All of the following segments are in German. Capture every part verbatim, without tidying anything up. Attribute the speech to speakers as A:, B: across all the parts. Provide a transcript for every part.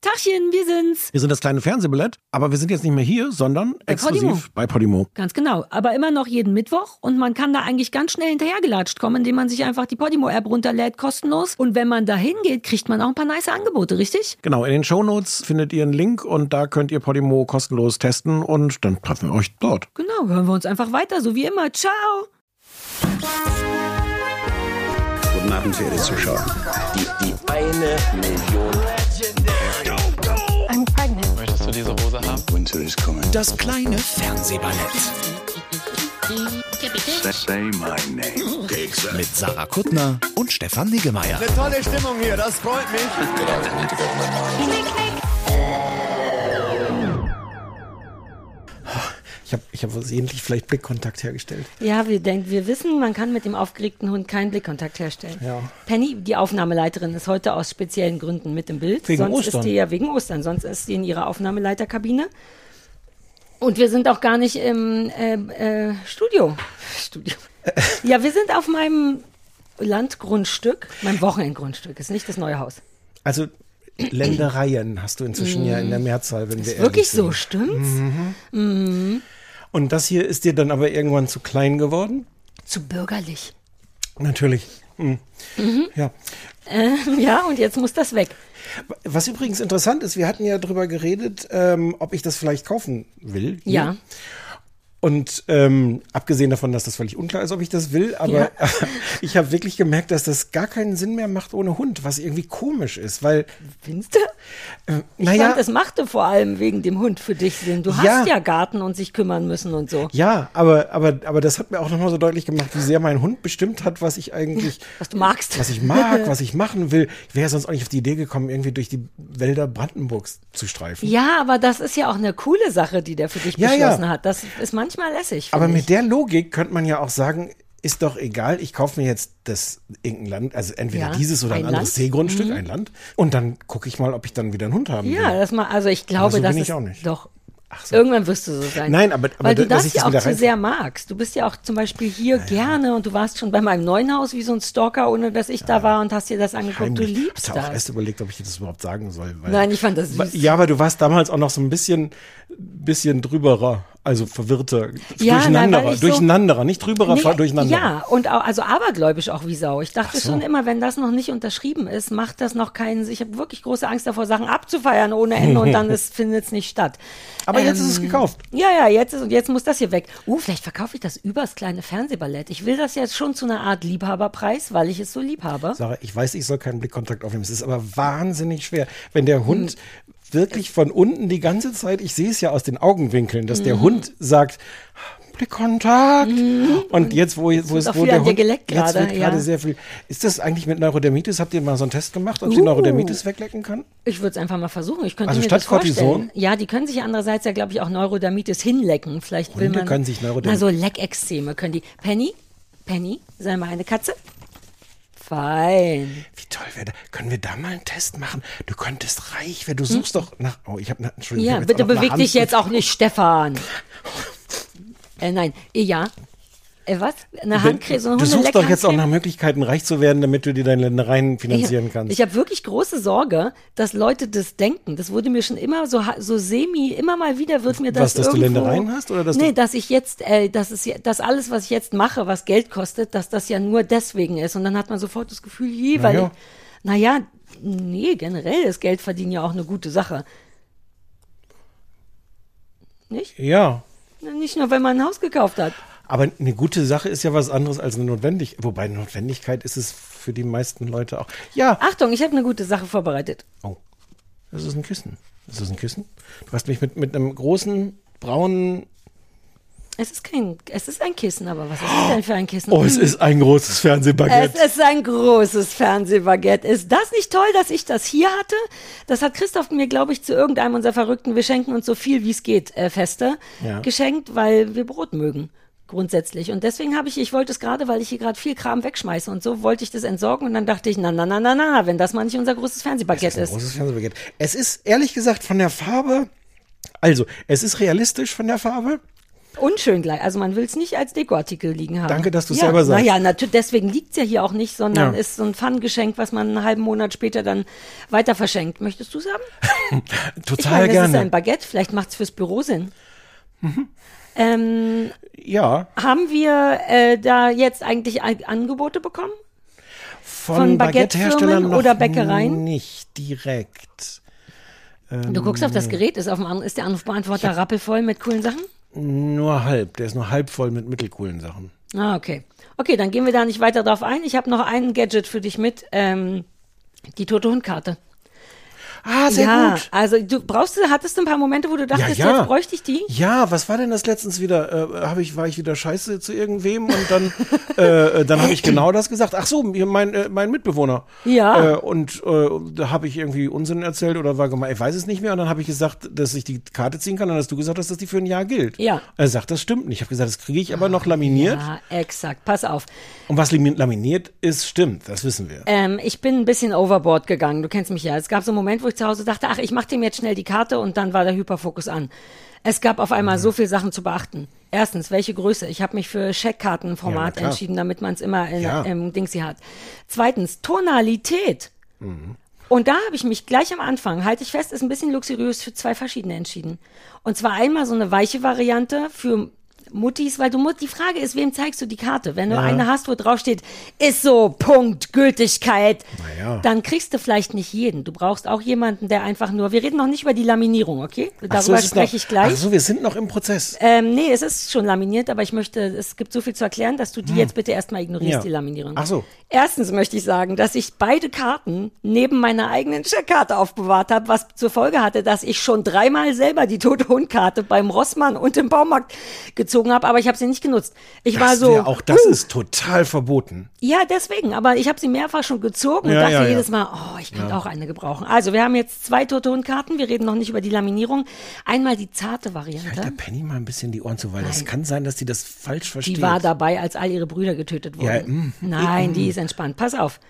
A: Tachchen, wir sind's.
B: Wir sind das kleine Fernsehballett, aber wir sind jetzt nicht mehr hier, sondern
A: bei
B: exklusiv
A: Podimo.
B: bei Podimo.
A: Ganz genau, aber immer noch jeden Mittwoch und man kann da eigentlich ganz schnell hinterhergelatscht kommen, indem man sich einfach die Podimo-App runterlädt, kostenlos. Und wenn man da hingeht, kriegt man auch ein paar nice Angebote, richtig?
B: Genau, in den Shownotes findet ihr einen Link und da könnt ihr Podimo kostenlos testen und dann treffen wir euch dort.
A: Genau, hören wir uns einfach weiter, so wie immer. Ciao!
C: Guten Abend, verehrte Zuschauer. Die, die eine Million.
D: I'm pregnant.
E: Möchtest du diese Hose haben?
C: Winter is coming.
F: Das kleine Fernsehballett.
C: Say my name.
F: Mit Sarah Kuttner und Stefan Niggemeier.
G: Eine tolle Stimmung hier, das freut mich.
B: Ich habe ich hab versehentlich vielleicht Blickkontakt hergestellt.
A: Ja, wir denken, wir wissen, man kann mit dem aufgeregten Hund keinen Blickkontakt herstellen.
B: Ja.
A: Penny, die Aufnahmeleiterin, ist heute aus speziellen Gründen mit im Bild.
B: Wegen
A: sonst
B: Ostern.
A: ist die ja wegen Ostern, sonst ist sie in ihrer Aufnahmeleiterkabine. Und wir sind auch gar nicht im äh, äh, Studio. Studio. Ja, wir sind auf meinem Landgrundstück, meinem Wochenendgrundstück, ist nicht das neue Haus.
B: Also Ländereien hast du inzwischen ja in der Mehrzahl, wenn wir ehrlich
A: Wirklich
B: sind.
A: so, stimmt's?
B: Mhm.
A: Mhm.
B: Und das hier ist dir dann aber irgendwann zu klein geworden?
A: Zu bürgerlich.
B: Natürlich. Mhm.
A: Mhm.
B: Ja.
A: Äh, ja, und jetzt muss das weg.
B: Was übrigens interessant ist, wir hatten ja drüber geredet, ähm, ob ich das vielleicht kaufen will. Hier.
A: Ja.
B: Und ähm, abgesehen davon, dass das völlig unklar ist, ob ich das will, aber
A: Ja.
B: ich habe wirklich gemerkt, dass das gar keinen Sinn mehr macht ohne Hund, was irgendwie komisch ist, weil
A: Findest du?
B: äh,
A: Ich
B: naja,
A: fand, es machte vor allem wegen dem Hund für dich Sinn. Du hast
B: Ja.
A: ja Garten und sich kümmern müssen und so.
B: ja, aber aber aber das hat mir auch nochmal so deutlich gemacht, wie sehr mein Hund bestimmt hat, was ich eigentlich,
A: Was du magst.
B: was ich mag, was ich machen will. Ich wäre sonst auch nicht auf die Idee gekommen, irgendwie durch die Wälder Brandenburgs zu streifen.
A: Ja, aber das ist ja auch eine coole Sache, die der für dich
B: Ja,
A: beschlossen
B: ja.
A: hat. Das ist manchmal lässig.
B: Aber
A: finde
B: mit
A: ich.
B: der Logik könnte man ja auch sagen, ist doch egal, ich kaufe mir jetzt das irgendein Land, also entweder
A: Ja,
B: dieses oder ein,
A: ein
B: anderes
A: Land.
B: Seegrundstück,
A: Mhm.
B: ein Land. Und dann gucke ich mal, ob ich dann wieder einen Hund haben
A: Ja,
B: will.
A: das mal, also ich glaube,
B: Aber so
A: das
B: bin ich
A: ist
B: auch nicht.
A: doch.
B: Ach so.
A: Irgendwann wirst du so sein.
B: Nein, aber- aber
A: Weil du
B: da- dass
A: das
B: ich das
A: ja auch
B: wieder
A: zu
B: rein-
A: sehr magst. Du bist ja auch zum Beispiel hier gerne und du warst schon bei meinem neuen Haus wie so ein Stalker, ohne dass ich da war und hast dir das angeguckt. Du
B: Heimlich.
A: liebst
B: Ich habe auch
A: das.
B: erst überlegt, ob ich dir das überhaupt sagen soll. Weil,
A: Nein, ich fand das süß.
B: weil- Ja, aber du warst damals auch noch so ein bisschen, bisschen drüberer, also verwirrter,
A: Ja, nein,
B: durcheinanderer,
A: weil ich so-
B: durcheinanderer, nicht drüberer,
A: Nee,
B: ver- durcheinanderer.
A: Ja, und auch, also abergläubisch auch wie Sau. Ich dachte
B: Ach so.
A: schon immer, wenn das noch nicht unterschrieben ist, macht das noch keinen, ich habe wirklich große Angst davor, Sachen abzufeiern ohne Ende und dann findet es nicht statt.
B: Aber jetzt
A: Ähm,
B: ist es gekauft.
A: Ja, ja, jetzt ist, und jetzt muss das hier weg. Uh, vielleicht verkaufe ich das übers kleine Fernsehballett. Ich will das jetzt schon zu einer Art Liebhaberpreis, weil ich es so lieb habe.
B: Sarah, ich weiß, ich soll keinen Blickkontakt aufnehmen. Es ist aber wahnsinnig schwer, wenn der Hund wirklich von unten die ganze Zeit, ich sehe es ja aus den Augenwinkeln, dass der Hund sagt, Blickkontakt. Und jetzt, wo, wo,
A: wird
B: es,
A: auch
B: wo
A: viel
B: der
A: an dir
B: Hund,
A: geleckt
B: jetzt
A: gerade,
B: wird gerade
A: ja.
B: sehr viel. Ist das eigentlich mit Neurodermitis? Habt ihr mal so einen Test gemacht, ob die
A: Uh.
B: Neurodermitis weglecken kann?
A: Ich würde es einfach mal versuchen. Ich könnte
B: Also
A: mir
B: statt
A: das vorstellen.
B: Cortison?
A: Ja, die können sich ja andererseits ja, glaube ich, auch Neurodermitis hinlecken. Vielleicht will
B: Hunde
A: man.
B: können sich Neuroderm-
A: Na, so Leckexzeme können die. Penny, Penny, sei mal eine Katze. Fein.
B: Wie toll wäre das? Können wir da mal einen Test machen? Du könntest reich werden. Du suchst doch nach. Oh, ich habe. Entschuldigung. ich
A: Ja,
B: hab jetzt
A: bitte
B: auch noch
A: beweg
B: eine
A: dich
B: Hand-
A: jetzt auch nicht, Stefan. äh, nein, äh, ja. Äh, was? Eine Handcreme, so eine
B: Du suchst doch jetzt auch
A: Hundeleckhandcreme?
B: nach Möglichkeiten, reich zu werden, damit du dir deine Ländereien finanzieren
A: Ich,
B: kannst.
A: ich habe wirklich große Sorge, dass Leute das denken. Das wurde mir schon immer so, ha- so semi, immer mal wieder wird mir das
B: Was, dass du
A: irgendwo,
B: Ländereien hast, oder dass
A: nee,
B: du-
A: dass ich jetzt, äh, dass es, ja- dass alles, was ich jetzt mache, was Geld kostet, dass das ja nur deswegen ist. Und dann hat man sofort das Gefühl, je, weil,
B: Naja.
A: naja, nee, generell ist Geld verdienen ja auch eine gute Sache. Nicht?
B: Ja.
A: Nicht nur, wenn man ein Haus gekauft hat.
B: Aber eine gute Sache ist ja was anderes als eine Notwendigkeit. Wobei eine Notwendigkeit ist es für die meisten Leute auch. Ja.
A: Achtung, ich habe eine gute Sache vorbereitet.
B: Oh, das ist ein Kissen. Das ist ein Kissen. Du hast mich mit, mit einem großen, braunen...
A: Es ist kein, es ist ein Kissen, aber was ist es denn für ein Kissen?
B: Oh, es ist ein großes Fernsehbaguette.
A: Es ist ein großes Fernsehbaguette. Ist das nicht toll, dass ich das hier hatte? Das hat Christoph mir, glaube ich, zu irgendeinem unserer verrückten, wir schenken uns so viel wie es geht, äh, Feste,
B: Ja.
A: geschenkt, weil wir Brot mögen. Grundsätzlich. Und deswegen habe ich, ich wollte es gerade, weil ich hier gerade viel Kram wegschmeiße und so, wollte ich das entsorgen und dann dachte ich, na, na, na, na, na, wenn das mal nicht unser großes
B: Es
A: Fernsehbaguette
B: ist ein
A: ist.
B: großes Fernsehbaguette. Es ist ehrlich gesagt von der Farbe, also es ist realistisch von der Farbe,
A: unschön gleich. Also man will es nicht als Dekoartikel liegen haben.
B: Danke, dass du es
A: ja,
B: selber sagst.
A: Naja, natürlich, deswegen liegt es ja hier auch nicht, sondern
B: Ja.
A: ist so ein Pfannengeschenk, was man einen halben Monat später dann weiter verschenkt. Möchtest du es haben? Ich
B: Total
A: meine, das
B: gerne.
A: ist ein Baguette, vielleicht macht es fürs Büro Sinn. Ähm,
B: Ja,
A: haben wir äh, da jetzt eigentlich An- Angebote bekommen?
B: von,
A: Von
B: Baguette-Herstellern
A: Baguette-Firmen
B: noch
A: oder Bäckereien?
B: nicht direkt.
A: Du guckst auf das Gerät, ist, auf dem, An- ist der Anrufbeantworter rappelvoll mit coolen Sachen?
B: Nur halb. Der ist nur halb voll mit mittelcoolen Sachen.
A: Ah, okay. Okay, dann gehen wir da nicht weiter drauf ein. Ich habe noch ein Gadget für dich mit, ähm, die Tote-Hund-Karte.
B: Ah, sehr
A: ja,
B: gut.
A: also du brauchst, du- hattest du ein paar Momente, wo du dachtest,
B: Ja, ja.
A: jetzt bräuchte ich die?
B: Ja, was war denn das letztens wieder? Äh, hab ich, war ich wieder scheiße zu irgendwem und dann, äh, dann habe ich genau das gesagt. Ach so, mir- mein, äh, mein Mitbewohner.
A: Ja.
B: Äh, und äh, da habe ich irgendwie Unsinn erzählt oder war gemeint, ich weiß es nicht mehr. Und dann habe ich gesagt, dass ich die Karte ziehen kann. Und dann hast du gesagt, dass das die für ein Jahr gilt.
A: Ja.
B: Er sagt, das stimmt nicht. Ich habe gesagt, das kriege ich aber noch laminiert.
A: Ja, exakt. Pass auf.
B: Und was lami- laminiert ist, stimmt. Das wissen wir.
A: Ähm, ich bin ein bisschen overboard gegangen. Du kennst mich ja. Es gab so einen Moment, wo ich zu Hause dachte, ach, ich mach dem jetzt schnell die Karte und dann war der Hyperfokus an. Es gab auf einmal so viele Sachen zu beachten. Erstens, welche Größe? Ich habe mich für Scheckkartenformat
B: Ja, na klar.
A: entschieden, damit man es immer in,
B: Ja.
A: im Dingsy hat. Zweitens, Tonalität.
B: Mhm.
A: Und da habe ich mich gleich am Anfang, halte ich fest, ist ein bisschen luxuriös für zwei verschiedene entschieden. Und zwar einmal so eine weiche Variante für Muttis, weil du musst, die Frage ist, wem zeigst du die Karte? Wenn du
B: Ja.
A: eine hast, wo drauf steht, ist so, Punkt, Gültigkeit,
B: Na ja.
A: dann kriegst du vielleicht nicht jeden. Du brauchst auch jemanden, der einfach nur, wir reden noch nicht über die Laminierung, okay?
B: Ach so,
A: Darüber
B: es ist
A: spreche
B: noch,
A: ich gleich.
B: Ach so, wir sind noch im Prozess.
A: Ähm, nee, es ist schon laminiert, aber ich möchte, es gibt so viel zu erklären, dass du die jetzt bitte erstmal ignorierst,
B: Ja.
A: die Laminierung.
B: Ach so.
A: Erstens möchte ich sagen, dass ich beide Karten neben meiner eigenen Checkkarte aufbewahrt habe, was zur Folge hatte, dass ich schon dreimal selber die Tote-Hund-Karte beim Rossmann und im Baumarkt gezogen habe, aber ich habe sie nicht genutzt. Ich war
B: Das
A: so,
B: wär auch das
A: huh,
B: ist total verboten.
A: ja, deswegen, aber ich habe sie mehrfach schon gezogen und
B: Ja,
A: dachte
B: ja, ja.
A: jedes Mal, oh, ich könnte auch eine gebrauchen. Also, wir haben jetzt zwei Tote-Hund-Karten, wir reden noch nicht über die Laminierung. Einmal die zarte Variante.
B: Halt der Penny mal ein bisschen die Ohren zu, weil das
A: Nein.
B: kann sein, dass die das falsch versteht.
A: Die war dabei, als all ihre Brüder getötet wurden.
B: Ja, mm,
A: Nein, die ist entspannt. Pass auf.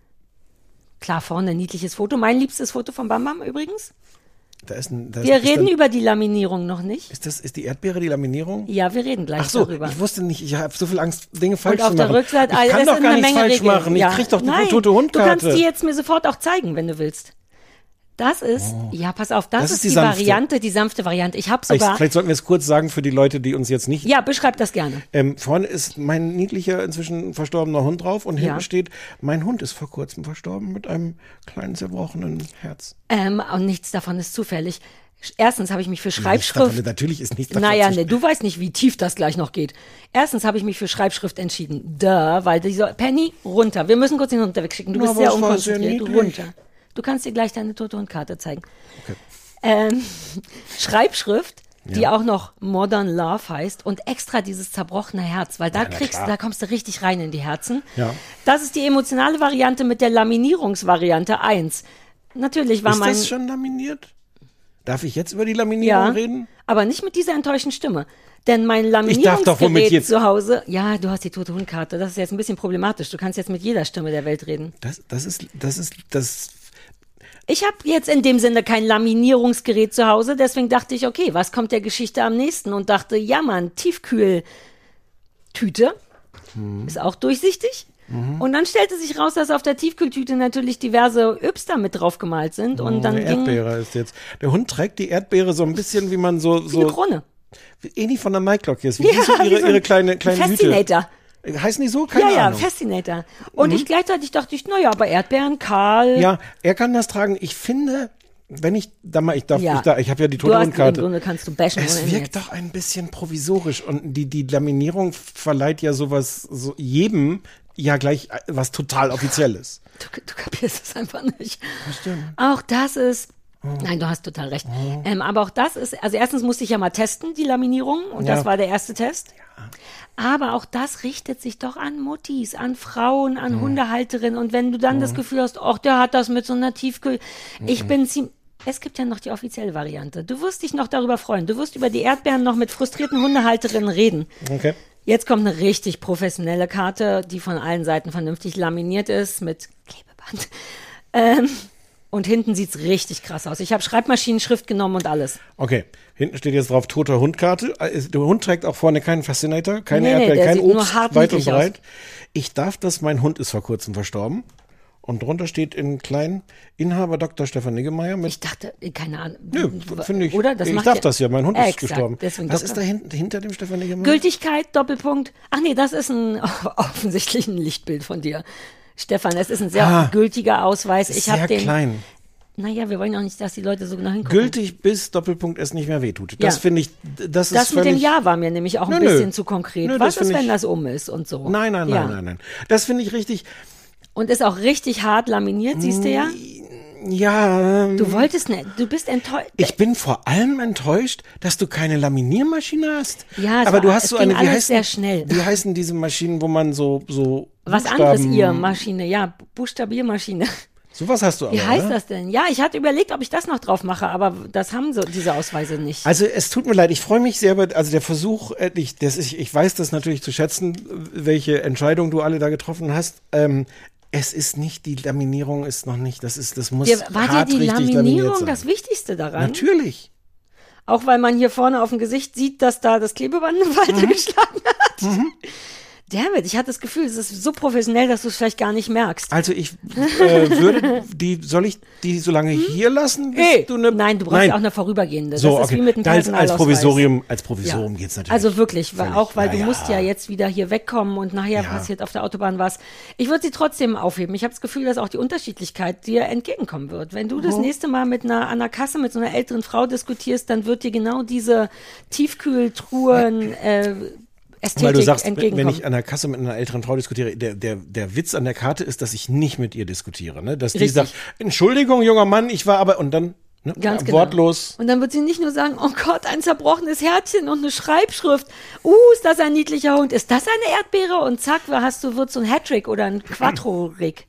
A: Klar, vorne ein niedliches Foto. Mein liebstes Foto von Bam Bam übrigens.
B: Da ist ein, da
A: Wir
B: ist
A: reden
B: dann,
A: über die Laminierung noch nicht.
B: Ist das ist die Erdbeere die Laminierung?
A: Ja, wir reden gleich
B: Ach so,
A: darüber.
B: ich wusste nicht, ich habe so viel Angst, Dinge falsch
A: Und auf
B: zu
A: der
B: machen.
A: Rückseite,
B: ich
A: also
B: kann
A: es
B: doch
A: sind
B: gar
A: eine
B: nichts
A: Menge
B: falsch
A: Regeln.
B: machen.
A: Ja.
B: Ich krieg doch die
A: Nein,
B: tote Hundkarte.
A: Du kannst die jetzt mir sofort auch zeigen, wenn du willst. Das ist, ja, pass auf, das,
B: Das
A: ist
B: ist
A: die,
B: die sanfte.
A: Variante, die sanfte Variante. Ich habe
B: ich,
A: sogar,
B: vielleicht sollten wir es kurz sagen für die Leute, die uns jetzt nicht.
A: ja, beschreib das gerne.
B: Ähm, vorne ist mein niedlicher, inzwischen verstorbener Hund drauf und hinten
A: Ja.
B: steht, mein Hund ist vor kurzem verstorben mit einem kleinen zerbrochenen Herz.
A: Ähm, und nichts davon ist zufällig. Erstens habe ich mich für
B: Nichts
A: Schreibschrift.
B: davon, natürlich ist nichts davon
A: Naja,
B: zu-
A: ne, du weißt nicht, wie tief das gleich noch geht. Erstens habe ich mich für Schreibschrift entschieden. Da, weil dieser Penny runter. Wir müssen kurz den Hund wegschicken. Du
B: Na,
A: bist
B: aber
A: sehr
B: es war sehr
A: unkonzentriert.
B: niedlich.
A: Runter. Du kannst dir gleich deine tote Hundkarte zeigen.
B: Okay.
A: Ähm, Schreibschrift, die
B: Ja.
A: auch noch Modern Love heißt und extra dieses zerbrochene Herz, weil da
B: Ja, na
A: kriegst,
B: klar.
A: da kommst du richtig rein in die Herzen.
B: Ja.
A: Das ist die emotionale Variante mit der Laminierungsvariante eins. Natürlich war
B: Ist
A: mein
B: das schon laminiert? Darf ich jetzt über die Laminierung
A: ja,
B: reden?
A: aber nicht mit dieser enttäuschten Stimme. Denn mein
B: darf doch wohl mit
A: Laminierungsgerät
B: jetzt-
A: zu Hause, ja, du hast die tote Hundkarte, das ist jetzt ein bisschen problematisch. Du kannst jetzt mit jeder Stimme der Welt reden.
B: Das, das ist, das ist, das.
A: Ich habe jetzt in dem Sinne kein Laminierungsgerät zu Hause, deswegen dachte ich, okay, was kommt der Geschichte am nächsten? Und dachte, ja Mann, Tiefkühltüte,
B: Hm.
A: ist auch durchsichtig. Und dann stellte sich raus, dass auf der Tiefkühltüte natürlich diverse Yps da mit drauf gemalt sind. Und dann
B: Eine
A: ging
B: Erdbeere ist jetzt. Der Hund trägt die Erdbeere so ein bisschen, wie man so,
A: wie eine
B: so
A: Krone.
B: ähnlich von der Maiglocke ist. Wie die so
A: wie
B: ihre,
A: so ein
B: ihre kleine, kleine
A: Fascinator.
B: Hüte. Heißen die so? Keine
A: Ja, ja,
B: Ahnung.
A: Fascinator. Und ich gleichzeitig dachte ich, naja, aber Erdbeeren, Karl.
B: Ja, er kann das tragen. Ich finde, wenn ich da mal, ich darf,
A: Ja.
B: ich, da, ich habe ja die
A: Du hast, im
B: Totenhundkarte.
A: Grunde kannst du bashen ohne
B: Es
A: Ende
B: wirkt
A: jetzt.
B: doch ein bisschen provisorisch und die, die Laminierung verleiht ja sowas, so jedem ja gleich was total Offizielles.
A: Du, du kapierst es einfach nicht. Auch das ist. Nein, du hast total recht. Ähm, aber auch das ist, also erstens musste ich ja mal testen, die Laminierung, und
B: Ja.
A: das war der erste Test. Aber auch das richtet sich doch an Muttis, an Frauen, an Hundehalterinnen. Und wenn du dann das Gefühl hast, ach, der hat das mit so einer Tiefkühl. Ich bin ziemlich. Es gibt ja noch die offizielle Variante. Du wirst dich noch darüber freuen. Du wirst über die Erdbeeren noch mit frustrierten Hundehalterinnen reden.
B: Okay.
A: Jetzt kommt eine richtig professionelle Karte, die von allen Seiten vernünftig laminiert ist mit Klebeband. Ähm, Und hinten sieht's richtig krass aus. Ich habe Schreibmaschinenschrift genommen und alles.
B: Okay, hinten steht jetzt drauf toter Hundkarte. Der Hund trägt auch vorne keinen Fascinator, keine
A: Nee, nee,
B: Erdbeeren,
A: der
B: kein
A: sieht nur
B: Obst,
A: hart
B: weit und
A: niedlich
B: breit. Ich darf das, mein Hund ist vor kurzem verstorben. Und drunter steht in klein Inhaber Doktor Stefan Niggemeier mit.
A: Ich dachte, keine Ahnung.
B: Nö, finde ich.
A: Oder? Das
B: ich
A: macht
B: darf
A: ja,
B: das ja, mein Hund ist
A: exakt,
B: gestorben.
A: deswegen
B: Was
A: Doktor.
B: ist da hinten, hinter dem Stefan Niggemeier?
A: Gültigkeit, Doppelpunkt. Ach nee, das ist ein offensichtlich ein Lichtbild von dir. Stefan, es ist ein sehr
B: Ah,
A: gültiger Ausweis. Ich
B: Sehr
A: habe den.
B: klein.
A: Naja, wir wollen auch nicht, dass die Leute so genau hingucken.
B: Gültig bis Doppelpunkt es nicht mehr wehtut. Das
A: Ja.
B: finde ich, das ist
A: Das mit
B: völlig,
A: dem Ja war mir nämlich auch ein
B: Nö, nö.
A: bisschen zu konkret.
B: Nö, das
A: Was ist,
B: find
A: wenn
B: ich-
A: das um ist und so?
B: Nein, nein, nein,
A: Ja.
B: nein, nein. Das finde ich richtig,
A: Und ist auch richtig hart laminiert, siehst du ja?
B: ja. ähm,
A: Du wolltest nicht, du bist enttäuscht.
B: Ich bin vor allem enttäuscht, dass du keine Laminiermaschine hast.
A: Ja, es
B: aber
A: war-
B: du hast
A: es
B: so
A: ging
B: eine, wie
A: alles
B: heißen,
A: sehr schnell.
B: wie heißen diese Maschinen, wo man so, so
A: Was
B: Buchstaben,
A: anderes ihr, Maschine, ja, Buchstabiermaschine.
B: Sowas hast du aber,
A: Wie heißt
B: oder?
A: das denn? Ja, ich hatte überlegt, ob ich das noch drauf mache, aber das haben so diese Ausweise nicht.
B: Also es tut mir leid, ich freue mich sehr, über- also der Versuch, äh, ich, das ist, ich weiß das natürlich zu schätzen, welche Entscheidung du alle da getroffen hast. Ähm, es ist nicht, die Laminierung ist noch nicht, das ist, das muss
A: Dir, war dir
B: hart
A: die
B: richtig laminiert
A: Laminierung
B: sein.
A: das Wichtigste daran?
B: Natürlich.
A: Auch weil man hier vorne auf dem Gesicht sieht, dass da das Klebeband weitergeschlagen hat.
B: Mhm.
A: Damn it, ich hatte das Gefühl, es ist so professionell, dass du es vielleicht gar nicht merkst.
B: Also ich äh, würde die, soll ich die so lange hier lassen, bis
A: Hey,
B: du eine...
A: nein, du brauchst ja auch eine vorübergehende.
B: So,
A: das ist
B: okay.
A: wie mit einem
B: Da als, als
A: Personalausweis.
B: Provisorium, als Provisorium
A: Ja.
B: geht's natürlich.
A: Also wirklich, weil,
B: völlig.
A: auch weil
B: Ja,
A: du
B: ja.
A: musst ja jetzt wieder hier wegkommen und nachher
B: Ja.
A: passiert auf der Autobahn was. Ich würde sie trotzdem aufheben. Ich habe das Gefühl, dass auch die Unterschiedlichkeit dir entgegenkommen wird. Wenn du das
B: Mhm.
A: nächste Mal mit einer an der Kasse mit so einer älteren Frau diskutierst, dann wird dir genau diese Tiefkühltruhen äh, Ästhetik
B: Weil du sagst, wenn
A: entgegenkommen.
B: wenn ich an der Kasse mit einer älteren Frau diskutiere, der, der, der Witz an der Karte ist, dass ich nicht mit ihr diskutiere. Ne? Dass die
A: Richtig.
B: sagt, Entschuldigung, junger Mann, ich war aber... Und dann ne,
A: Ganz genau.
B: wortlos...
A: Und dann wird sie nicht nur sagen, oh Gott, ein zerbrochenes Herzchen und eine Schreibschrift. Uh, ist das ein niedlicher Hund? Ist das eine Erdbeere? Und zack, hast du, wird so ein Hattrick oder ein Quattro-Rig.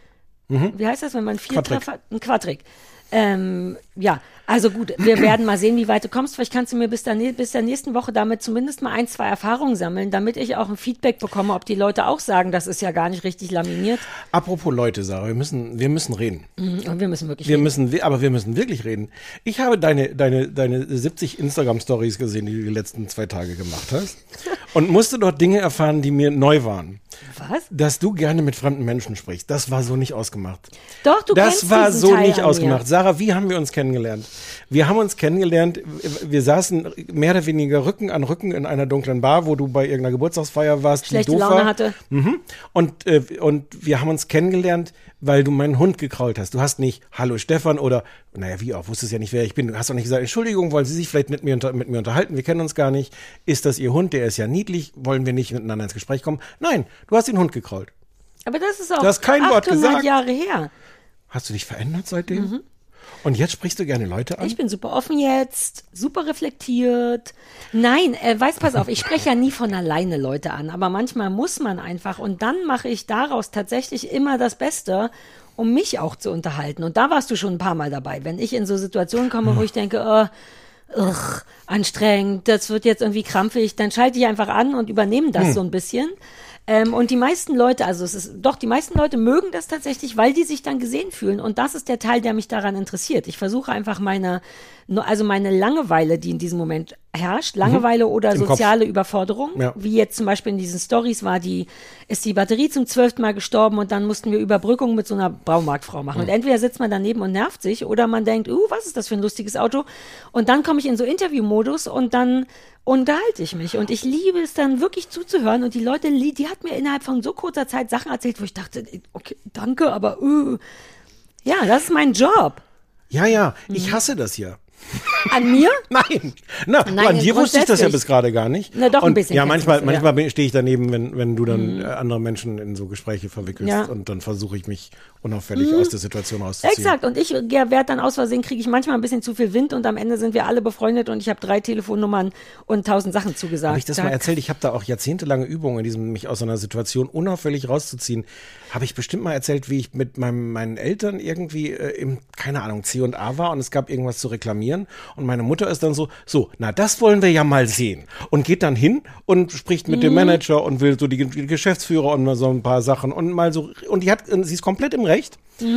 A: Wie heißt das, wenn man vier
B: Quadrick.
A: Treffer, ein Quadrick. Ähm, ja, also gut, wir werden mal sehen, wie weit du kommst. Vielleicht kannst du mir bis der, bis der nächsten Woche damit zumindest mal ein, zwei Erfahrungen sammeln, damit ich auch ein Feedback bekomme, ob die Leute auch sagen, das ist ja gar nicht richtig laminiert.
B: Apropos Leute, Sarah, wir müssen, wir müssen reden.
A: Und wir müssen wirklich
B: Wir
A: reden.
B: müssen, wir- aber wir müssen wirklich reden. Ich habe deine, deine, deine siebzig Instagram-Stories gesehen, die du die letzten zwei Tage gemacht hast. Und musste dort Dinge erfahren, die mir neu waren.
A: Was?
B: Dass du gerne mit fremden Menschen sprichst. Das war so nicht ausgemacht.
A: Doch, du
B: Das
A: kennst
B: war
A: diesen
B: so
A: Teil
B: nicht
A: an
B: ausgemacht.
A: mir.
B: Sarah, wie haben wir uns kennengelernt? Wir haben uns kennengelernt, wir saßen mehr oder weniger Rücken an Rücken in einer dunklen Bar, wo du bei irgendeiner Geburtstagsfeier warst, die
A: Schlechte
B: doof
A: Laune
B: war.
A: hatte.
B: Mhm. Und, äh, und wir haben uns kennengelernt, weil du meinen Hund gekrault hast. Du hast nicht Hallo Stefan oder, naja, wie auch, wusstest ja nicht, wer ich bin. Du hast auch nicht gesagt, Entschuldigung, wollen Sie sich vielleicht mit mir, unter, mit mir unterhalten? Wir kennen uns gar nicht. Ist das Ihr Hund? Der ist ja niedlich. Wollen wir nicht miteinander ins Gespräch kommen? Nein, du hast den Hund gekrault.
A: Aber das ist auch
B: Du hast kein Wort
A: achthundert
B: gesagt.
A: Jahre her.
B: Hast du dich verändert seitdem? Und jetzt sprichst du gerne Leute an?
A: Ich bin super offen jetzt, super reflektiert. Nein, äh, weiß, pass auf, ich spreche ja nie von alleine Leute an, aber manchmal muss man einfach und dann mache ich daraus tatsächlich immer das Beste, um mich auch zu unterhalten. Und da warst du schon ein paar Mal dabei. Wenn ich in so Situationen komme, wo ich denke, äh, ugh, anstrengend, das wird jetzt irgendwie krampfig, dann schalte ich einfach an und übernehme das so ein bisschen. Ähm, und die meisten Leute, also es ist doch, die meisten Leute mögen das tatsächlich, weil die sich dann gesehen fühlen. Und das ist der Teil, der mich daran interessiert. Ich versuche einfach meine, also meine Langeweile, die in diesem Moment herrscht, Langeweile oder
B: Im Kopf.
A: soziale Überforderung,
B: Ja.
A: wie jetzt zum Beispiel in diesen Stories war, die, ist die Batterie zum zwölften Mal gestorben und dann mussten wir Überbrückung mit so einer Baumarktfrau machen. Und entweder sitzt man daneben und nervt sich oder man denkt, uh, was ist das für ein lustiges Auto? Und dann komme ich in so Interviewmodus und dann unterhalte ich mich. Und ich liebe es dann wirklich zuzuhören. Und die Leute, die hat mir innerhalb von so kurzer Zeit Sachen erzählt, wo ich dachte, okay, danke, aber uh. ja, das ist mein Job.
B: Ja, ja,
A: Mhm.
B: ich hasse das ja.
A: An mir?
B: Nein, na,
A: Nein,
B: an dir wusste ich das ja
A: grundsätzlich.
B: bis gerade gar nicht.
A: Na, doch, ein
B: und,
A: bisschen
B: Ja,
A: kennst
B: manchmal,
A: du das, ja.
B: manchmal bin- stehe ich daneben, wenn, wenn du dann äh, andere Menschen in so Gespräche verwickelst
A: Ja.
B: und dann versuche ich mich unauffällig aus der Situation rauszuziehen.
A: Exakt. Und ich ja, werde dann aus Versehen, kriege ich manchmal ein bisschen zu viel Wind und am Ende sind wir alle befreundet und ich habe drei Telefonnummern und tausend Sachen zugesagt.
B: Habe ich das
A: Da-
B: mal erzählt? Ich habe da auch jahrzehntelange Übungen in diesem, mich aus einer Situation unauffällig rauszuziehen. Habe ich bestimmt mal erzählt, wie ich mit meinem, meinen Eltern irgendwie äh, im, keine Ahnung, C und A war und es gab irgendwas zu reklamieren und meine Mutter ist dann so, so, na, das wollen wir ja mal sehen. Und geht dann hin und spricht mit
A: Mhm.
B: dem Manager und will so die, die Geschäftsführer und mal so ein paar Sachen und mal so, und die hat, sie ist komplett im Recht.
A: Mhm.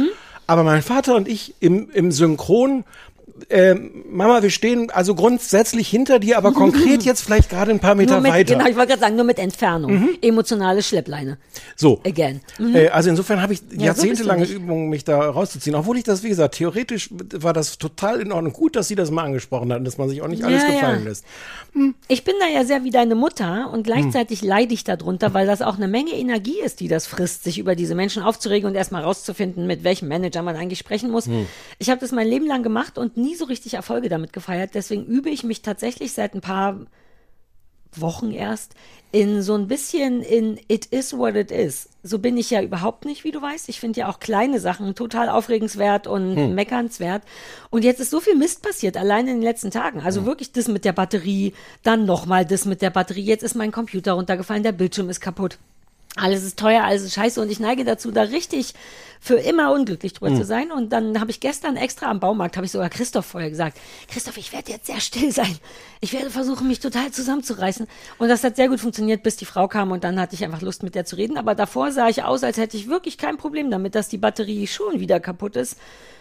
B: Aber mein Vater und ich im, im Synchron, äh, Mama, wir stehen also grundsätzlich hinter dir, aber konkret jetzt vielleicht gerade ein paar Meter
A: Nur mit,
B: weiter.
A: genau, ich wollte gerade sagen, nur mit Entfernung. Mhm. Emotionale Schleppleine.
B: So.
A: Again. Mhm.
B: Äh, also insofern habe ich
A: Ja,
B: jahrzehntelange
A: so bist du nicht.
B: Übungen, mich da rauszuziehen. Obwohl ich das, wie gesagt, theoretisch war das total in Ordnung. Gut, dass sie das mal angesprochen hat und dass man sich auch nicht alles
A: Ja,
B: gefallen
A: ja.
B: lässt.
A: Ich bin da ja sehr wie deine Mutter und gleichzeitig leide ich darunter, weil das auch eine Menge Energie ist, die das frisst, sich über diese Menschen aufzuregen und erstmal rauszufinden, mit welchem Manager man eigentlich sprechen muss. Ich habe das mein Leben lang gemacht und nie so richtig Erfolge damit gefeiert. Deswegen übe ich mich tatsächlich seit ein paar Wochen erst in so ein bisschen in It is what it is. So bin ich ja überhaupt nicht, wie du weißt. Ich finde ja auch kleine Sachen total aufregenswert und hm. meckernswert. Und jetzt ist so viel Mist passiert, allein in den letzten Tagen. Also hm. wirklich das mit der Batterie, dann nochmal das mit der Batterie. Jetzt ist mein Computer runtergefallen, der Bildschirm ist kaputt. Alles ist teuer, alles ist scheiße und ich neige dazu, da richtig für immer unglücklich drüber
B: Mhm.
A: zu sein. Und dann habe ich gestern extra am Baumarkt, habe ich sogar Christoph vorher gesagt, Christoph, ich werde jetzt sehr still sein. Ich werde versuchen, mich total zusammenzureißen. Und das hat sehr gut funktioniert, bis die Frau kam und dann hatte ich einfach Lust, mit der zu reden. Aber davor sah ich aus, als hätte ich wirklich kein Problem damit, dass die Batterie schon wieder kaputt ist.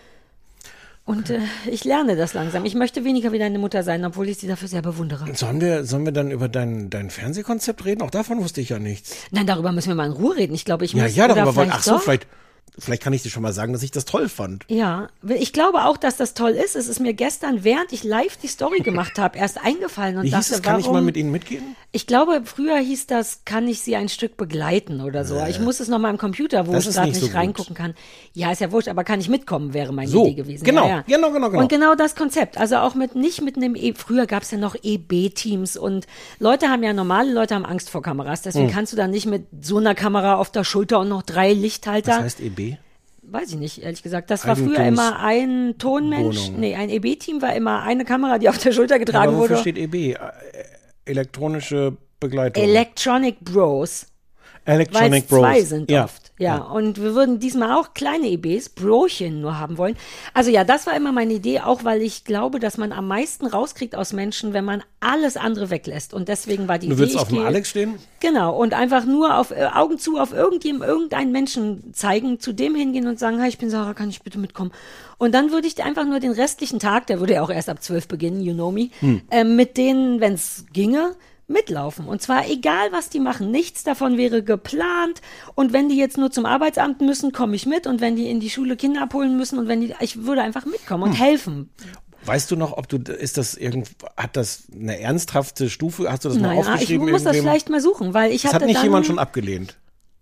A: Und äh, ich lerne das langsam. Ich möchte weniger wie deine Mutter sein, obwohl ich sie dafür sehr bewundere.
B: Sollen wir, sollen wir dann über dein, dein Fernsehkonzept reden? Auch davon wusste ich ja nichts.
A: Nein, darüber müssen wir mal in Ruhe reden. Ich glaube, ich
B: Ja,
A: muss...
B: ja,
A: oder
B: darüber wollen. Ach
A: vielleicht
B: so,
A: doch.
B: vielleicht, vielleicht kann ich dir schon mal sagen, dass ich das toll fand.
A: Ja, ich glaube auch, dass das toll ist. Es ist mir gestern, während ich live die Story gemacht habe, erst eingefallen und
B: Wie hieß
A: dachte,
B: es, kann ich
A: warum?
B: mal mit Ihnen mitgehen?
A: Ich glaube, früher hieß das, kann ich sie ein Stück begleiten oder so. Ich muss es noch mal im Computer, wo
B: Das
A: ich
B: ist
A: gerade
B: nicht
A: nicht,
B: so gut.
A: reingucken kann. Ja, ist ja wurscht, aber kann ich mitkommen, wäre meine
B: So,
A: Idee gewesen.
B: genau,
A: ja, ja.
B: genau, genau, genau.
A: Und genau das Konzept. Also auch mit, nicht mit einem, e früher gab es ja noch E B-Teams und Leute haben ja, normale Leute haben Angst vor Kameras. Deswegen
B: Hm.
A: kannst du da nicht mit so einer Kamera auf der Schulter und noch drei Lichthalter.
B: Was heißt E B?
A: Weiß ich nicht, ehrlich gesagt. Das war früher
B: Eigentums-
A: immer ein Tonmensch.
B: Wohnung.
A: Nee, ein E B-Team war immer eine Kamera, die auf der Schulter
B: Ja,
A: getragen
B: aber wofür
A: wurde.
B: steht E B? Äh, Elektronische Begleitung.
A: Electronic Bros. Weil
B: Electronic
A: es
B: Bros.
A: zwei sind
B: ja.
A: oft. Ja. Und wir würden diesmal auch kleine E Bs, Brochen nur haben wollen. Also ja, das war immer meine Idee, auch weil ich glaube, dass man am meisten rauskriegt aus Menschen, wenn man alles andere weglässt. Und deswegen war die
B: Du
A: Idee,
B: würdest
A: ich
B: auf dem
A: gehe-
B: Alex stehen?
A: Genau, und einfach nur auf äh, Augen zu auf irgendjemanden, irgendeinen Menschen zeigen, zu dem hingehen und sagen, hey, ich bin Sarah, kann ich bitte mitkommen? Und dann würde ich einfach nur den restlichen Tag, der würde ja auch erst ab zwölf beginnen, you know me,
B: Hm.
A: ähm, mit denen, wenn es ginge, mitlaufen. Und zwar egal, was die machen. Nichts davon wäre geplant. Und wenn die jetzt nur zum Arbeitsamt müssen, komme ich mit. Und wenn die in die Schule Kinder abholen müssen und wenn die, ich würde einfach mitkommen und
B: Hm.
A: helfen.
B: Weißt du noch, ob du, ist das irgend, hat das eine ernsthafte Stufe? Hast du das mal
A: Naja, ich
B: aufgeschrieben?
A: muss das
B: irgendwem?
A: vielleicht mal suchen, weil ich
B: Das
A: hatte
B: hat nicht
A: dann,
B: jemand schon abgelehnt?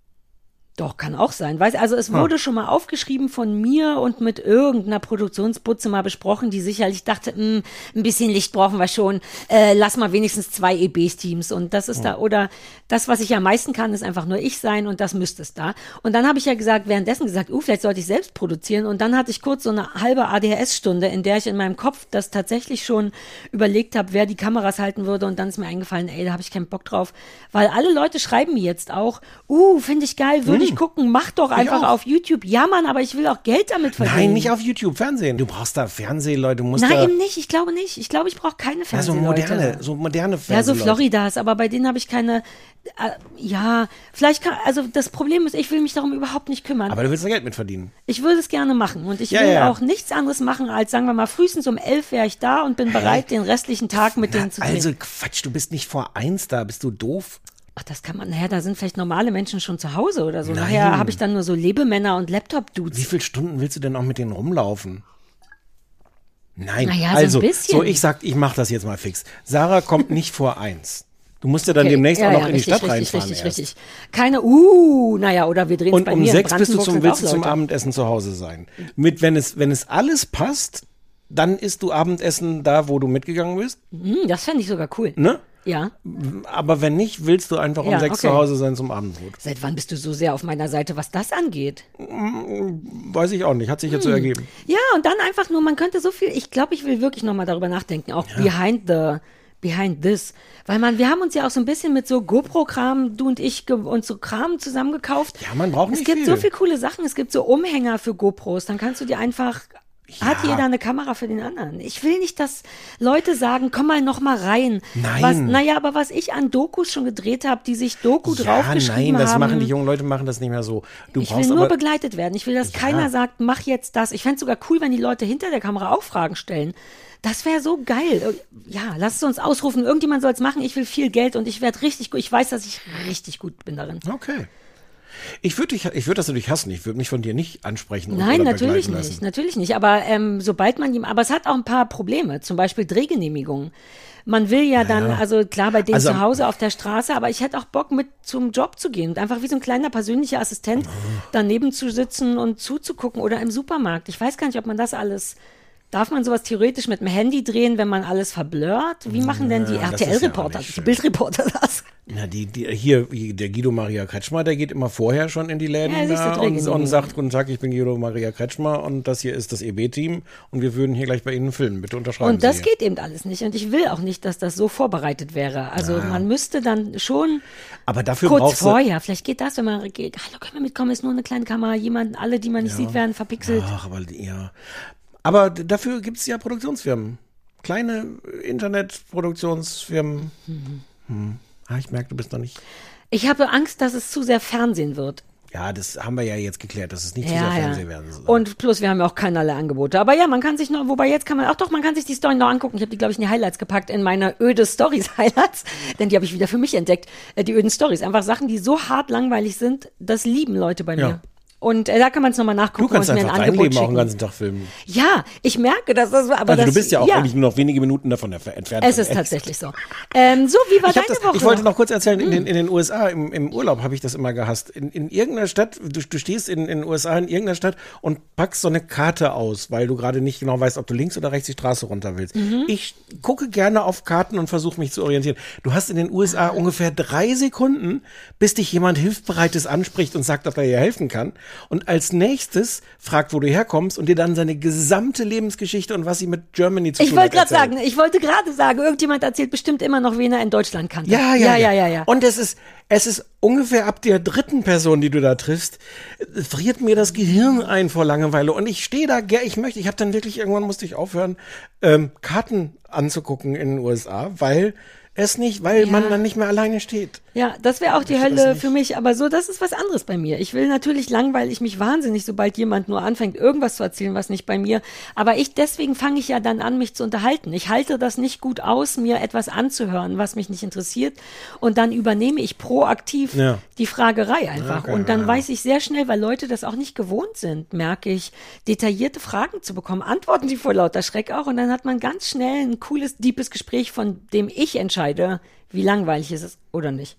A: Doch, kann auch sein. Weiß, also es wurde schon mal aufgeschrieben von mir und mit irgendeiner Produktionsputze mal besprochen, die sicherlich dachte, "Mh, ein bisschen Licht brauchen wir schon, äh, lass mal wenigstens zwei E B-Teams und das ist da, oder das, was ich am meisten kann, ist einfach nur ich sein und das müsste es da. Und dann habe ich ja gesagt, währenddessen gesagt, uh, vielleicht sollte ich selbst produzieren und dann hatte ich kurz so eine halbe A D H S-Stunde, in der ich in meinem Kopf das tatsächlich schon überlegt habe, wer die Kameras halten würde und dann ist mir eingefallen, ey, da habe ich keinen Bock drauf, weil alle Leute schreiben mir jetzt auch, uh, finde ich geil, würde ich gucken, mach doch einfach
B: auch.
A: auf YouTube. Ja, Mann, aber ich will auch Geld damit verdienen.
B: Nein, nicht auf YouTube, Fernsehen. Du brauchst da Fernsehleute, du musst
A: Nein,
B: da,
A: eben nicht. Ich glaube nicht. Ich glaube, ich brauche keine
B: ja, so
A: Fernsehleute.
B: moderne, so moderne
A: Ja, so
B: Fernsehleute.
A: Floridas, aber bei denen habe ich keine, äh, ja, vielleicht kann, also das Problem ist, ich will mich darum überhaupt nicht kümmern.
B: Aber du willst da Geld mit verdienen.
A: Ich würde es gerne machen und ich
B: Ja,
A: will
B: ja.
A: auch nichts anderes machen, als sagen wir mal, frühestens um elf wäre ich da und bin bereit, den restlichen Tag mit denen zu drehen.
B: Also Quatsch, du bist nicht vor eins da, bist du doof?
A: Ach, das kann man, naja, da sind vielleicht normale Menschen schon zu Hause oder so.
B: Nein.
A: Nachher habe ich dann nur so Lebemänner und Laptop-Dudes.
B: Wie viele Stunden willst du denn auch mit denen rumlaufen? Nein,
A: Na ja, so ein
B: also,
A: bisschen.
B: so ich sag, ich mach das jetzt mal fix. Sarah kommt nicht vor eins. Du musst ja dann
A: Okay,
B: demnächst
A: ja,
B: auch noch
A: ja,
B: in die
A: richtig,
B: Stadt
A: richtig,
B: reinfahren
A: Richtig,
B: erst.
A: richtig. Keine, uh, naja, oder wir drehen es
B: Und
A: bei
B: um
A: mir.
B: sechs
A: in
B: bist du
A: Brandenburg
B: zum,
A: sind
B: willst du
A: auch
B: zum
A: Leute.
B: Abendessen zu Hause sein. Mit, wenn es, wenn es alles passt, dann isst du Abendessen da, wo du mitgegangen bist,
A: Hm, das fände ich sogar cool.
B: ne?
A: Ja.
B: Aber wenn nicht, willst du einfach um
A: Ja,
B: sechs
A: okay.
B: zu Hause sein zum Abendbrot.
A: Seit wann bist du so sehr auf meiner Seite, was das angeht?
B: Weiß ich auch nicht, hat sich jetzt so
A: Hm.
B: ergeben.
A: Ja, und dann einfach nur, man könnte so viel, ich glaube, ich will wirklich nochmal darüber nachdenken, auch behind the, behind this. Weil man, wir haben uns ja auch so ein bisschen mit so GoPro-Kram, du und ich, ge- uns so Kram zusammengekauft.
B: Ja, man braucht
A: Es
B: nicht
A: gibt
B: viel.
A: so viele coole Sachen, es gibt so Umhänger für GoPros, dann kannst du die einfach
B: Ja.
A: Hat jeder eine Kamera für den anderen? Ich will nicht, dass Leute sagen, komm mal noch mal rein.
B: Nein.
A: Was, naja, aber was ich an Dokus schon gedreht habe, die sich Doku
B: Ja,
A: draufgeschrieben
B: nein, das
A: haben.
B: machen die jungen Leute machen das nicht mehr so. Du
A: ich will
B: brauchst
A: nur
B: aber,
A: begleitet werden. Ich will, dass
B: Ja.
A: keiner sagt, mach jetzt das. Ich fände es sogar cool, wenn die Leute hinter der Kamera auch Fragen stellen. Das wäre so geil. Ja, lass es uns ausrufen. Irgendjemand soll es machen. Ich will viel Geld und ich werde richtig gut. Ich weiß, dass ich richtig gut bin darin.
B: Okay. Ich würde dich, ich würde das natürlich hassen. Ich würde mich von dir nicht ansprechen. Und
A: Nein,
B: oder
A: natürlich
B: begleiten
A: nicht,
B: lassen.
A: natürlich nicht. Aber ähm, sobald man ihm, aber es hat auch ein paar Probleme, zum Beispiel Drehgenehmigungen. Man will ja dann,
B: ja.
A: also klar bei denen
B: Also,
A: zu Hause auf der Straße, aber ich hätte auch Bock mit zum Job zu gehen und einfach wie so ein kleiner persönlicher Assistent daneben zu sitzen und zuzugucken oder im Supermarkt. Ich weiß gar nicht, ob man das alles, darf man sowas theoretisch mit dem Handy drehen, wenn man alles verblurrt? Wie machen denn die
B: Ja, das
A: R T
B: ist ja auch
A: L-Reporter,
B: nicht
A: die
B: schön.
A: Bildreporter das?
B: Na, die, die, hier, der Guido Maria Kretschmer, der geht immer vorher schon in die Läden
A: Ja, siehst du,
B: da und,
A: Drehgenehmigung.
B: und sagt, guten Tag, ich bin Guido Maria Kretschmer und das hier ist das E B-Team und wir würden hier gleich bei Ihnen filmen. Bitte unterschreiben
A: Und das
B: Sie.
A: geht eben alles nicht. Und ich will auch nicht, dass das so vorbereitet wäre. Also man müsste dann schon
B: Aber dafür
A: kurz
B: brauchst du...
A: vorher, vielleicht geht das, wenn man geht, hallo, können wir mitkommen, ist nur eine kleine Kamera, jemanden, alle, die man nicht sieht, werden verpixelt.
B: Ach, aber ja. Aber d- dafür gibt es ja Produktionsfirmen. Kleine Internetproduktionsfirmen. Hm. Ah, ich merke, du bist noch nicht...
A: Ich habe Angst, dass es zu sehr Fernsehen wird.
B: Ja, das haben wir ja jetzt geklärt, dass es nicht zu sehr
A: Ja,
B: Fernsehen
A: ja.
B: werden soll.
A: Und plus, wir haben ja auch keinerlei Angebote. Aber ja, man kann sich noch, wobei jetzt kann man, ach doch, man kann sich die Story noch angucken. Ich habe die, glaube ich, in die Highlights gepackt, in meine öde Stories-Highlights. Denn die habe ich wieder für mich entdeckt. Äh, Die öden Stories. Einfach Sachen, die so hart langweilig sind, das lieben Leute bei
B: Ja.
A: mir. Und äh, da kann man es nochmal nachgucken
B: du kannst
A: und mir ein
B: einfach dein
A: Angebot
B: Leben auch den
A: schicken.
B: ganzen Tag filmen.
A: Ja, ich merke, dass das, aber
B: Also
A: das,
B: du bist ja auch
A: ja,
B: eigentlich nur noch wenige Minuten davon erf- entfernt.
A: es
B: von
A: ist
B: Ex.
A: tatsächlich so. Ähm, so, wie war
B: Ich, hab
A: deine
B: das,
A: Woche?
B: ich wollte noch kurz erzählen, in den, in den U S A, im, im Urlaub habe ich das immer gehasst. In, in irgendeiner Stadt, du, du stehst in, in den U S A in irgendeiner Stadt und packst so eine Karte aus, weil du gerade nicht genau weißt, ob du links oder rechts die Straße runter willst.
A: Mhm.
B: Ich gucke gerne auf Karten und versuche mich zu orientieren. Du hast in den U S A ungefähr drei Sekunden, bis dich jemand Hilfsbereites anspricht und sagt, ob er dir helfen kann. Und als nächstes fragt, wo du herkommst und dir dann seine gesamte Lebensgeschichte und was sie mit Germany zu
A: Ich
B: tun hat
A: wollte gerade
B: erzählt.
A: sagen, ich wollte gerade sagen, irgendjemand erzählt bestimmt immer noch, wen er in Deutschland kannte.
B: Ja, ja,
A: ja, ja, ja.
B: Und es ist, es ist ungefähr ab der dritten Person, die du da triffst, äh, friert mir das Gehirn ein vor Langeweile. Und ich stehe da, ger- ich möchte, ich habe dann wirklich, irgendwann musste ich aufhören, ähm, Karten anzugucken in den U S A, weil es nicht, weil
A: Ja.
B: man dann nicht mehr alleine steht.
A: Ja, das wäre auch die
B: Ich das
A: Hölle
B: nicht.
A: für mich, aber so, das ist was anderes bei mir. Ich will natürlich langweile ich mich wahnsinnig, sobald jemand nur anfängt, irgendwas zu erzählen, was nicht bei mir. Aber ich, deswegen fange ich ja dann an, mich zu unterhalten. Ich halte das nicht gut aus, mir etwas anzuhören, was mich nicht interessiert. Und dann übernehme ich proaktiv
B: Ja.
A: die Fragerei einfach.
B: Okay,
A: und dann
B: ja.
A: weiß ich sehr schnell, weil Leute das auch nicht gewohnt sind, merke ich, detaillierte Fragen zu bekommen, Antworten, die vor lauter Schreck auch. Und dann hat man ganz schnell ein cooles, deepes Gespräch, von dem ich entscheide, wie langweilig es ist oder nicht.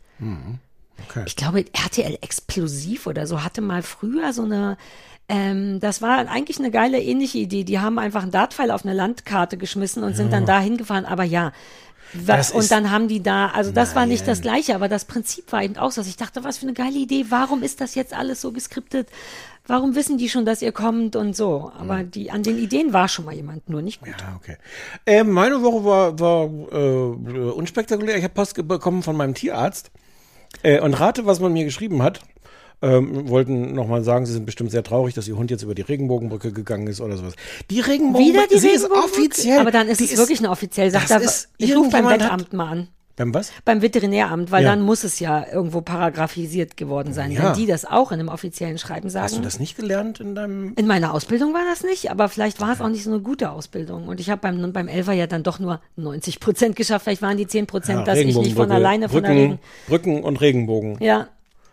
B: Okay.
A: Ich glaube, R T L Explosiv oder so hatte mal früher so eine, ähm, das war eigentlich eine geile ähnliche Idee. Die haben einfach einen Dartpfeil auf eine Landkarte geschmissen und sind dann da hingefahren. Aber ja, wa-
B: Das
A: und
B: ist-
A: dann haben die da, also das war nicht
B: Nein.
A: das Gleiche, aber das Prinzip war eben auch so. dass Ich dachte, was für eine geile Idee. Warum ist das jetzt alles so geskriptet? Warum wissen die schon, dass ihr kommt und so? Aber die, an den Ideen war schon mal jemand, nur nicht gut.
B: Ja, okay. Ähm, meine Woche war, war äh, unspektakulär. Ich habe Post ge- bekommen von meinem Tierarzt äh, und rate, was man mir geschrieben hat. Ähm, wollten nochmal sagen, sie sind bestimmt sehr traurig, dass ihr Hund jetzt über die Regenbogenbrücke gegangen ist oder sowas. Die Regenbogenbrücke,
A: Wieder die
B: sie ist
A: Regenbogenbrücke?
B: offiziell.
A: Aber dann ist
B: die
A: es wirklich eine offiziell Sache.
B: das
A: Da-
B: ist-
A: Ich rufe beim
B: irgendjemand hat-
A: Wettamt mal an.
B: Beim was?
A: Beim Veterinäramt, weil
B: Ja.
A: dann muss es ja irgendwo paragraphisiert geworden sein.
B: Ja.
A: Wenn die das auch in einem offiziellen Schreiben sagen.
B: Hast du das nicht gelernt in deinem...
A: In meiner Ausbildung war das nicht, aber vielleicht war es auch nicht so eine gute Ausbildung. Und ich habe beim, beim Elfer ja dann doch nur neunzig Prozent geschafft. Vielleicht waren die zehn Prozent,
B: Ja,
A: dass ich nicht von
B: Regenbogenbrücke,
A: alleine von der
B: Brücken,
A: Regen.
B: Brücken und Regenbogen.
A: Ja,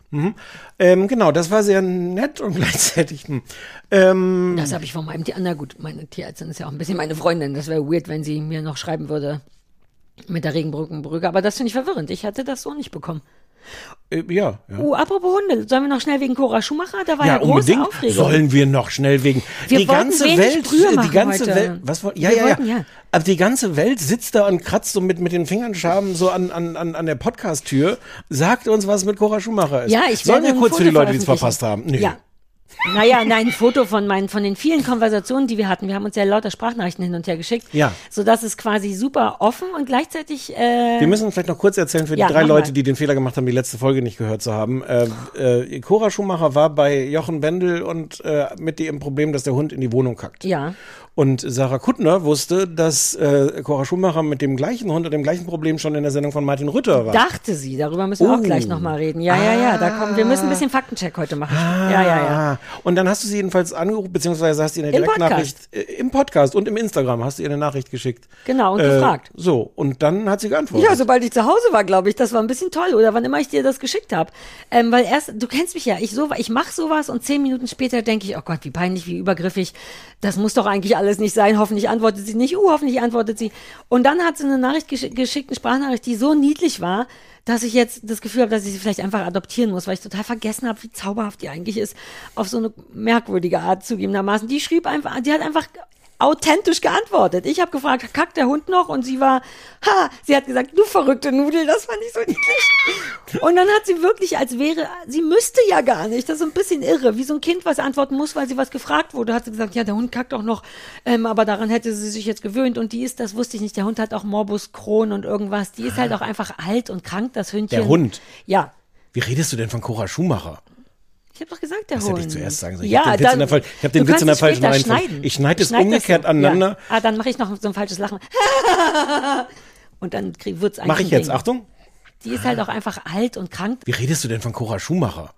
B: Ähm, genau, das war sehr nett und gleichzeitig... hm, Ähm,
A: das habe ich von meinem Tier. Na gut, meine Tierärztin ist ja auch ein bisschen meine Freundin. Das wäre weird, wenn sie mir noch schreiben würde mit der Regenbogenbrücke. Aber das finde ich verwirrend. Ich hatte das so nicht bekommen.
B: äh, ja, ja.
A: Uh, apropos Hunde, sollen wir noch schnell wegen Cora Schumacher? Da war ja,
B: Ja,
A: große
B: unbedingt.
A: Aufregung.
B: Sollen wir noch schnell wegen
A: Wir
B: die
A: wollten
B: ganze
A: wenig
B: Welt,
A: Brühe
B: die
A: machen
B: ganze
A: heute.
B: Welt, was woll- ja,
A: Wir
B: ja,
A: wollten,
B: ja,
A: ja.
B: Aber die ganze Welt sitzt da und kratzt so mit mit den Fingerschaben so an an an an der Podcast-Tür, sagt uns, was mit Cora Schumacher ist.
A: Ja, ich
B: Sollen
A: werde
B: wir
A: ein
B: kurz
A: Foto
B: für die Leute, die es
A: veröffentlichen.
B: verpasst haben? Nö.
A: Ja. Naja, nein, ein Foto von meinen, von den vielen Konversationen, die wir hatten. Wir haben uns ja lauter Sprachnachrichten hin und her geschickt.
B: Ja.
A: Sodass es quasi super offen und gleichzeitig, äh,
B: Wir müssen vielleicht noch kurz erzählen für die
A: Ja,
B: drei
A: mach
B: Leute,
A: mal.
B: die den Fehler gemacht haben, die letzte Folge nicht gehört zu haben. Äh, äh, Cora Schumacher war bei Jochen Bendel und äh, mit dem Problem, dass der Hund in die Wohnung kackt.
A: ja.
B: Und Sarah Kuttner wusste, dass äh, Cora Schumacher mit dem gleichen Hund und dem gleichen Problem schon in der Sendung von Martin Rütter war.
A: Dachte sie, darüber müssen wir
B: Oh.
A: auch gleich nochmal reden. Ja, ja, ja, da kommen, wir müssen ein bisschen Faktencheck heute machen.
B: Ah.
A: Ja, ja, ja.
B: Und dann hast du sie jedenfalls angerufen, beziehungsweise hast du ihr eine
A: Im
B: Direktnachricht äh, im Podcast und im Instagram hast du ihr eine Nachricht geschickt.
A: Genau, und
B: Äh,
A: gefragt.
B: So, und dann hat sie geantwortet.
A: Ja, sobald ich zu Hause war, glaube ich, das war ein bisschen toll, oder wann immer ich dir das geschickt habe. Ähm, weil erst, du kennst mich ja, ich so, ich mache sowas und zehn Minuten später denke ich, oh Gott, wie peinlich, wie übergriffig, das muss doch eigentlich alles nicht sein, hoffentlich antwortet sie nicht, uh, hoffentlich antwortet sie. Und dann hat sie eine Nachricht gesch- geschickt, eine Sprachnachricht, die so niedlich war, dass ich jetzt das Gefühl habe, dass ich sie vielleicht einfach adoptieren muss, weil ich total vergessen habe, wie zauberhaft die eigentlich ist, auf so eine merkwürdige Art zugegebenermaßen. Die schrieb einfach, die hat einfach authentisch geantwortet. Ich habe gefragt, kackt der Hund noch? Und sie war, ha, sie hat gesagt, du verrückte Nudel, das fand ich so niedlich. Und dann hat sie wirklich, als wäre, sie müsste ja gar nicht, das ist so ein bisschen irre, wie so ein Kind, was antworten muss, weil sie was gefragt wurde, hat sie gesagt, ja, der Hund kackt auch noch, ähm, aber daran hätte sie sich jetzt gewöhnt und die ist, das wusste ich nicht, der Hund hat auch Morbus Crohn und irgendwas, die ist halt auch einfach alt und krank, das Hündchen.
B: Der Hund?
A: Ja.
B: Wie redest du denn von Cora Schumacher?
A: Ich habe doch gesagt, der
B: Das
A: Hund.
B: hätte ich zuerst sagen sollen. Ich
A: Ja,
B: habe den Witz
A: dann,
B: in der, Fall, ich hab den
A: du
B: Witz in der
A: kannst es
B: falschen
A: später
B: Reihenfolge.
A: schneiden.
B: Ich schneide es
A: Schneid das
B: umgekehrt
A: so.
B: aneinander.
A: Ja. Ah, dann mache ich noch so ein falsches Lachen. Und dann wird es eigentlich
B: Mach ich
A: ein
B: jetzt,
A: Ding.
B: Achtung.
A: Die ist halt auch einfach alt und krank.
B: Wie redest du denn von Cora Schumacher?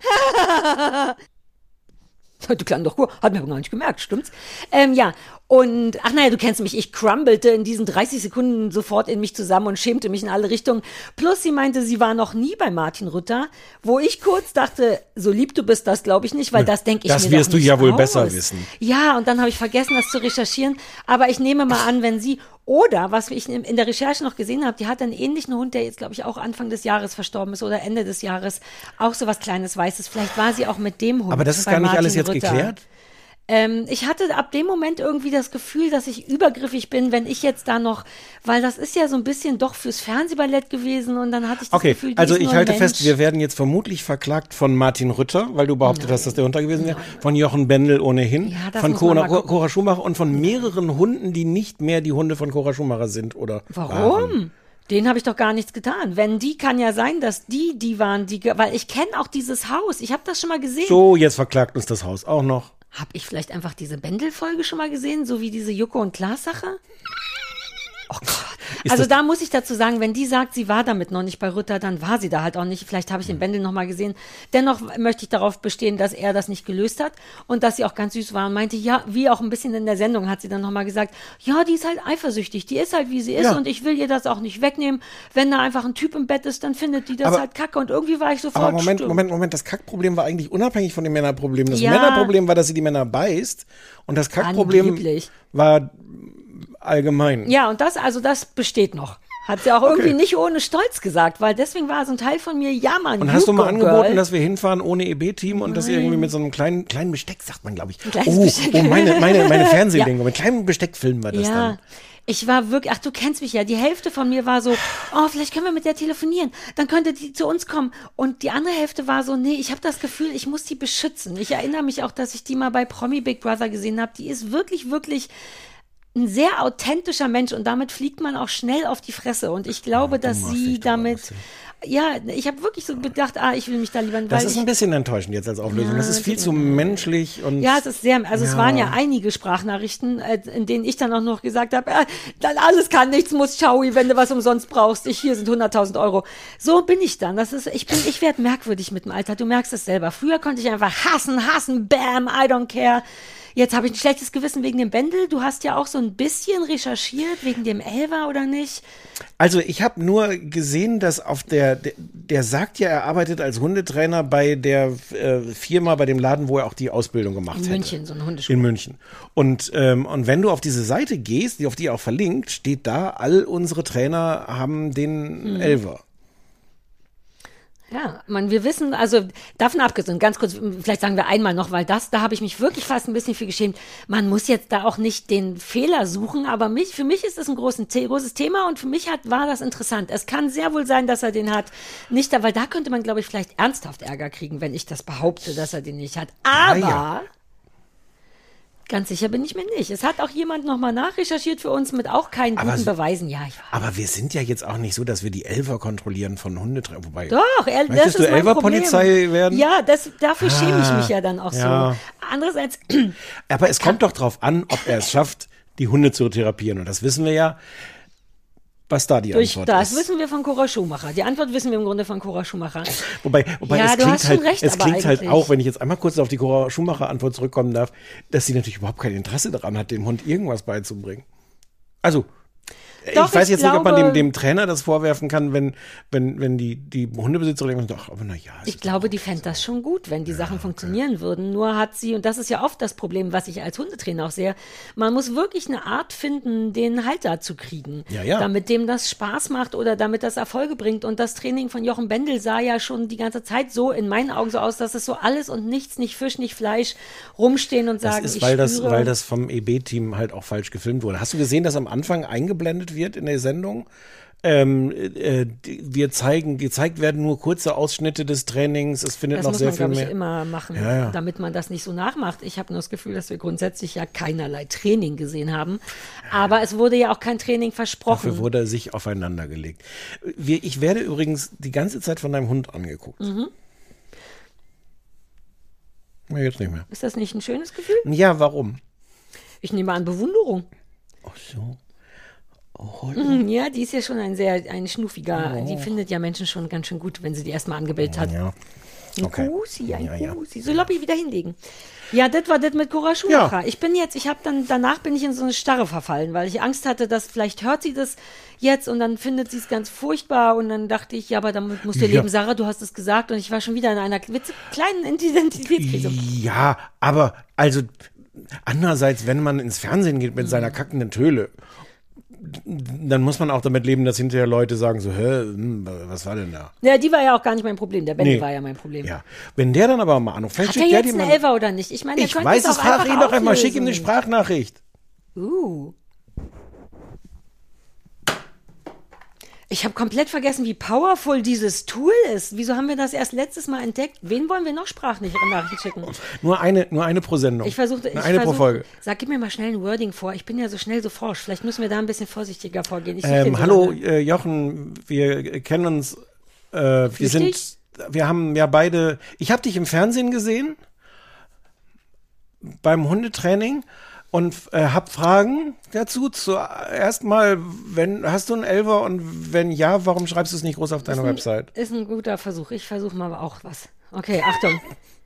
A: Du klang doch gut. Hat mir aber gar nicht gemerkt, stimmt's? Ähm, ja, und, ach naja, du kennst mich, ich crumbelte in diesen dreißig Sekunden sofort in mich zusammen und schämte mich in alle Richtungen. Plus sie meinte, sie war noch nie bei Martin Rütter, wo ich kurz dachte, so lieb du bist, das glaube ich nicht, weil das denke ich
B: Das
A: mir
B: wirst
A: doch
B: du
A: nicht
B: ja wohl
A: aus.
B: besser wissen.
A: Ja, und dann habe ich vergessen, das zu recherchieren, aber ich nehme mal an, wenn sie, oder was ich in in der Recherche noch gesehen habe, die hat einen ähnlichen Hund, der jetzt, glaube ich, auch Anfang des Jahres verstorben ist oder Ende des Jahres, auch so was kleines Weißes. Vielleicht war sie auch mit dem Hund.
B: Aber das ist
A: bei
B: gar nicht
A: Martin
B: alles jetzt
A: Rütter.
B: geklärt?
A: Ähm, ich hatte ab dem Moment irgendwie das Gefühl, dass ich übergriffig bin, wenn ich jetzt da noch, weil das ist ja so ein bisschen doch fürs Fernsehballett gewesen und dann hatte ich das
B: Okay,
A: Gefühl, die
B: also
A: ist
B: ich
A: nur ein
B: halte
A: Mensch.
B: fest, wir werden jetzt vermutlich verklagt von Martin Rütter, weil du behauptet hast, dass der Hund da gewesen wäre, von Jochen Bendel ohnehin,
A: Ja, das
B: von
A: muss man
B: Cora,
A: mal gucken.
B: Cora Schumacher und von mehreren Hunden, die nicht mehr die Hunde von Cora Schumacher sind oder
A: Warum?
B: waren.
A: Den habe ich doch gar nichts getan. Wenn die, kann ja sein, dass die, die waren, die, ge- weil ich kenne auch dieses Haus. Ich habe das schon mal gesehen.
B: So, jetzt verklagt uns das Haus auch noch.
A: Habe ich vielleicht einfach diese Bendel-Folge schon mal gesehen, so wie diese Joko und Klaas-Sache? Oh Gott.
B: Ist
A: Also
B: das-
A: da muss ich dazu sagen, wenn die sagt, sie war damit noch nicht bei Rütter, dann war sie da halt auch nicht. Vielleicht habe ich den Bendel noch mal gesehen. Dennoch möchte ich darauf bestehen, dass er das nicht gelöst hat und dass sie auch ganz süß war und meinte, ja, wie auch ein bisschen in der Sendung hat sie dann noch mal gesagt, ja, die ist halt eifersüchtig, die ist halt wie sie ist
B: Ja.
A: und ich will ihr das auch nicht wegnehmen. Wenn da einfach ein Typ im Bett ist, dann findet die das
B: Aber-
A: halt kacke und irgendwie war ich sofort
B: Aber Moment,
A: stumm.
B: Moment, Moment, das Kackproblem war eigentlich unabhängig von dem Männerproblem. Das
A: Ja.
B: Männerproblem war, dass sie die Männer beißt und das Kackproblem
A: Angeblich.
B: war allgemein.
A: Ja, und das, also das besteht noch. Hat sie auch irgendwie nicht ohne Stolz gesagt, weil deswegen war so ein Teil von mir, ja Mann,
B: Und hast du mal
A: you go,
B: angeboten,
A: girl.
B: dass wir hinfahren ohne E B-Team und das irgendwie mit so einem kleinen, kleinen Besteck, sagt man, glaube ich.
A: kleines
B: Oh,
A: Besteck.
B: oh, meine, meine, meine Fernsehlingo. Mit kleinem Besteck filmen wir das
A: Ja,
B: dann.
A: ich war wirklich, ach du kennst mich ja, die Hälfte von mir war so, oh, vielleicht können wir mit der telefonieren, dann könnte die zu uns kommen. Und die andere Hälfte war so, nee, ich habe das Gefühl, ich muss die beschützen. Ich erinnere mich auch, dass ich die mal bei Promi Big Brother gesehen habe. Die ist wirklich, wirklich ein sehr authentischer Mensch und damit fliegt man auch schnell auf die Fresse. Und ich glaube, dass
B: machst
A: sie
B: dich drüber
A: damit,
B: lustig.
A: ja, ich habe wirklich so gedacht, ah, ich will mich da lieber, weil
B: Das ist
A: ich,
B: ein bisschen enttäuschend jetzt als Auflösung.
A: Ja,
B: das ist viel
A: das-
B: zu menschlich und
A: ja, es ist sehr, also es
B: Ja.
A: waren ja einige Sprachnachrichten, äh, in denen ich dann auch noch gesagt habe, äh, dann alles kann, nichts muss, ciao, wenn du was umsonst brauchst, ich, hier sind hunderttausend Euro. So bin ich dann, das ist, ich bin, ich werde merkwürdig mit dem Alter, du merkst es selber. Früher konnte ich einfach hassen, hassen, bam, I don't care. Jetzt habe ich ein schlechtes Gewissen wegen dem Bendel. Du hast ja auch so ein bisschen recherchiert wegen dem Elfer, oder nicht?
B: Also ich habe nur gesehen, dass auf der, der, der sagt ja, er arbeitet als Hundetrainer bei der äh, Firma, bei dem Laden, wo er auch die Ausbildung gemacht
A: In
B: hätte.
A: München, so eine Hundeschule.
B: In München. Und, ähm, und wenn du auf diese Seite gehst, die auf die auch verlinkt, steht da, all unsere Trainer haben den
A: Mhm.
B: Elfer.
A: Ja, man, wir wissen, also davon abgesehen, ganz kurz, vielleicht sagen wir einmal noch, weil das, da habe ich mich wirklich fast ein bisschen für geschämt. Man muss jetzt da auch nicht den Fehler suchen, aber mich, für mich ist das ein großes, großes Thema und für mich hat, war das interessant. Es kann sehr wohl sein, dass er den hat. Nicht, da, weil da könnte man, glaube ich, vielleicht ernsthaft Ärger kriegen, wenn ich das behaupte, dass er den nicht hat. Aber
B: Ja, ja.
A: ganz sicher bin ich mir nicht. Es hat auch jemand nochmal nachrecherchiert für uns mit auch keinen
B: Aber
A: guten
B: so-
A: Beweisen. Ja, ich weiß.
B: Aber wir sind ja jetzt auch nicht so, dass wir die Elfer kontrollieren von Hundetrainern. Wobei,
A: Doch, er, das
B: möchtest
A: ist
B: du
A: mein
B: Elfer-Polizei
A: Problem.
B: werden?
A: Ja, das, dafür schäme ich
B: Ah,
A: mich ja dann auch
B: ja.
A: so. Andererseits,
B: Aber es kommt doch drauf an, ob er es schafft, die Hunde zu therapieren. Und das wissen wir ja, was da die
A: Durch
B: Antwort
A: das
B: ist.
A: wissen wir von Cora Schumacher. Die Antwort wissen wir im Grunde von Cora Schumacher.
B: Wobei, wobei
A: Ja,
B: es
A: du
B: klingt,
A: hast
B: halt,
A: schon recht,
B: es
A: aber
B: klingt halt
A: eigentlich-
B: auch, wenn ich jetzt einmal kurz auf die Cora Schumacher-Antwort zurückkommen darf, dass sie natürlich überhaupt kein Interesse daran hat, dem Hund irgendwas beizubringen. Also,
A: Doch,
B: ich weiß
A: ich
B: jetzt nicht, ob man
A: glaube-
B: dem, dem Trainer das vorwerfen kann, wenn, wenn, wenn die, die Hundebesitzerin denkt, ach, aber na ja.
A: Ich glaube, die fände das schon gut, wenn die Sachen funktionieren würden. Nur hat sie, und das ist ja oft das Problem, was ich als Hundetrainer auch sehe, man muss wirklich eine Art finden, den Halter zu kriegen.
B: Ja, ja.
A: Damit dem das Spaß macht oder damit das Erfolge bringt. Und das Training von Jochen Bendel sah ja schon die ganze Zeit so in meinen Augen so aus, dass es so alles und nichts, nicht Fisch, nicht Fleisch, rumstehen und
B: Das
A: sagen,
B: ist,
A: ich
B: weil das,
A: spüre-
B: weil das vom E B-Team halt auch falsch gefilmt wurde. Hast du gesehen, dass am Anfang eingeblendet wird in der Sendung? Ähm, äh, die, wir zeigen, gezeigt werden nur kurze Ausschnitte des Trainings. Es findet
A: Das
B: noch
A: muss
B: sehr
A: man,
B: viel
A: glaube ich,
B: mehr.
A: immer machen,
B: Ja, ja.
A: damit man das nicht so nachmacht. Ich habe nur das Gefühl, dass wir grundsätzlich ja keinerlei Training gesehen haben. Aber es wurde ja auch kein Training versprochen.
B: Dafür wurde er sich aufeinander gelegt. Wir, ich werde übrigens die ganze Zeit von deinem Hund angeguckt.
A: Mhm.
B: Na, jetzt nicht mehr.
A: Ist das nicht ein schönes Gefühl?
B: Ja, warum?
A: Ich nehme an Bewunderung.
B: Ach so.
A: Mhm, ja, die ist ja schon ein sehr ein schnuffiger. Die findet ja Menschen schon ganz schön gut, wenn sie die erstmal angebellt hat.
B: Ja.
A: Ein
B: Okay.
A: Kusi, ein
B: Ja, ja.
A: Kusi. So, Lobby wieder hinlegen. Ja, das war das mit Cora Schumacher. Ich bin jetzt, ich habe dann, danach bin ich in so eine Starre verfallen, weil ich Angst hatte, dass vielleicht hört sie das jetzt und dann findet sie es ganz furchtbar und dann dachte ich, ja, aber damit musst du
B: Ja.
A: leben, Sarah, du hast es gesagt und ich war schon wieder in einer witz- kleinen Identitätskrise.
B: Ja, aber also andererseits, wenn man ins Fernsehen geht mit seiner kackenden Töle, dann muss man auch damit leben, dass hinterher Leute sagen so, hä, hm, was war denn da?
A: Ja, die war ja auch gar nicht mein Problem, der Benny
B: Nee.
A: war ja mein Problem.
B: Ja, wenn der dann aber mal anruft, vielleicht
A: Hat er
B: schickt der
A: jetzt
B: die
A: eine
B: mal.
A: Elfer oder nicht? Ich meine, der
B: Ich
A: könnte
B: weiß
A: es
B: es,
A: auch
B: frag
A: einfach
B: ihn doch einmal, schick ihm eine
A: auflösen.
B: Sprachnachricht.
A: Uh. Ich habe komplett vergessen, wie powerful dieses Tool ist. Wieso haben wir das erst letztes Mal entdeckt? Wen wollen wir noch Sprachnachrichten schicken?
B: Nur eine, nur eine pro Sendung.
A: Ich versuchte, ich
B: Nur eine pro
A: versuch-
B: Folge.
A: Sag, gib mir mal schnell ein Wording vor. Ich bin ja so schnell so forsch. Vielleicht müssen wir da ein bisschen vorsichtiger vorgehen. Ich such den
B: Ähm,
A: so
B: hallo,
A: lange.
B: äh, Jochen, wir kennen uns, äh, wir
A: Flüchtig?
B: sind, wir haben ja beide, ich habe dich im Fernsehen gesehen, beim Hundetraining und äh, hab Fragen dazu. Zuerst mal, wenn, hast du einen Elfer und wenn ja, warum schreibst du es nicht groß auf deiner
A: Ist ein-
B: Website?
A: Ist ein guter Versuch. Ich versuche mal auch was. Okay, Achtung.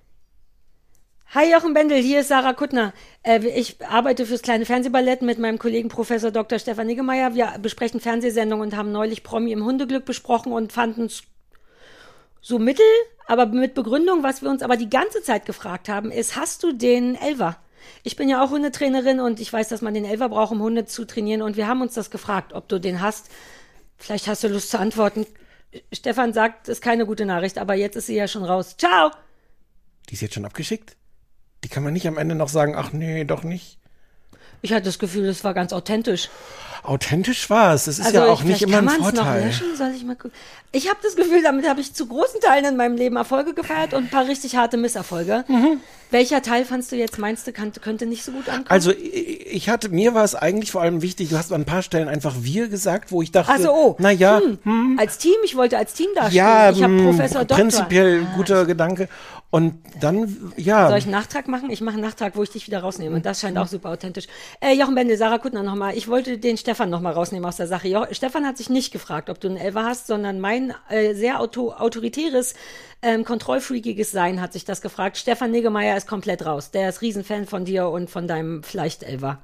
A: Hi Jochen Bendel, hier ist Sarah Kuttner. Äh, ich arbeite fürs kleine Fernsehballett mit meinem Kollegen Professor Doktor Stefan Niggemeier. Wir besprechen Fernsehsendungen und haben neulich Promi im Hundeglück besprochen und fanden es so mittel, aber mit Begründung. Was wir uns aber die ganze Zeit gefragt haben, ist, hast du den Elfer? Ich bin ja auch Hundetrainerin und ich weiß, dass man den Elfer braucht, um Hunde zu trainieren. Und wir haben uns das gefragt, ob du den hast. Vielleicht hast du Lust zu antworten. Stefan sagt, ist keine gute Nachricht, aber jetzt ist sie ja schon raus. Ciao!
B: Die ist jetzt schon abgeschickt? Die kann man nicht am Ende noch sagen, ach nee, doch nicht.
A: Ich hatte das Gefühl, das war ganz authentisch.
B: Authentisch war es. Das ist
A: Also
B: ja auch
A: ich-
B: nicht
A: vielleicht
B: immer ein
A: kann man's noch
B: Vorteil.
A: löschen? Soll ich mal gucken? Ich habe das Gefühl, damit habe ich zu großen Teilen in meinem Leben Erfolge gefeiert und ein paar richtig harte Misserfolge.
B: Mhm.
A: Welcher Teil fandst du jetzt, meinst du, kann, könnte nicht so gut ankommen?
B: Also ich ich hatte, mir war es eigentlich vor allem wichtig, du hast an ein paar Stellen einfach wir gesagt, wo ich dachte,
A: Also, oh,
B: na ja,
A: hm, als Team, ich wollte als Team dastehen.
B: ja,
A: ich habe
B: mh,
A: Professor Doktor.
B: prinzipiell guter Gedanke. Und dann, ja,
A: Soll ich einen Nachtrag machen? Ich mache einen Nachtrag, wo ich dich wieder rausnehme. Und das scheint auch super authentisch. Äh, Jochen Bendel, Sarah Kuttner nochmal. Ich wollte den Stefan nochmal rausnehmen aus der Sache. Jo Stefan hat sich nicht gefragt, ob du einen Elfer hast, sondern mein äh, sehr auto autoritäres, ähm, kontrollfreakiges Sein hat sich das gefragt. Stefan Niggemeier ist komplett raus. Der ist Riesenfan von dir und von deinem Vielleicht-Elfer.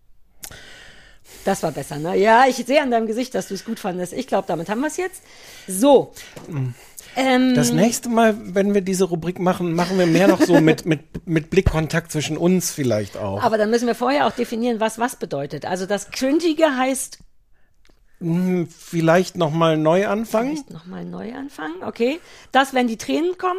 A: Das war besser, ne? Ja, ich sehe an deinem Gesicht, dass du es gut fandest. Ich glaube, damit haben wir es jetzt. So. Ähm,
B: das nächste Mal, wenn wir diese Rubrik machen, machen wir mehr noch so mit, mit, mit Blickkontakt zwischen uns vielleicht auch.
A: aber dann müssen wir vorher auch definieren, was was bedeutet. Also das Cringige heißt
B: Hm, vielleicht nochmal neu anfangen.
A: nochmal neu anfangen, okay. Das, wenn die Tränen kommen,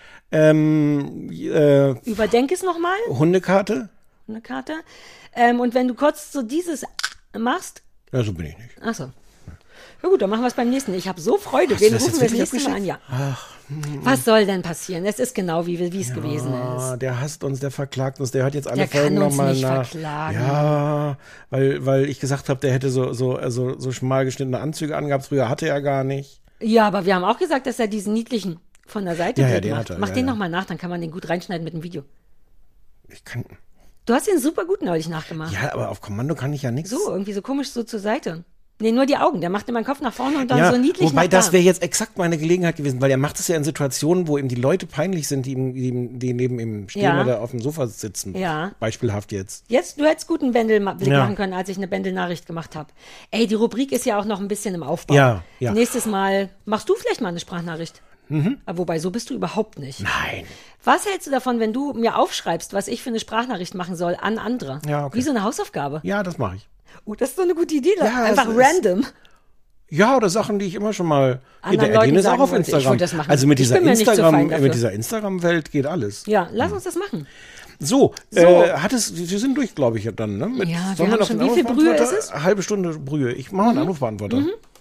B: Ähm, äh,
A: überdenk es nochmal,
B: Hundekarte?
A: eine Karte. Ähm, und wenn du kurz so dieses machst,
B: Ja, so bin ich nicht.
A: achso. Ja gut, dann machen wir es beim nächsten. Ich habe so Freude.
B: Hast du
A: Wen
B: das
A: rufen
B: jetzt
A: wir das
B: wirklich
A: nächste Mal an? Ja.
B: Ach,
A: Was soll denn passieren? Es ist genau, wie wie es gewesen
B: ah,
A: ist.
B: der hasst uns, der verklagt uns, der hört jetzt alle
A: Der kann
B: Folgen
A: uns
B: nochmal
A: nicht
B: nach.
A: verklagen.
B: Ja, weil, weil ich gesagt habe, der hätte so, so, also, so schmal geschnittene Anzüge angehabt. Früher hatte er gar nicht.
A: Ja, aber wir haben auch gesagt, dass er diesen niedlichen von der Seite
B: Ja, ja,
A: Blick
B: den
A: macht.
B: hat er,
A: Mach
B: ja,
A: den
B: ja.
A: nochmal nach, dann kann man den gut reinschneiden mit dem Video.
B: Ich kann,
A: Du hast ihn super gut neulich nachgemacht.
B: Ja, aber auf Kommando kann ich ja nichts.
A: So, irgendwie so komisch so zur Seite. Nee, nur die Augen. Der macht immer den Kopf nach vorne und dann
B: Ja,
A: so niedlich
B: wobei
A: nach da.
B: das wäre jetzt exakt meine Gelegenheit gewesen, weil er macht es ja in Situationen, wo ihm die Leute peinlich sind, die, ihm, die, ihm, die neben ihm stehen
A: Ja.
B: oder auf dem Sofa sitzen.
A: Ja.
B: Beispielhaft jetzt.
A: Jetzt, du hättest guten Bändelblick
B: Ja.
A: machen können, als ich eine Bändelnachricht gemacht habe. Ey, die Rubrik ist ja auch noch ein bisschen im Aufbau.
B: Ja, ja.
A: Nächstes Mal machst du vielleicht mal eine Sprachnachricht. Mhm. Aber wobei, so bist du überhaupt nicht.
B: Nein.
A: Was hältst du davon, wenn du mir aufschreibst, was ich für eine Sprachnachricht machen soll an andere?
B: Ja, okay.
A: Wie so eine Hausaufgabe.
B: Ja, das mache ich.
A: Oh, das ist so eine gute Idee.
B: Ja,
A: Einfach
B: es ist-
A: random.
B: Ja, oder Sachen, die ich immer schon mal.
A: Anderen
B: der Erdin
A: Leuten
B: ist auch
A: sagen
B: auf
A: wollte, ich
B: Instagram.
A: wollte das machen.
B: Also mit
A: Ich
B: dieser
A: bin mir nicht so
B: Instagram,
A: fein dafür.
B: mit dieser Instagram-Welt geht alles.
A: Ja, lass uns das machen.
B: So,
A: So.
B: Äh, hat es, wir sind durch, glaube ich, dann, ne? Mit,
A: Ja, wir
B: sollen
A: haben
B: noch
A: schon-
B: den
A: wie viel Brühe
B: Anrufbeantworter?
A: ist es?
B: Halbe Stunde Brühe. Ich mache einen Anrufbeantworter.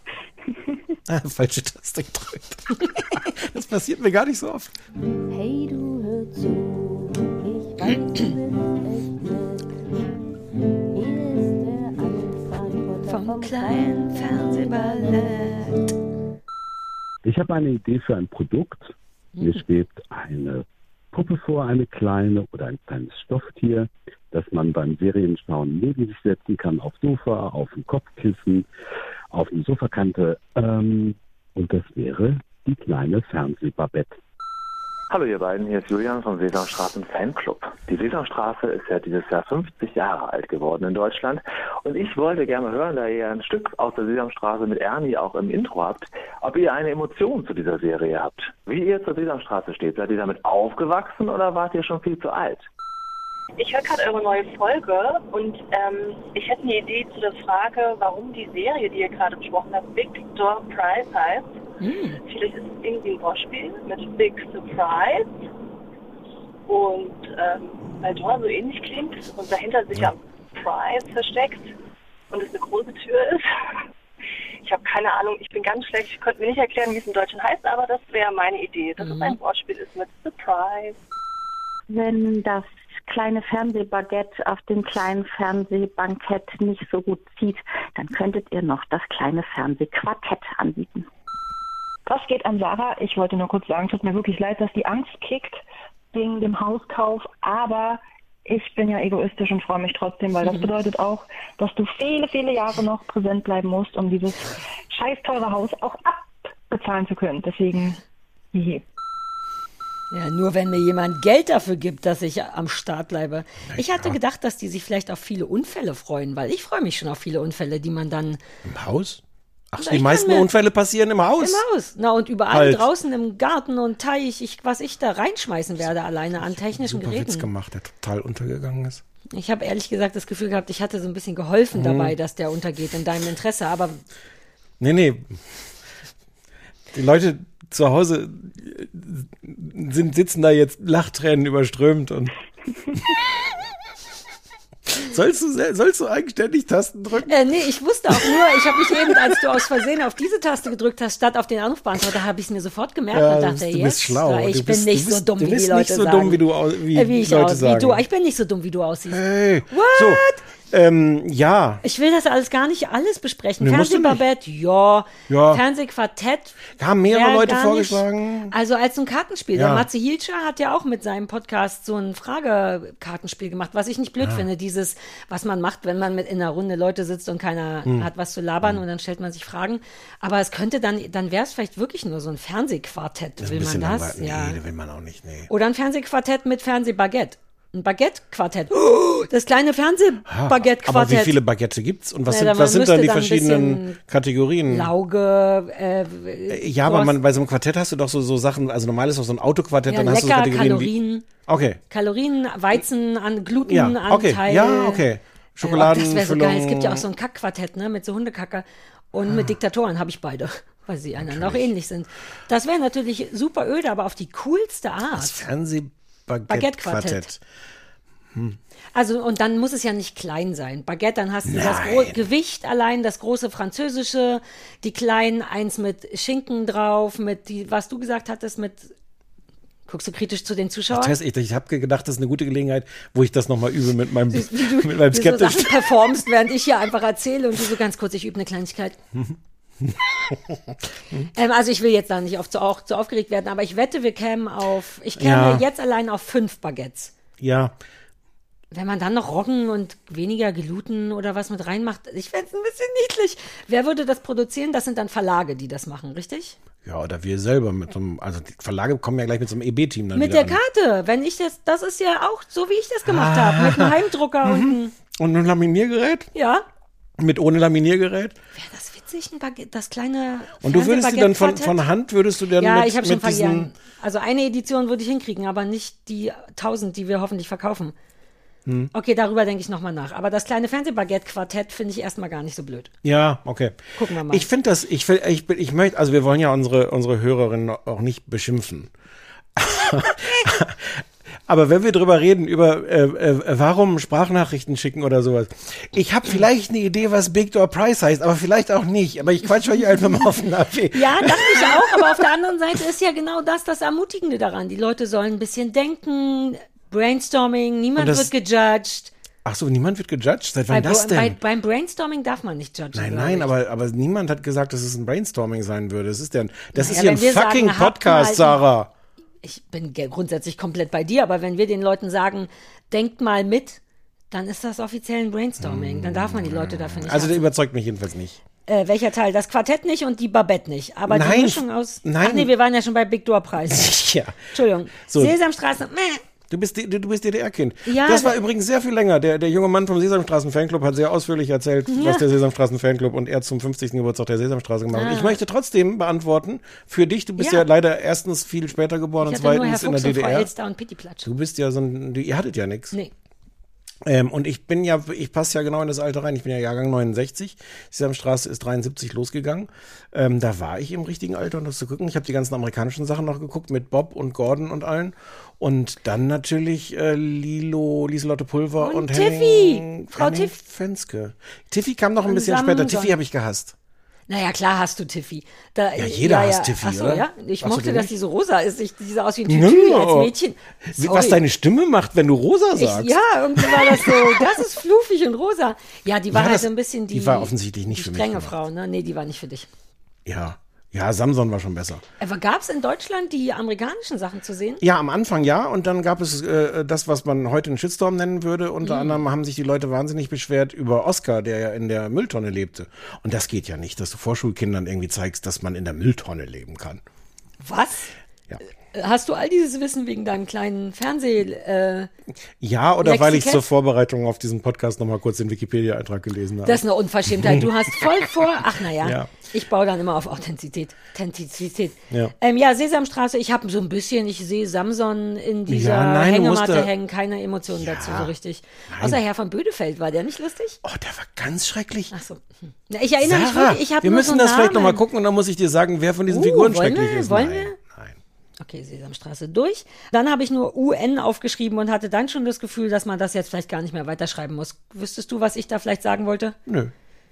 B: Ah, falsche Taste gedrückt. Das passiert mir gar nicht so oft.
D: Hey, du hör zu, ich weiß, du bist echt nett. Hier ist der Anrufbeantworter
A: Vom kleinen Fernsehballett.
E: Ich habe eine Idee für ein Produkt. Mir schwebt eine Puppe vor, eine kleine oder ein kleines Stofftier, das man beim Serienschauen neben sich setzen kann, auf Sofa, auf dem Kopfkissen, auf eine Sofakante. Ähm, und das wäre die kleine Fernsehbabette.
H: Hallo ihr beiden, hier ist Julian vom Sesamstraßen Fanclub. Die Sesamstraße ist ja dieses Jahr fünfzig Jahre alt geworden in Deutschland und ich wollte gerne hören, da ihr ein Stück aus der Sesamstraße mit Ernie auch im Intro habt, ob ihr eine Emotion zu dieser Serie habt. Wie ihr zur Sesamstraße steht, seid ihr damit aufgewachsen oder wart ihr schon viel zu alt?
I: Ich höre gerade eure neue Folge und ähm, ich hätte eine Idee zu der Frage, warum die Serie, die ihr gerade besprochen habt, Big Door Prize heißt.
A: Hm.
I: Vielleicht ist es irgendwie ein Wortspiel mit Big Surprise und ähm, weil Door so ähnlich klingt und dahinter sich ja Prize versteckt und es eine große Tür ist. Ich habe keine Ahnung, ich bin ganz schlecht, ich konnte mir nicht erklären, wie es im Deutschen heißt, aber das wäre meine Idee, dass
A: Mhm.
I: es ein Wortspiel ist mit Surprise.
J: Wenn das kleine Fernsehbaguette auf dem kleinen Fernsehbankett nicht so gut zieht, dann könntet ihr noch das kleine Fernsehquartett anbieten.
K: Das geht an Sarah. Ich wollte nur kurz sagen, tut mir wirklich leid, dass die Angst kickt wegen dem Hauskauf, aber ich bin ja egoistisch und freue mich trotzdem, weil das bedeutet auch, dass du viele, viele Jahre noch präsent bleiben musst, um dieses scheiß teure Haus auch abbezahlen zu können. Deswegen, je.
A: Ja, nur wenn mir jemand Geld dafür gibt, dass ich am Start bleibe. Ich hatte gedacht, dass die sich vielleicht auf viele Unfälle freuen, weil ich freue mich schon auf viele Unfälle, die man dann
B: Im Haus? Ach,
A: Ich
B: die
A: kann
B: meisten
A: mir-
B: Unfälle passieren im Haus.
A: im Haus. Na, und überall
B: Halt.
A: draußen im Garten und Teich, ich, was ich da reinschmeißen werde alleine an technischen
B: Super Witz
A: Geräten.
B: gemacht, der total untergegangen ist.
A: Ich habe ehrlich gesagt das Gefühl gehabt, ich hatte so ein bisschen geholfen
B: Mhm.
A: dabei, dass der untergeht in deinem Interesse, aber
B: Nee, nee. Die Leute zu Hause sind, sitzen da jetzt Lachtränen überströmt und sollst du, sel- sollst du eigenständig Tasten drücken?
A: Äh, nee, ich wusste auch nur, ich habe mich eben, als du aus Versehen auf diese Taste gedrückt hast, statt auf den Anrufbeantworter, habe ich es mir sofort gemerkt
B: Ja,
A: und
B: du
A: dachte,
B: bist- du
A: jetzt,
B: bist schlau.
A: ich
B: Du
A: bin
B: bist-
A: nicht
B: du
A: so
B: bist-
A: dumm,
B: du
A: wie
B: bist
A: die Leute
B: nicht so
A: sagen.
B: dumm, wie du au- wie
A: äh, wie ich
B: Leute
A: aus,
B: sagen.
A: Wie du, ich bin nicht so dumm, wie du aussiehst.
B: Hey.
A: What?
B: So, ähm, ja.
A: Ich will das alles gar nicht alles besprechen.
B: Nee, musst du nicht.
A: Fernsehbabette, ja.
B: Ja.
A: Fernsehquartett.
B: Haben mehrere
A: wär
B: Leute
A: gar
B: vorgeschlagen.
A: Nicht, also als so ein Kartenspiel.
B: Ja.
A: Der Matze Hilscher hat ja auch mit seinem Podcast so ein Fragekartenspiel gemacht, was ich nicht blöd
B: Ja.
A: finde. Dieses, was man macht, wenn man mit in einer Runde Leute sitzt und keiner
B: Hm.
A: hat was zu labern und dann stellt man sich Fragen. Aber es könnte dann, dann wäre es vielleicht wirklich nur so ein Fernsehquartett.
B: Das ist ein
A: Will man
B: bisschen
A: das?
B: langweilig.
A: Ja.
B: Nee, das will man auch nicht, nee.
A: Oder ein Fernsehquartett mit Fernsehbaguette. Ein Baguette-Quartett. Oh, das kleine Fernsehbaguette-Quartett.
B: Aber wie viele Baguette gibt's und was
A: Ja,
B: sind,
A: man
B: was sind dann
A: müsste
B: die
A: dann ein
B: verschiedenen
A: bisschen
B: Kategorien?
A: Lauge, äh,
B: Ja, aber
A: sowas.
B: man, bei so einem Quartett hast du doch so, so Sachen, also normal ist doch so ein Autoquartett,
A: Ja,
B: dann hast du so
A: lecker,
B: Kategorien
A: Kalorien.
B: wie... Okay,
A: Kalorien, Weizen, an Gluten,
B: ja,
A: Anteil.
B: okay, ja, okay.
A: Schokoladen. Äh, das wäre so geil. Es gibt ja auch
B: Schokoladenfüllung.
A: so ein Kackquartett, ne, mit so Hundekacke. Und mit Diktatoren habe ich beide, weil sie einander auch ähnlich sind. Das wäre natürlich super öde, aber auf die coolste Art.
B: Das Fernsehbaguette-Quartett.
A: Baguette-Quartett.
B: Hm.
A: Also, und dann muss es ja nicht klein sein. Baguette, dann hast du das
B: Nein.
A: Gro- Gewicht allein, das große französische, die kleinen, eins mit Schinken drauf, mit, die, was du gesagt hattest, mit, guckst du kritisch zu den Zuschauern?
B: Das heißt, ich, ich habe gedacht, das ist eine gute Gelegenheit, wo ich das nochmal übe mit meinem,
A: Wie du,
B: mit meinem
A: wie so
B: skeptischen...
A: Sachen performst, während ich hier einfach erzähle und du so ganz kurz, ich übe eine Kleinigkeit. ähm, also ich will jetzt da nicht auf zu, auch zu aufgeregt werden, aber ich wette, wir kämen auf, ich käme
B: Ja.
A: jetzt allein auf fünf Baguettes.
B: Ja,
A: wenn man dann noch Roggen und weniger Gluten oder was mit reinmacht, ich fände es ein bisschen niedlich. Wer würde das produzieren? Das sind dann Verlage, die das machen, richtig?
B: Ja, oder wir selber mit so einem, also die Verlage kommen ja gleich mit so einem E B-Team dann
A: Mit
B: wieder
A: der
B: an.
A: Karte, wenn ich das, das ist ja auch so, wie ich das gemacht habe, mit einem Heimdrucker und einem,
B: Und ein Laminiergerät?
A: ja.
B: Mit ohne Laminiergerät?
A: Wäre das witzig, ein Baguette, das kleine
B: Und du würdest die dann von,
A: Fernsehbaguette-Quartett?
B: von Hand, würdest du dann
A: Ja,
B: mit,
A: ich habe schon
B: mit diesen...
A: vergessen. Also eine Edition würde ich hinkriegen, aber nicht die tausend, die wir hoffentlich verkaufen.
B: Hm.
A: Okay, darüber denke ich nochmal nach. Aber das kleine Fernsehbaguette-Quartett finde ich erstmal gar nicht so blöd.
B: Ja, okay.
A: Gucken wir mal.
B: Ich finde das, ich, will- ich, bin- ich möchte, also wir wollen ja unsere, unsere Hörerinnen auch nicht beschimpfen. Aber wenn wir drüber reden, über äh, äh, warum Sprachnachrichten schicken oder sowas. Ich habe vielleicht eine Idee, was Big Door Prize heißt, aber vielleicht auch nicht. Aber ich quatsch euch einfach mal auf den Kaffee.
A: Ja, dachte ich auch, aber auf der anderen Seite ist ja genau das das Ermutigende daran. Die Leute sollen ein bisschen denken, Brainstorming, niemand
B: Und das-
A: wird gejudged.
B: Ach so, niemand wird gejudged? Seit
A: Bei,
B: wann das denn?
A: bei, beim Brainstorming darf man nicht judgen.
B: Nein,
A: glaub
B: nein,
A: ich.
B: aber, aber niemand hat gesagt, dass es ein Brainstorming sein würde. Das ist, der, das
A: Naja,
B: ist hier ein
A: wenn wir
B: fucking
A: sagen, habt
B: Podcast,
A: mal-
B: Sarah.
A: Ich bin ge- grundsätzlich komplett bei dir, aber wenn wir den Leuten sagen, denkt mal mit, dann ist das offiziell ein Brainstorming. Dann darf man die Leute dafür nicht
B: Also der
A: hassen.
B: überzeugt mich jedenfalls nicht.
A: Äh, welcher Teil? Das Quartett nicht und die Babette nicht. Aber
B: Nein,
A: die Mischung aus...
B: nein.
A: Ach nee, wir waren ja schon bei Big Door Preis.
B: Ja.
A: Entschuldigung.
B: So.
A: Sesamstraße, meh.
B: Du bist, du, du bist D D R-Kind.
A: Ja,
B: das war
A: da-
B: übrigens sehr viel länger. Der, der junge Mann vom Sesamstraßen-Fanclub hat sehr ausführlich erzählt,
A: Ja.
B: was der Sesamstraßen-Fanclub und er zum fünfzigsten Geburtstag der Sesamstraße gemacht hat.
A: Ah.
B: Ich möchte trotzdem beantworten, für dich, du bist ja,
A: Ja.
B: leider erstens viel später geboren
A: Ich
B: und
A: hatte nur Herr
B: zweitens in der
A: Fuchs und
B: D D
A: Frau
B: R.
A: Elster und Pittiplatsch.
B: Du bist ja so ein, ihr hattet ja nichts.
A: Nee.
B: Ähm, und ich bin ja, ich passe ja genau in das Alter rein. Ich bin ja Jahrgang neunundsechzig. Sesamstraße ist dreiundsiebzig losgegangen. Ähm, da war ich im richtigen Alter, um das zu gucken. Ich habe die ganzen amerikanischen Sachen noch geguckt mit Bob und Gordon und allen. Und dann natürlich äh, Lilo, Lieselotte Pulver
A: Und
B: und,
A: Tiffy.
B: Henning,
A: Frau
B: Henning
A: Tiff-
B: Fenske. Tiffy kam noch ein
A: Und
B: bisschen
A: Samson.
B: später. Tiffy habe ich gehasst.
A: Naja, klar hast du Tiffy. Da,
B: Ja, jeder hasst Tiffy,
A: Ach so,
B: oder?
A: ja. Ich
B: Ach so,
A: mochte,
B: du
A: dass
B: nicht?
A: die so rosa ist. Ich, die sah aus wie ein Tütü
B: Ja.
A: als Mädchen.
B: Wie-
A: Sorry.
B: Was deine Stimme macht, wenn du rosa
A: ich,
B: sagst.
A: Ja, irgendwie war das so, das ist fluffig und rosa. Ja, die war
B: Ja,
A: halt
B: das-
A: so ein bisschen die,
B: die war offensichtlich nicht
A: die
B: für mich
A: strenge
B: gemacht.
A: Frau, ne? Nee, die war nicht für dich.
B: Ja. Ja, Samson war schon besser.
A: Aber gab es in Deutschland die amerikanischen Sachen zu sehen?
B: Ja, am Anfang ja. Und dann gab es äh, das, was man heute einen Shitstorm nennen würde. Unter
A: Mhm.
B: anderem haben sich die Leute wahnsinnig beschwert über Oscar, der ja in der Mülltonne lebte. Und das geht ja nicht, dass du Vorschulkindern irgendwie zeigst, dass man in der Mülltonne leben kann.
A: Was?
B: Ja.
A: Hast du all dieses Wissen wegen deinem kleinen Fernseh... Äh,
B: Ja, oder weil ich
A: Lexikett?
B: zur Vorbereitung auf diesen Podcast nochmal kurz den Wikipedia-Eintrag gelesen habe.
A: das ist eine Unverschämtheit. Du hast voll vor... Ach naja,
B: Ja.
A: ich baue dann immer auf Authentizität. Authentizität.
B: Ja.
A: Ähm, ja, Sesamstraße, ich habe so ein bisschen, ich sehe Samson in dieser
B: Ja, nein, du
A: Hängematte
B: musst da-
A: hängen, keine Emotionen dazu so richtig.
B: Nein.
A: Außer Herr von Bödefeld, war der nicht lustig?
B: Oh, der war ganz schrecklich.
A: Ach so. Hm. Na, ich erinnere mich
B: Sarah,
A: wirklich, ich habe
B: wir
A: nur
B: müssen
A: so
B: das vielleicht
A: Namen.
B: nochmal gucken und dann muss ich dir sagen, wer von diesen
A: Uh,
B: Figuren
A: wollen
B: schrecklich
A: wir?
B: ist.
A: Wollen
B: Nein.
A: wir?
B: Nein.
A: Okay, Sesamstraße durch. Dann habe ich nur U N aufgeschrieben und hatte dann schon das Gefühl, dass man das jetzt vielleicht gar nicht mehr weiterschreiben muss. Wüsstest du, was ich da vielleicht sagen wollte?
B: Nö.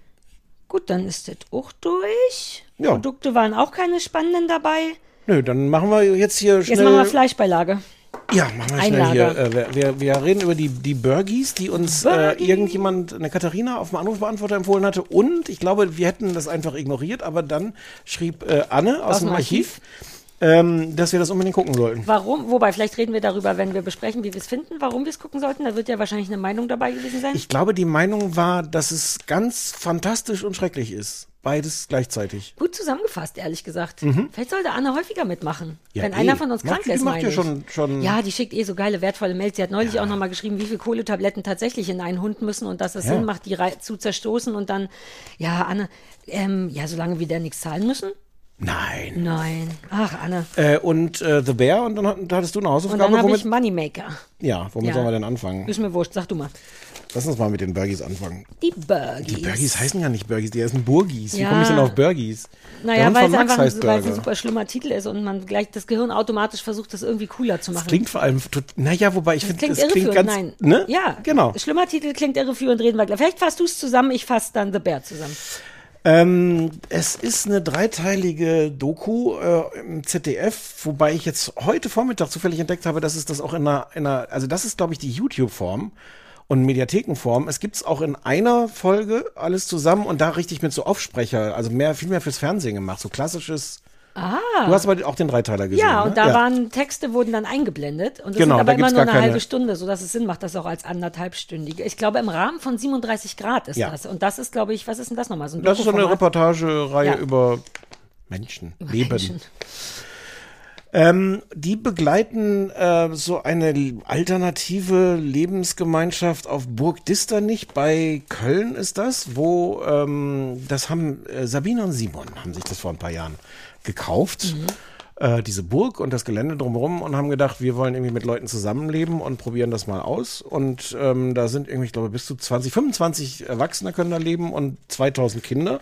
A: Gut, dann ist das auch durch.
B: Ja.
A: Produkte waren auch keine spannenden dabei.
B: Nö, dann machen wir jetzt hier schnell...
A: Jetzt machen wir Fleischbeilage.
B: Ja, machen wir schnell hier.
A: Einlager.
B: Äh, wir, wir, wir reden über die, die Burgies, die uns äh, irgendjemand, eine Katharina, auf dem Anrufbeantworter empfohlen hatte. Und ich glaube, wir hätten das einfach ignoriert, aber dann schrieb äh, Anne aus,
A: Aus
B: dem
A: dem
B: Archiv, ähm, dass wir das unbedingt gucken sollten.
A: Warum? Wobei, vielleicht reden wir darüber, wenn wir besprechen, wie wir es finden, warum wir es gucken sollten. Da wird ja wahrscheinlich eine Meinung dabei gewesen sein.
B: Ich glaube, die Meinung war, dass es ganz fantastisch und schrecklich ist. Beides gleichzeitig.
A: Gut zusammengefasst, ehrlich gesagt.
B: Mhm.
A: Vielleicht sollte Anne häufiger mitmachen.
B: Ja,
A: wenn
B: eh.
A: einer von uns
B: Macht-
A: krank
B: die
A: ist,
B: macht
A: meine
B: ja
A: ich.
B: schon- schon-
A: Ja, die schickt eh so geile, wertvolle Mails. Sie hat neulich auch nochmal geschrieben, wie viele Kohletabletten tatsächlich in einen Hund müssen und dass es
B: Ja.
A: Sinn macht, die rei- zu zerstoßen und dann, ja, Anne, ähm, ja, solange wir der nichts zahlen müssen?
B: Nein.
A: Nein. Ach, Anne.
B: Äh, und äh, The Bear, und dann hat- da hattest du eine
A: Und
B: Hausaufgabe.
A: dann habe
B: womit,
A: ich Moneymaker.
B: ja, womit
A: Ja.
B: sollen wir denn anfangen?
A: Ist mir wurscht, sag du mal.
B: Lass uns mal mit den Burgies anfangen.
A: Die Burgies.
B: Die Burgies heißen ja nicht Burgies, die heißen Burgies. Wie
A: Ja.
B: komme ich denn auf Burgies? Der
A: Naja,
B: Hund
A: weil
B: von
A: es
B: Max
A: einfach
B: heißt
A: ein, weil es ein
B: Burger.
A: super schlimmer Titel ist und man gleich das Gehirn automatisch versucht, das irgendwie cooler zu machen.
B: Das klingt vor allem, tot- naja, wobei ich
A: Das
B: finde,
A: klingt
B: das klingt
A: irreführend,
B: ganz,
A: nein.
B: ne?
A: Ja,
B: Genau.
A: Schlimmer Titel klingt irreführend, reden wir gleich. Vielleicht fasst du es zusammen, ich fasse dann The Bear zusammen.
B: Ähm, es ist eine dreiteilige Doku äh, im Z D F, wobei ich jetzt heute Vormittag zufällig entdeckt habe, dass es das auch in einer, in einer also das ist, glaube ich, die YouTube-Form und Mediathekenform. Es gibt's auch in einer Folge alles zusammen und da richtig mit so Aufsprecher, also mehr, viel mehr fürs Fernsehen gemacht, so klassisches
A: Ah.
B: Du hast aber auch den Dreiteiler gesehen.
A: Ja, und
B: ne?
A: da
B: ja.
A: waren Texte, wurden dann eingeblendet. Und das
B: Genau,
A: sind aber
B: da
A: immer
B: gibt's
A: nur
B: gar
A: eine
B: keine-
A: halbe Stunde, sodass es Sinn macht, das auch als anderthalbstündige. Ich glaube, im Rahmen von siebenunddreißig Grad ist
B: Ja.
A: das. Und das ist, glaube ich, was ist denn das nochmal? So ein
B: Das ist so eine
A: Doku-Format?
B: Reportagereihe
A: Ja.
B: über Menschen,
A: Über
B: Leben.
A: Menschen.
B: Ähm, die begleiten äh, so eine alternative Lebensgemeinschaft auf Burg Diesternich bei Köln ist das, wo ähm, das haben äh, Sabine und Simon haben sich das vor ein paar Jahren gekauft,
A: Mhm.
B: äh, diese Burg und das Gelände drumherum und haben gedacht, wir wollen irgendwie mit Leuten zusammenleben und probieren das mal aus. Und ähm, da sind irgendwie, ich glaube, bis zu zwanzig, fünfundzwanzig Erwachsene können da leben und zweitausend Kinder.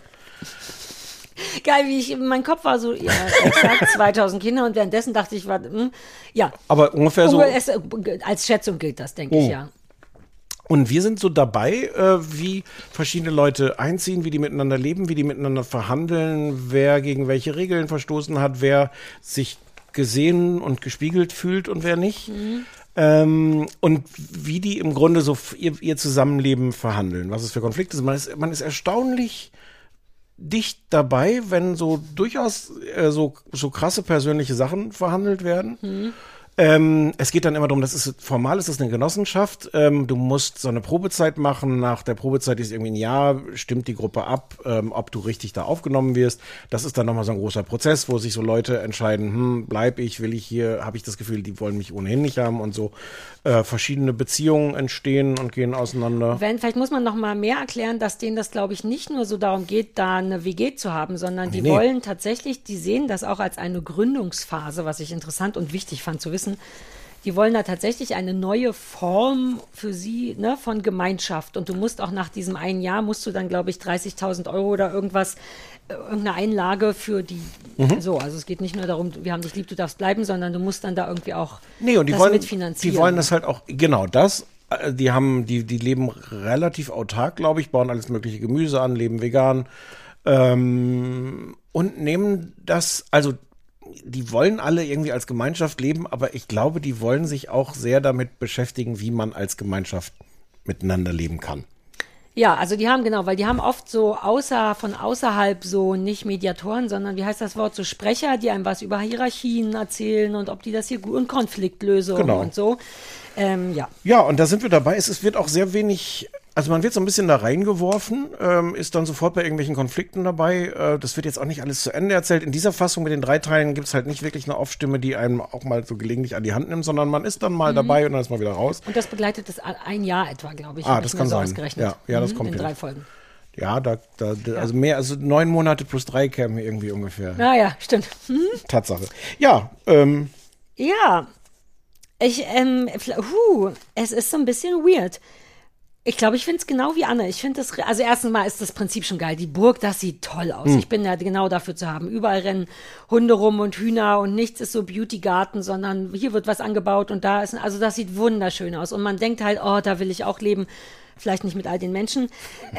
A: Geil, wie ich, mein Kopf war so, ja, exakt zweitausend Kinder und währenddessen dachte ich, war, hm, ja.
B: Aber ungefähr so.
A: Es, äh, als Schätzung gilt das, denke
B: Oh.
A: ich, ja.
B: Und wir sind so dabei, äh, wie verschiedene Leute einziehen, wie die miteinander leben, wie die miteinander verhandeln, wer gegen welche Regeln verstoßen hat, wer sich gesehen und gespiegelt fühlt und wer nicht.
A: Mhm.
B: Ähm, und wie die im Grunde so f- ihr, ihr Zusammenleben verhandeln, was es für Konflikte sind. Man ist, man ist erstaunlich dicht dabei, wenn so durchaus äh, so, so krasse persönliche Sachen verhandelt werden.
A: Mhm.
B: Ähm, es geht dann immer darum, das ist formal ist das eine Genossenschaft. Ähm, du musst so eine Probezeit machen. Nach der Probezeit ist irgendwie ein Jahr, stimmt die Gruppe ab, ähm, ob du richtig da aufgenommen wirst. Das ist dann nochmal so ein großer Prozess, wo sich so Leute entscheiden, hm, bleib ich, will ich hier, habe ich das Gefühl, die wollen mich ohnehin nicht haben und so äh, verschiedene Beziehungen entstehen und gehen auseinander.
A: Wenn, vielleicht muss man noch mal mehr erklären, dass denen das, glaube ich, nicht nur so darum geht, da eine W G zu haben, sondern die
B: Nee, nee.
A: wollen tatsächlich, die sehen das auch als eine Gründungsphase, was ich interessant und wichtig fand zu wissen. Die wollen da tatsächlich eine neue Form für sie, ne, von Gemeinschaft. Und du musst auch nach diesem einen Jahr, musst du dann, glaube ich, dreißigtausend Euro oder irgendwas, äh, irgendeine Einlage für die,
B: Mhm.
A: so, also es geht nicht nur darum, wir haben dich lieb, du darfst bleiben, sondern du musst dann da irgendwie auch
B: Nee, und die
A: das
B: wollen,
A: mitfinanzieren.
B: die wollen das halt auch, genau das. äh, Die haben, die, die leben relativ autark, glaube ich, bauen alles mögliche Gemüse an, leben vegan, ähm, und nehmen das, also, die wollen alle irgendwie als Gemeinschaft leben, aber ich glaube, die wollen sich auch sehr damit beschäftigen, wie man als Gemeinschaft miteinander leben kann.
A: Ja, also die haben, genau, weil die haben oft so außer, von außerhalb so nicht Mediatoren, sondern wie heißt das Wort, so Sprecher, die einem was über Hierarchien erzählen und ob die das hier gut und Konfliktlösung
B: Genau.
A: und so. Ähm, ja.
B: Ja, und da sind wir dabei. Es, es wird auch sehr wenig, also man wird so ein bisschen da reingeworfen, ähm, ist dann sofort bei irgendwelchen Konflikten dabei. Äh, das wird jetzt auch nicht alles zu Ende erzählt. In dieser Fassung mit den drei Teilen gibt es halt nicht wirklich eine Off-Stimme, die einem auch mal so gelegentlich an die Hand nimmt, sondern man ist dann mal
A: Mhm.
B: dabei und dann ist man wieder raus.
A: Und das begleitet das ein Jahr etwa, glaube ich.
B: Ah,
A: hab
B: das
A: ich
B: kann
A: mir so
B: sein.
A: ausgerechnet.
B: Ja, ja, das
A: Mhm,
B: kommt
A: in
B: hin.
A: drei Folgen.
B: Ja, da, da, da also mehr, also neun Monate plus drei kämen hier irgendwie ungefähr.
A: Naja, stimmt. Mhm.
B: Tatsache. Ja, ähm,
A: Ja, ich, ähm, fl- huh, es ist so ein bisschen weird. Ich glaube, ich finde es genau wie Anne. Ich finde das, re- also erstens mal ist das Prinzip schon geil. Die Burg, das sieht toll aus.
B: Hm.
A: Ich bin ja genau dafür zu haben. Überall rennen Hunde rum und Hühner und nichts ist so Beauty-Garten, sondern hier wird was angebaut und da ist, also das sieht wunderschön aus. Und man denkt halt, oh, da will ich auch leben. Vielleicht nicht mit all den Menschen.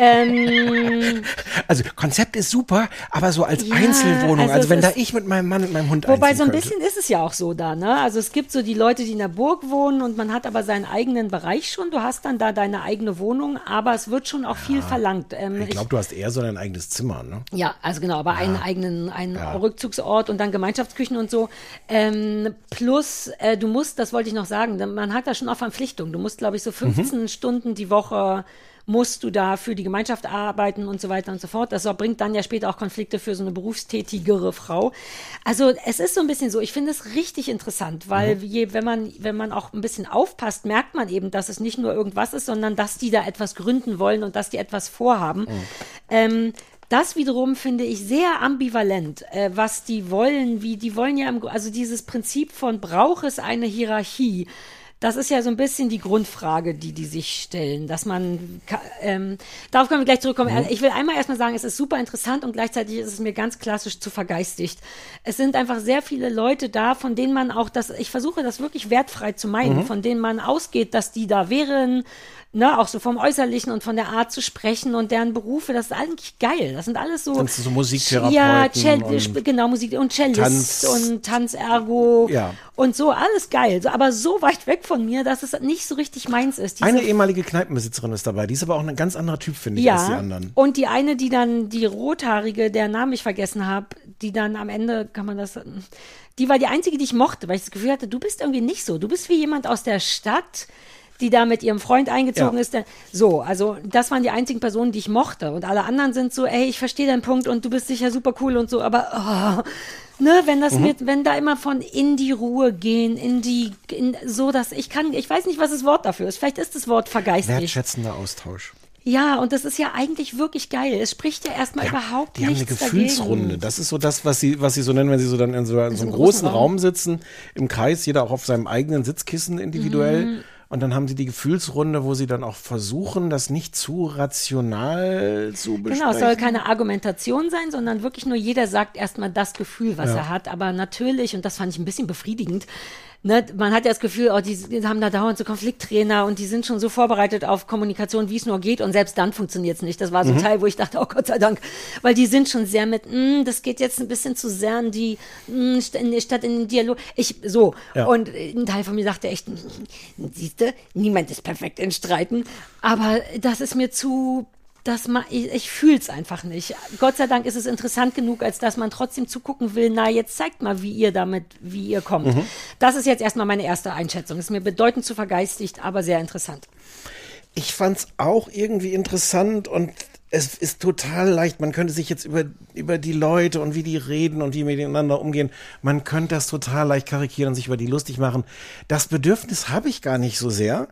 A: Ähm,
B: also Konzept ist super, aber so als
A: Ja,
B: Einzelwohnung,
A: also
B: also,
A: es
B: wenn da
A: ist-
B: ich mit meinem Mann und meinem Hund
A: Wobei
B: einziehen
A: so ein
B: könnte.
A: bisschen ist es ja auch so da, ne? Also es gibt so die Leute, die in der Burg wohnen und man hat aber seinen eigenen Bereich schon. Du hast dann da deine eigene Wohnung, aber es wird schon auch viel verlangt. Ähm,
B: Ich glaube, du hast eher so dein eigenes Zimmer, ne?
A: ja, also genau, aber einen eigenen einen Rückzugsort und dann Gemeinschaftsküchen und so. Ähm, plus, äh, du musst, das wollte ich noch sagen, man hat da schon auch Verpflichtungen. Du musst, glaube ich, so fünfzehn Stunden die Woche musst du da für die Gemeinschaft arbeiten und so weiter und so fort. Das bringt dann ja später auch Konflikte für so eine berufstätigere Frau. Also es ist so ein bisschen so, ich finde es richtig interessant, weil je, wenn man, wenn man auch ein bisschen aufpasst, merkt man eben, dass es nicht nur irgendwas ist, sondern dass die da etwas gründen wollen und dass die etwas vorhaben. Ähm, Das wiederum finde ich sehr ambivalent, äh, was die wollen, wie die wollen ja, im, also dieses Prinzip von braucht es eine Hierarchie, das ist ja so ein bisschen die Grundfrage, die die sich stellen, dass man, ka- ähm, darauf können wir gleich zurückkommen.
L: Mhm.
A: Ich will einmal erstmal sagen, es ist super interessant und gleichzeitig ist es mir ganz klassisch zu vergeistigt. Es sind einfach sehr viele Leute da, von denen man auch das, ich versuche das wirklich wertfrei zu meinen,
L: Mhm.
A: von denen man ausgeht, dass die da wären, ne, auch so vom Äußerlichen und von der Art zu sprechen und deren Berufe, das ist eigentlich geil. Das sind alles so.
B: Sind so Musiktherapeuten
A: Ja, Cell,
B: und
A: genau, Musik und Cellist
B: Tanz.
A: und Tanzergo
B: Ja.
A: und so, alles geil. So, aber so weit weg von mir, dass es nicht so richtig meins ist. Diese
B: Eine ehemalige Kneipenbesitzerin ist dabei, die ist aber auch ein ganz anderer Typ, finde ich, als die anderen.
A: Und die eine, die dann, die rothaarige, deren Namen ich vergessen habe, die dann am Ende, kann man das, die war die einzige, die ich mochte, weil ich das Gefühl hatte, du bist irgendwie nicht so. Du bist wie jemand aus der Stadt, die da mit ihrem Freund eingezogen
B: Ja.
A: ist. Der, so, also das waren die einzigen Personen, die ich mochte. Und alle anderen sind so, ey, ich verstehe deinen Punkt und du bist sicher super cool und so, aber oh, ne, wenn das
B: Mhm.
A: mit, wenn da immer von in die Ruhe gehen, in die, in, so, dass ich kann, ich weiß nicht, was das Wort dafür ist. Vielleicht ist das Wort vergeistigt.
B: Wertschätzender Austausch.
A: Ja, und das ist ja eigentlich wirklich geil. Es spricht ja erstmal überhaupt
B: Die haben eine
A: nichts
B: Gefühlsrunde.
A: dagegen.
B: Das ist so das, was sie, was sie so nennen, wenn sie so dann in so, in so einem großen Raum. sitzen, im Kreis, jeder auch auf seinem eigenen Sitzkissen individuell.
A: Mhm.
B: Und dann haben sie die Gefühlsrunde, wo sie dann auch versuchen, das nicht zu rational zu besprechen.
A: Genau, es soll keine Argumentation sein, sondern wirklich nur jeder sagt erstmal das Gefühl, was
B: Ja.
A: er hat. Aber natürlich, und das fand ich ein bisschen befriedigend, ne, man hat ja das Gefühl, oh, die, die haben da dauernd so Konflikttrainer und die sind schon so vorbereitet auf Kommunikation, wie es nur geht. Und selbst dann funktioniert es nicht. Das war so ein
L: Mhm.
A: Teil, wo ich dachte, oh Gott sei Dank, weil die sind schon sehr mit, mm, das geht jetzt ein bisschen zu sehr in die, mm, st- in, statt in den Dialog. Ich, so.
L: Ja.
A: Und ein Teil von mir sagte echt, siehste, niemand ist perfekt in Streiten. Aber das ist mir zu, das ma, ich, ich fühle es einfach nicht. Gott sei Dank ist es interessant genug, als dass man trotzdem zugucken will, na, jetzt zeigt mal, wie ihr damit, wie ihr kommt.
B: Mhm.
A: Das ist jetzt erstmal meine erste Einschätzung. Ist mir bedeutend zu vergeistigt, aber sehr interessant.
B: Ich fand's auch irgendwie interessant und es ist total leicht. Man könnte sich jetzt über, über die Leute und wie die reden und wie miteinander umgehen, man könnte das total leicht karikieren und sich über die lustig machen. Das Bedürfnis habe ich gar nicht so sehr.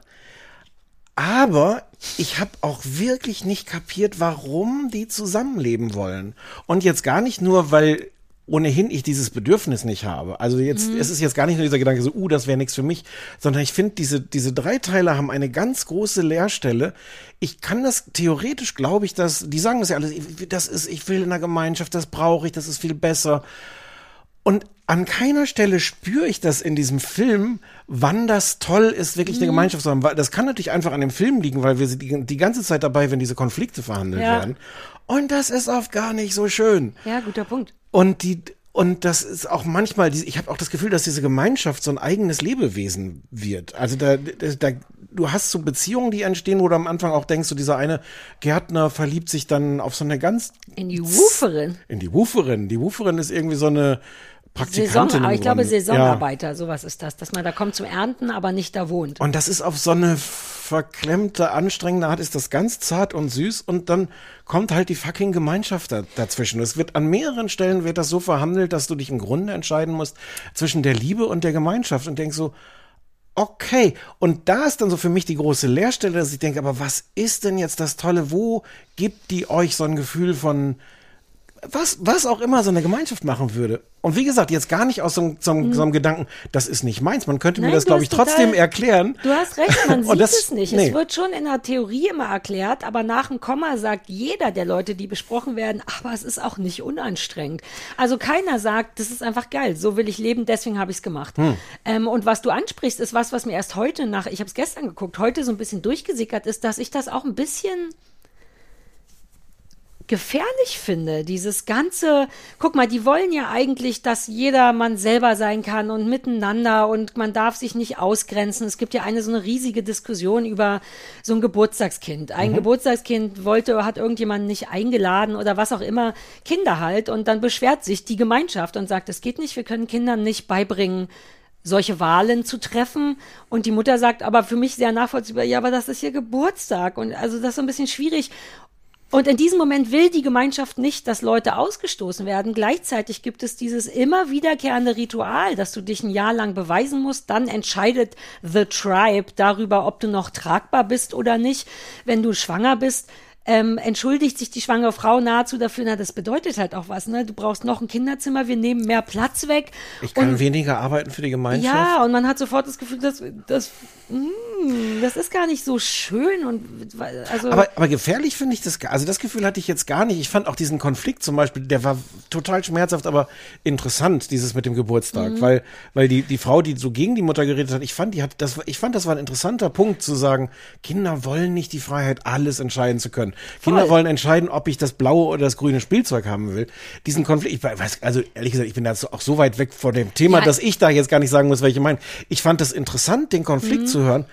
B: Aber ich habe auch wirklich nicht kapiert, warum die zusammenleben wollen. Und jetzt gar nicht nur, weil ohnehin ich dieses Bedürfnis nicht habe. Also jetzt,
L: Mhm.
B: es ist jetzt gar nicht nur dieser Gedanke so, uh, das wäre nichts für mich, sondern ich finde, diese, diese drei Teile haben eine ganz große Leerstelle. Ich kann das, theoretisch glaube ich, dass, die sagen das ja alles, das ist, ich will in der Gemeinschaft, das brauche ich, das ist viel besser. Und an keiner Stelle spüre ich das in diesem Film, wann das toll ist, wirklich eine
A: Mhm.
B: Gemeinschaft zu haben. Weil das kann natürlich einfach an dem Film liegen, weil wir sind die, die ganze Zeit dabei, wenn diese Konflikte verhandelt
A: Ja.
B: werden. Und das ist oft gar nicht so schön.
A: Ja, guter Punkt.
B: Und die und das ist auch manchmal, ich habe auch das Gefühl, dass diese Gemeinschaft so ein eigenes Lebewesen wird. Also da, da, da du hast so Beziehungen, die entstehen, wo du am Anfang auch denkst, so dieser eine Gärtner verliebt sich dann auf so eine ganz
A: In die Wooferin.
B: in die Wooferin. Die Wooferin ist irgendwie so eine Praktikantin.
A: Saison, aber
B: im
A: ich glaube
B: Grunde. Ja.
A: Saisonarbeiter, sowas ist das, dass man da kommt zum Ernten, aber nicht da wohnt.
B: Und das ist auf so eine verklemmte, anstrengende Art, ist das ganz zart und süß und dann kommt halt die fucking Gemeinschaft da, dazwischen. Es wird an mehreren Stellen wird das so verhandelt, dass du dich im Grunde entscheiden musst zwischen der Liebe und der Gemeinschaft und denkst so, okay. Und da ist dann so für mich die große Leerstelle, dass ich denke, aber was ist denn jetzt das Tolle? Wo gibt die euch so ein Gefühl von was, was auch immer so eine Gemeinschaft machen würde. Und wie gesagt, jetzt gar nicht aus so, einem- so, einem-
A: Mhm.
B: so einem Gedanken, das ist nicht meins. Man könnte mir
A: Nein,
B: das,
A: du
B: glaube
A: hast
B: ich, trotzdem
A: total-
B: erklären.
A: Du hast recht, man
B: Und
A: sieht
B: das-
A: es nicht.
B: nee.
A: Es wird schon in der Theorie immer erklärt, aber nach dem Komma sagt jeder der Leute, die besprochen werden, aber es ist auch nicht unanstrengend. Also keiner sagt, das ist einfach geil, so will ich leben, deswegen habe ich es gemacht.
L: Hm.
A: Ähm, und was du ansprichst, ist was, was mir erst heute nach, ich habe es gestern geguckt, heute so ein bisschen durchgesickert ist, dass ich das auch ein bisschen gefährlich finde, dieses ganze, guck mal, die wollen ja eigentlich, dass jeder man selber sein kann und miteinander und man darf sich nicht ausgrenzen. Es gibt ja eine so eine riesige Diskussion über so ein Geburtstagskind. Ein
L: Mhm.
A: Geburtstagskind wollte, hat irgendjemanden nicht eingeladen oder was auch immer, Kinder halt, und dann beschwert sich die Gemeinschaft und sagt, es geht nicht, wir können Kindern nicht beibringen, solche Wahlen zu treffen. Und die Mutter sagt, aber für mich sehr nachvollziehbar, ja, aber das ist ihr Geburtstag. Und also das ist so ein bisschen schwierig. Und in diesem Moment will die Gemeinschaft nicht, dass Leute ausgestoßen werden. Gleichzeitig gibt es dieses immer wiederkehrende Ritual, dass du dich ein Jahr lang beweisen musst. Dann entscheidet the tribe darüber, ob du noch tragbar bist oder nicht. Wenn du schwanger bist, ähm, entschuldigt sich die schwangere Frau nahezu dafür. Na, das bedeutet halt auch was, ne? Du brauchst noch ein Kinderzimmer, wir nehmen mehr Platz weg.
B: Ich kann
A: Und-
B: weniger arbeiten für die Gemeinschaft.
A: ja, und man hat sofort das Gefühl, dass das, mm, das ist gar nicht so schön und also.
B: Aber, aber gefährlich finde ich das, gar- also das Gefühl hatte ich jetzt gar nicht. Ich fand auch diesen Konflikt zum Beispiel, der war total schmerzhaft, aber interessant, dieses mit dem Geburtstag,
A: Mhm.
B: weil, weil die, die Frau, die so gegen die Mutter geredet hat, ich fand, die hat, das, ich fand, das war ein interessanter Punkt zu sagen, Kinder wollen nicht die Freiheit, alles entscheiden zu können. Kinder
A: Voll.
B: wollen entscheiden, ob ich das blaue oder das grüne Spielzeug haben will. Diesen Konflikt, ich weiß, also ehrlich gesagt, ich bin da so- auch so weit weg vor dem Thema,
A: Ja.
B: dass ich da jetzt gar nicht sagen muss, welche meinen. Ich fand das interessant, den Konflikt
A: Mhm.
B: zu hören.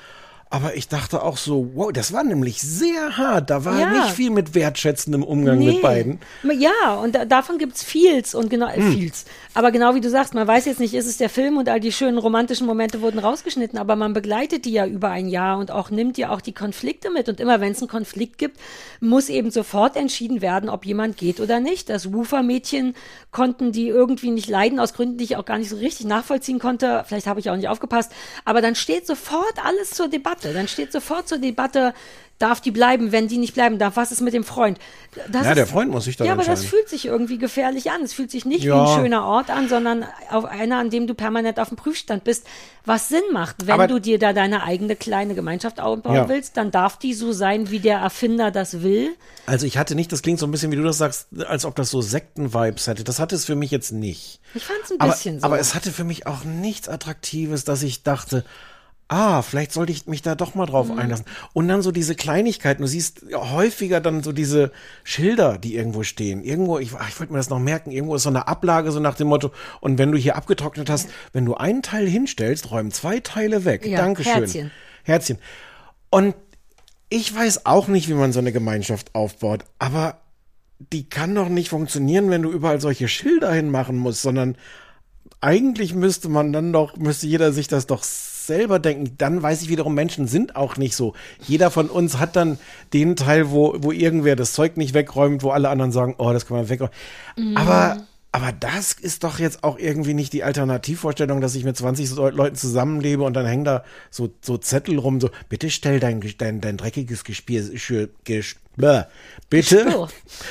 B: Aber ich dachte auch so, wow, das war nämlich sehr hart. Da war
A: Ja.
B: nicht viel mit wertschätzendem Umgang
A: Nee.
B: mit beiden.
A: Ja, und da, davon gibt's vieles und genau, äh,
B: Hm.
A: vieles. Aber genau wie du sagst, man weiß jetzt nicht, ist es der Film und all die schönen romantischen Momente wurden rausgeschnitten, aber man begleitet die ja über ein Jahr und auch nimmt ja auch die Konflikte mit. Und immer wenn es einen Konflikt gibt, muss eben sofort entschieden werden, ob jemand geht oder nicht. Das Woofer-Mädchen konnten die irgendwie nicht leiden, aus Gründen, die ich auch gar nicht so richtig nachvollziehen konnte. Vielleicht habe ich auch nicht aufgepasst. Aber dann steht sofort alles zur Debatte. Dann steht sofort zur Debatte, darf die bleiben, wenn die nicht bleiben darf, was ist mit dem Freund? Das
B: Ja,
A: ist,
B: der Freund muss sich dann
A: Ja, aber das
B: entscheiden.
A: fühlt sich irgendwie gefährlich an. Es fühlt sich nicht
B: Ja.
A: wie ein schöner Ort an, sondern auf einer, an dem du permanent auf dem Prüfstand bist, was Sinn macht. Wenn
B: Aber-
A: du dir da deine eigene kleine Gemeinschaft aufbauen
B: Ja.
A: willst, dann darf die so sein, wie der Erfinder das will.
B: Also ich hatte nicht, das klingt so ein bisschen, wie du das sagst, als ob das so Sekten-Vibes hätte. Das hatte es für mich jetzt nicht.
A: Ich fand es ein
B: Aber,
A: bisschen so.
B: aber es hatte für mich auch nichts Attraktives, dass ich dachte, ah, vielleicht sollte ich mich da doch mal drauf
A: Mhm.
B: einlassen. Und dann so diese Kleinigkeiten. Du siehst ja häufiger dann so diese Schilder, die irgendwo stehen. Irgendwo, ich, ach, ich wollte mir das noch merken, irgendwo ist so eine Ablage, so nach dem Motto, und wenn du hier abgetrocknet hast, wenn du einen Teil hinstellst, räum zwei Teile weg.
A: Ja,
B: Dankeschön.
A: Herzchen.
B: Herzchen. Und ich weiß auch nicht, wie man so eine Gemeinschaft aufbaut, aber die kann doch nicht funktionieren, wenn du überall solche Schilder hinmachen musst, sondern eigentlich müsste man dann doch, müsste jeder sich das doch selber denken. Dann weiß ich wiederum, Menschen sind auch nicht so. Jeder von uns hat dann den Teil, wo, wo irgendwer das Zeug nicht wegräumt, wo alle anderen sagen, oh, das kann man wegräumen.
A: Mhm.
B: Aber, aber das ist doch jetzt auch irgendwie nicht die Alternativvorstellung, dass ich mit zwanzig so Leuten zusammenlebe und dann hängen da so, so Zettel rum, so, bitte stell dein, dein, dein dreckiges Gespier, Geschirr, Gesch- bäh. bitte,
A: Geschirr.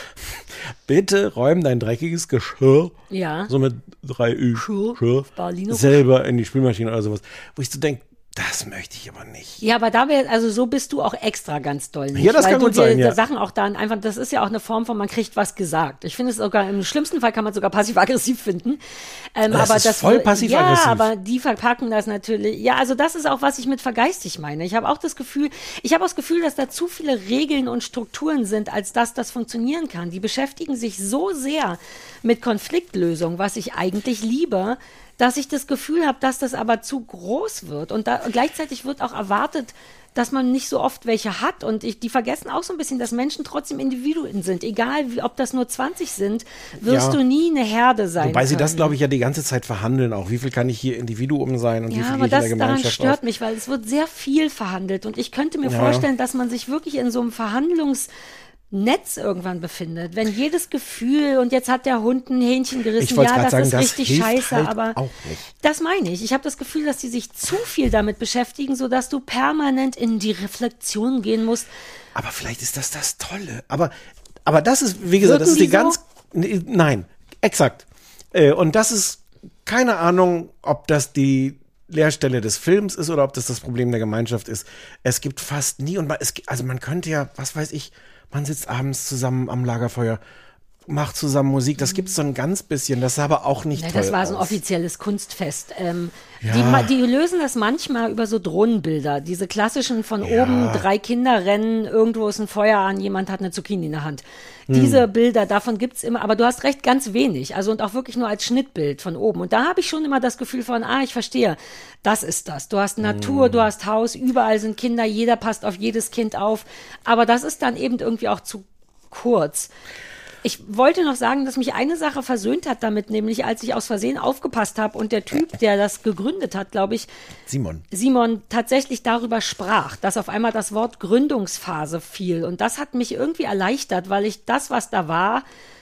B: bitte räum dein dreckiges Geschirr,
A: Ja.
B: so mit drei Ü, Geschirr,
A: Berliner
B: selber in die Spülmaschine oder sowas, wo ich so denke, das möchte ich aber nicht.
A: Ja, aber da wäre, also so bist du auch extra ganz doll nicht.
B: Ja, das
A: weil
B: kann
A: du
B: gut
A: dir
B: sein, ja.
A: Sachen auch dann einfach, das ist ja auch eine Form von, man kriegt was gesagt. Ich finde es sogar, im schlimmsten Fall kann man sogar passiv-aggressiv finden. Ähm,
B: Das
A: aber
B: ist
A: das
B: voll
A: Ja,
B: passiv-aggressiv.
A: aber die verpacken das natürlich. Ja, also das ist auch, was ich mit vergeistig meine. Ich habe auch das Gefühl, ich habe auch das Gefühl, dass da zu viele Regeln und Strukturen sind, als dass das funktionieren kann. Die beschäftigen sich so sehr mit Konfliktlösung, was ich eigentlich liebe, dass ich das Gefühl habe, dass das aber zu groß wird. Und da, gleichzeitig wird auch erwartet, dass man nicht so oft welche hat. Und ich, die vergessen auch so ein bisschen, dass Menschen trotzdem Individuen sind. Egal, wie, ob das nur zwanzig sind, wirst
B: Ja.
A: du nie eine Herde sein
B: Wobei sie
A: können.
B: das, glaube ich, ja die ganze Zeit verhandeln auch. Wie viel kann ich hier Individuum sein und wie
A: Ja,
B: viel
A: aber
B: gehe ich in
A: das
B: der
A: daran
B: Gemeinschaft
A: stört
B: auf?
A: mich, weil es wird sehr viel verhandelt. Und ich könnte mir
B: Ja.
A: vorstellen, dass man sich wirklich in so einem Verhandlungs- Netz irgendwann befindet, wenn jedes Gefühl und jetzt hat der Hund ein Hähnchen gerissen,
B: Ich wollte
A: ja,
B: grad
A: das
B: sagen,
A: ist
B: das
A: richtig
B: hilft
A: scheiße,
B: halt
A: aber
B: auch nicht.
A: das meine ich. Ich habe das Gefühl, dass die sich zu viel damit beschäftigen, sodass du permanent in die Reflexion gehen musst.
B: Aber vielleicht ist das das Tolle. Aber, aber das ist, wie gesagt, das ist
A: Wirken
B: die
A: die so?
B: ganz, nee, nein, exakt. Äh, Und das ist keine Ahnung, ob das die Leerstelle des Films ist oder ob das das Problem der Gemeinschaft ist. Es gibt fast nie, und man, es, gibt- also man könnte ja, was weiß ich, man sitzt abends zusammen am Lagerfeuer, macht zusammen Musik, das gibt's so ein ganz bisschen, das sah aber auch nicht
A: Ja,
B: toll
A: das war so ein
B: aus.
A: offizielles Kunstfest. Ähm,
B: Ja.
A: die, ma- die lösen das manchmal über so Drohnenbilder. Diese klassischen von
B: Ja.
A: oben, drei Kinder rennen, irgendwo ist ein Feuer an, jemand hat eine Zucchini in der Hand.
B: Hm.
A: Diese Bilder, davon gibt's immer, aber du hast recht, ganz wenig. Also und auch wirklich nur als Schnittbild von oben. Und da habe ich schon immer das Gefühl von, ah, ich verstehe, das ist das. Du hast Natur,
B: Hm.
A: du hast Haus, überall sind Kinder, jeder passt auf jedes Kind auf. Aber das ist dann eben irgendwie auch zu kurz. Ich wollte noch sagen, dass mich eine Sache versöhnt hat damit, nämlich als ich aus Versehen aufgepasst habe und der Typ, der das gegründet hat, glaube ich,
B: Simon.
A: Simon tatsächlich darüber sprach, dass auf einmal das Wort Gründungsphase fiel. Und das hat mich irgendwie erleichtert, weil ich das, was da war,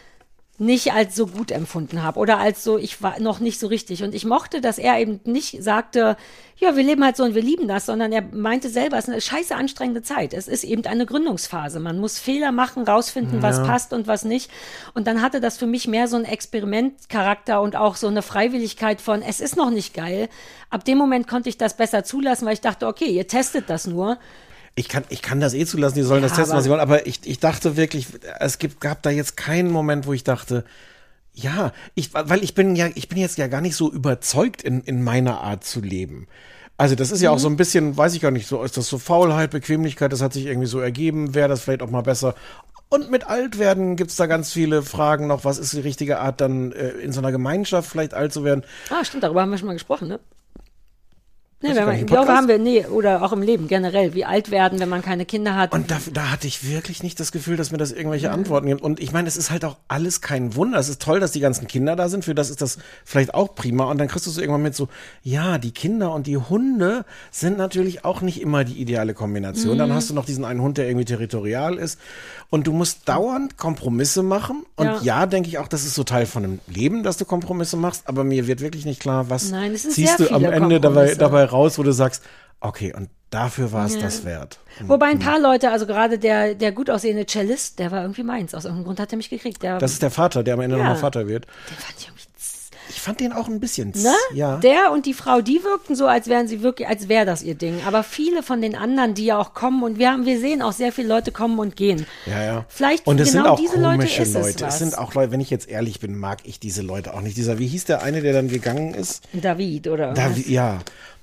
A: nicht als so gut empfunden habe oder als so, ich war noch nicht so richtig. Und ich mochte, dass er eben nicht sagte, ja, wir leben halt so und wir lieben das, sondern er meinte selber, es ist eine scheiße anstrengende Zeit. Es ist eben eine Gründungsphase. Man muss Fehler machen, rausfinden, was
B: Ja.
A: passt und was nicht. Und dann hatte das für mich mehr so einen Experimentcharakter und auch so eine Freiwilligkeit von, es ist noch nicht geil. Ab dem Moment konnte ich das besser zulassen, weil ich dachte, okay, ihr testet das nur.
B: Ich kann, ich kann das eh zulassen, die sollen
A: Ja,
B: das testen,
A: aber-
B: was sie wollen, aber ich, ich dachte wirklich, es gibt, gab da jetzt keinen Moment, wo ich dachte, ja, ich, weil ich bin ja, ich bin jetzt ja gar nicht so überzeugt in, in meiner Art zu leben. Also das ist ja auch
A: Mhm.
B: so ein bisschen, weiß ich gar nicht, so ist das so Faulheit, Bequemlichkeit, das hat sich irgendwie so ergeben, wäre das vielleicht auch mal besser. Und mit Altwerden gibt's da ganz viele Fragen noch, was ist die richtige Art, dann äh, in so einer Gemeinschaft vielleicht alt zu werden.
A: Ah, stimmt, darüber haben wir schon mal gesprochen, ne? Nee,
B: Hast du
A: wenn
B: gar
A: man,
B: nicht
A: ich
B: einen
A: glaube,
B: Podcast?
A: haben wir, nee, oder auch im Leben generell, wie alt werden, wenn man keine Kinder hat.
B: Und da, da hatte ich wirklich nicht das Gefühl, dass mir das irgendwelche Antworten gibt. Und ich meine, es ist halt auch alles kein Wunder. Es ist toll, dass die ganzen Kinder da sind. Für das ist das vielleicht auch prima. Und dann kriegst du so irgendwann mit so, ja, die Kinder und die Hunde sind natürlich auch nicht immer die ideale Kombination.
A: Mhm.
B: Dann hast du noch diesen einen Hund, der irgendwie territorial ist. Und du musst dauernd Kompromisse machen. Und ja,
A: Ja.
B: ja denke ich auch, das ist so Teil von einem Leben, dass du Kompromisse machst. Aber mir wird wirklich nicht klar, was
A: Nein, es sind
B: ziehst
A: sehr
B: du am
A: viele
B: Ende dabei,
A: Kompromisse.
B: dabei raus, wo du sagst, okay, und dafür war es
A: Ja.
B: das wert.
A: Wobei ein paar Leute, also gerade der, der gut aussehende Cellist, der war irgendwie meins. Aus irgendeinem Grund hat er mich gekriegt. Der,
B: Das ist der Vater, der am Ende
A: Ja.
B: nochmal Vater wird.
A: den fand ich irgendwie,
B: Ich fand den auch ein bisschen, z-
A: ne?
B: ja.
A: Der und die Frau, die wirkten so, als wären sie wirklich, als wäre das ihr Ding. Aber viele von den anderen, die ja auch kommen, und wir haben, wir sehen auch sehr viele Leute kommen und gehen.
B: Ja, ja.
A: Vielleicht
B: und es
A: genau
B: sind auch
A: diese Leute
B: komische
A: ist
B: Leute.
A: es
B: Es,
A: was.
B: sind auch Leute, wenn ich jetzt ehrlich bin, mag ich diese Leute auch nicht. Dieser, wie hieß der eine, der dann gegangen ist?
A: David oder
B: David, ja.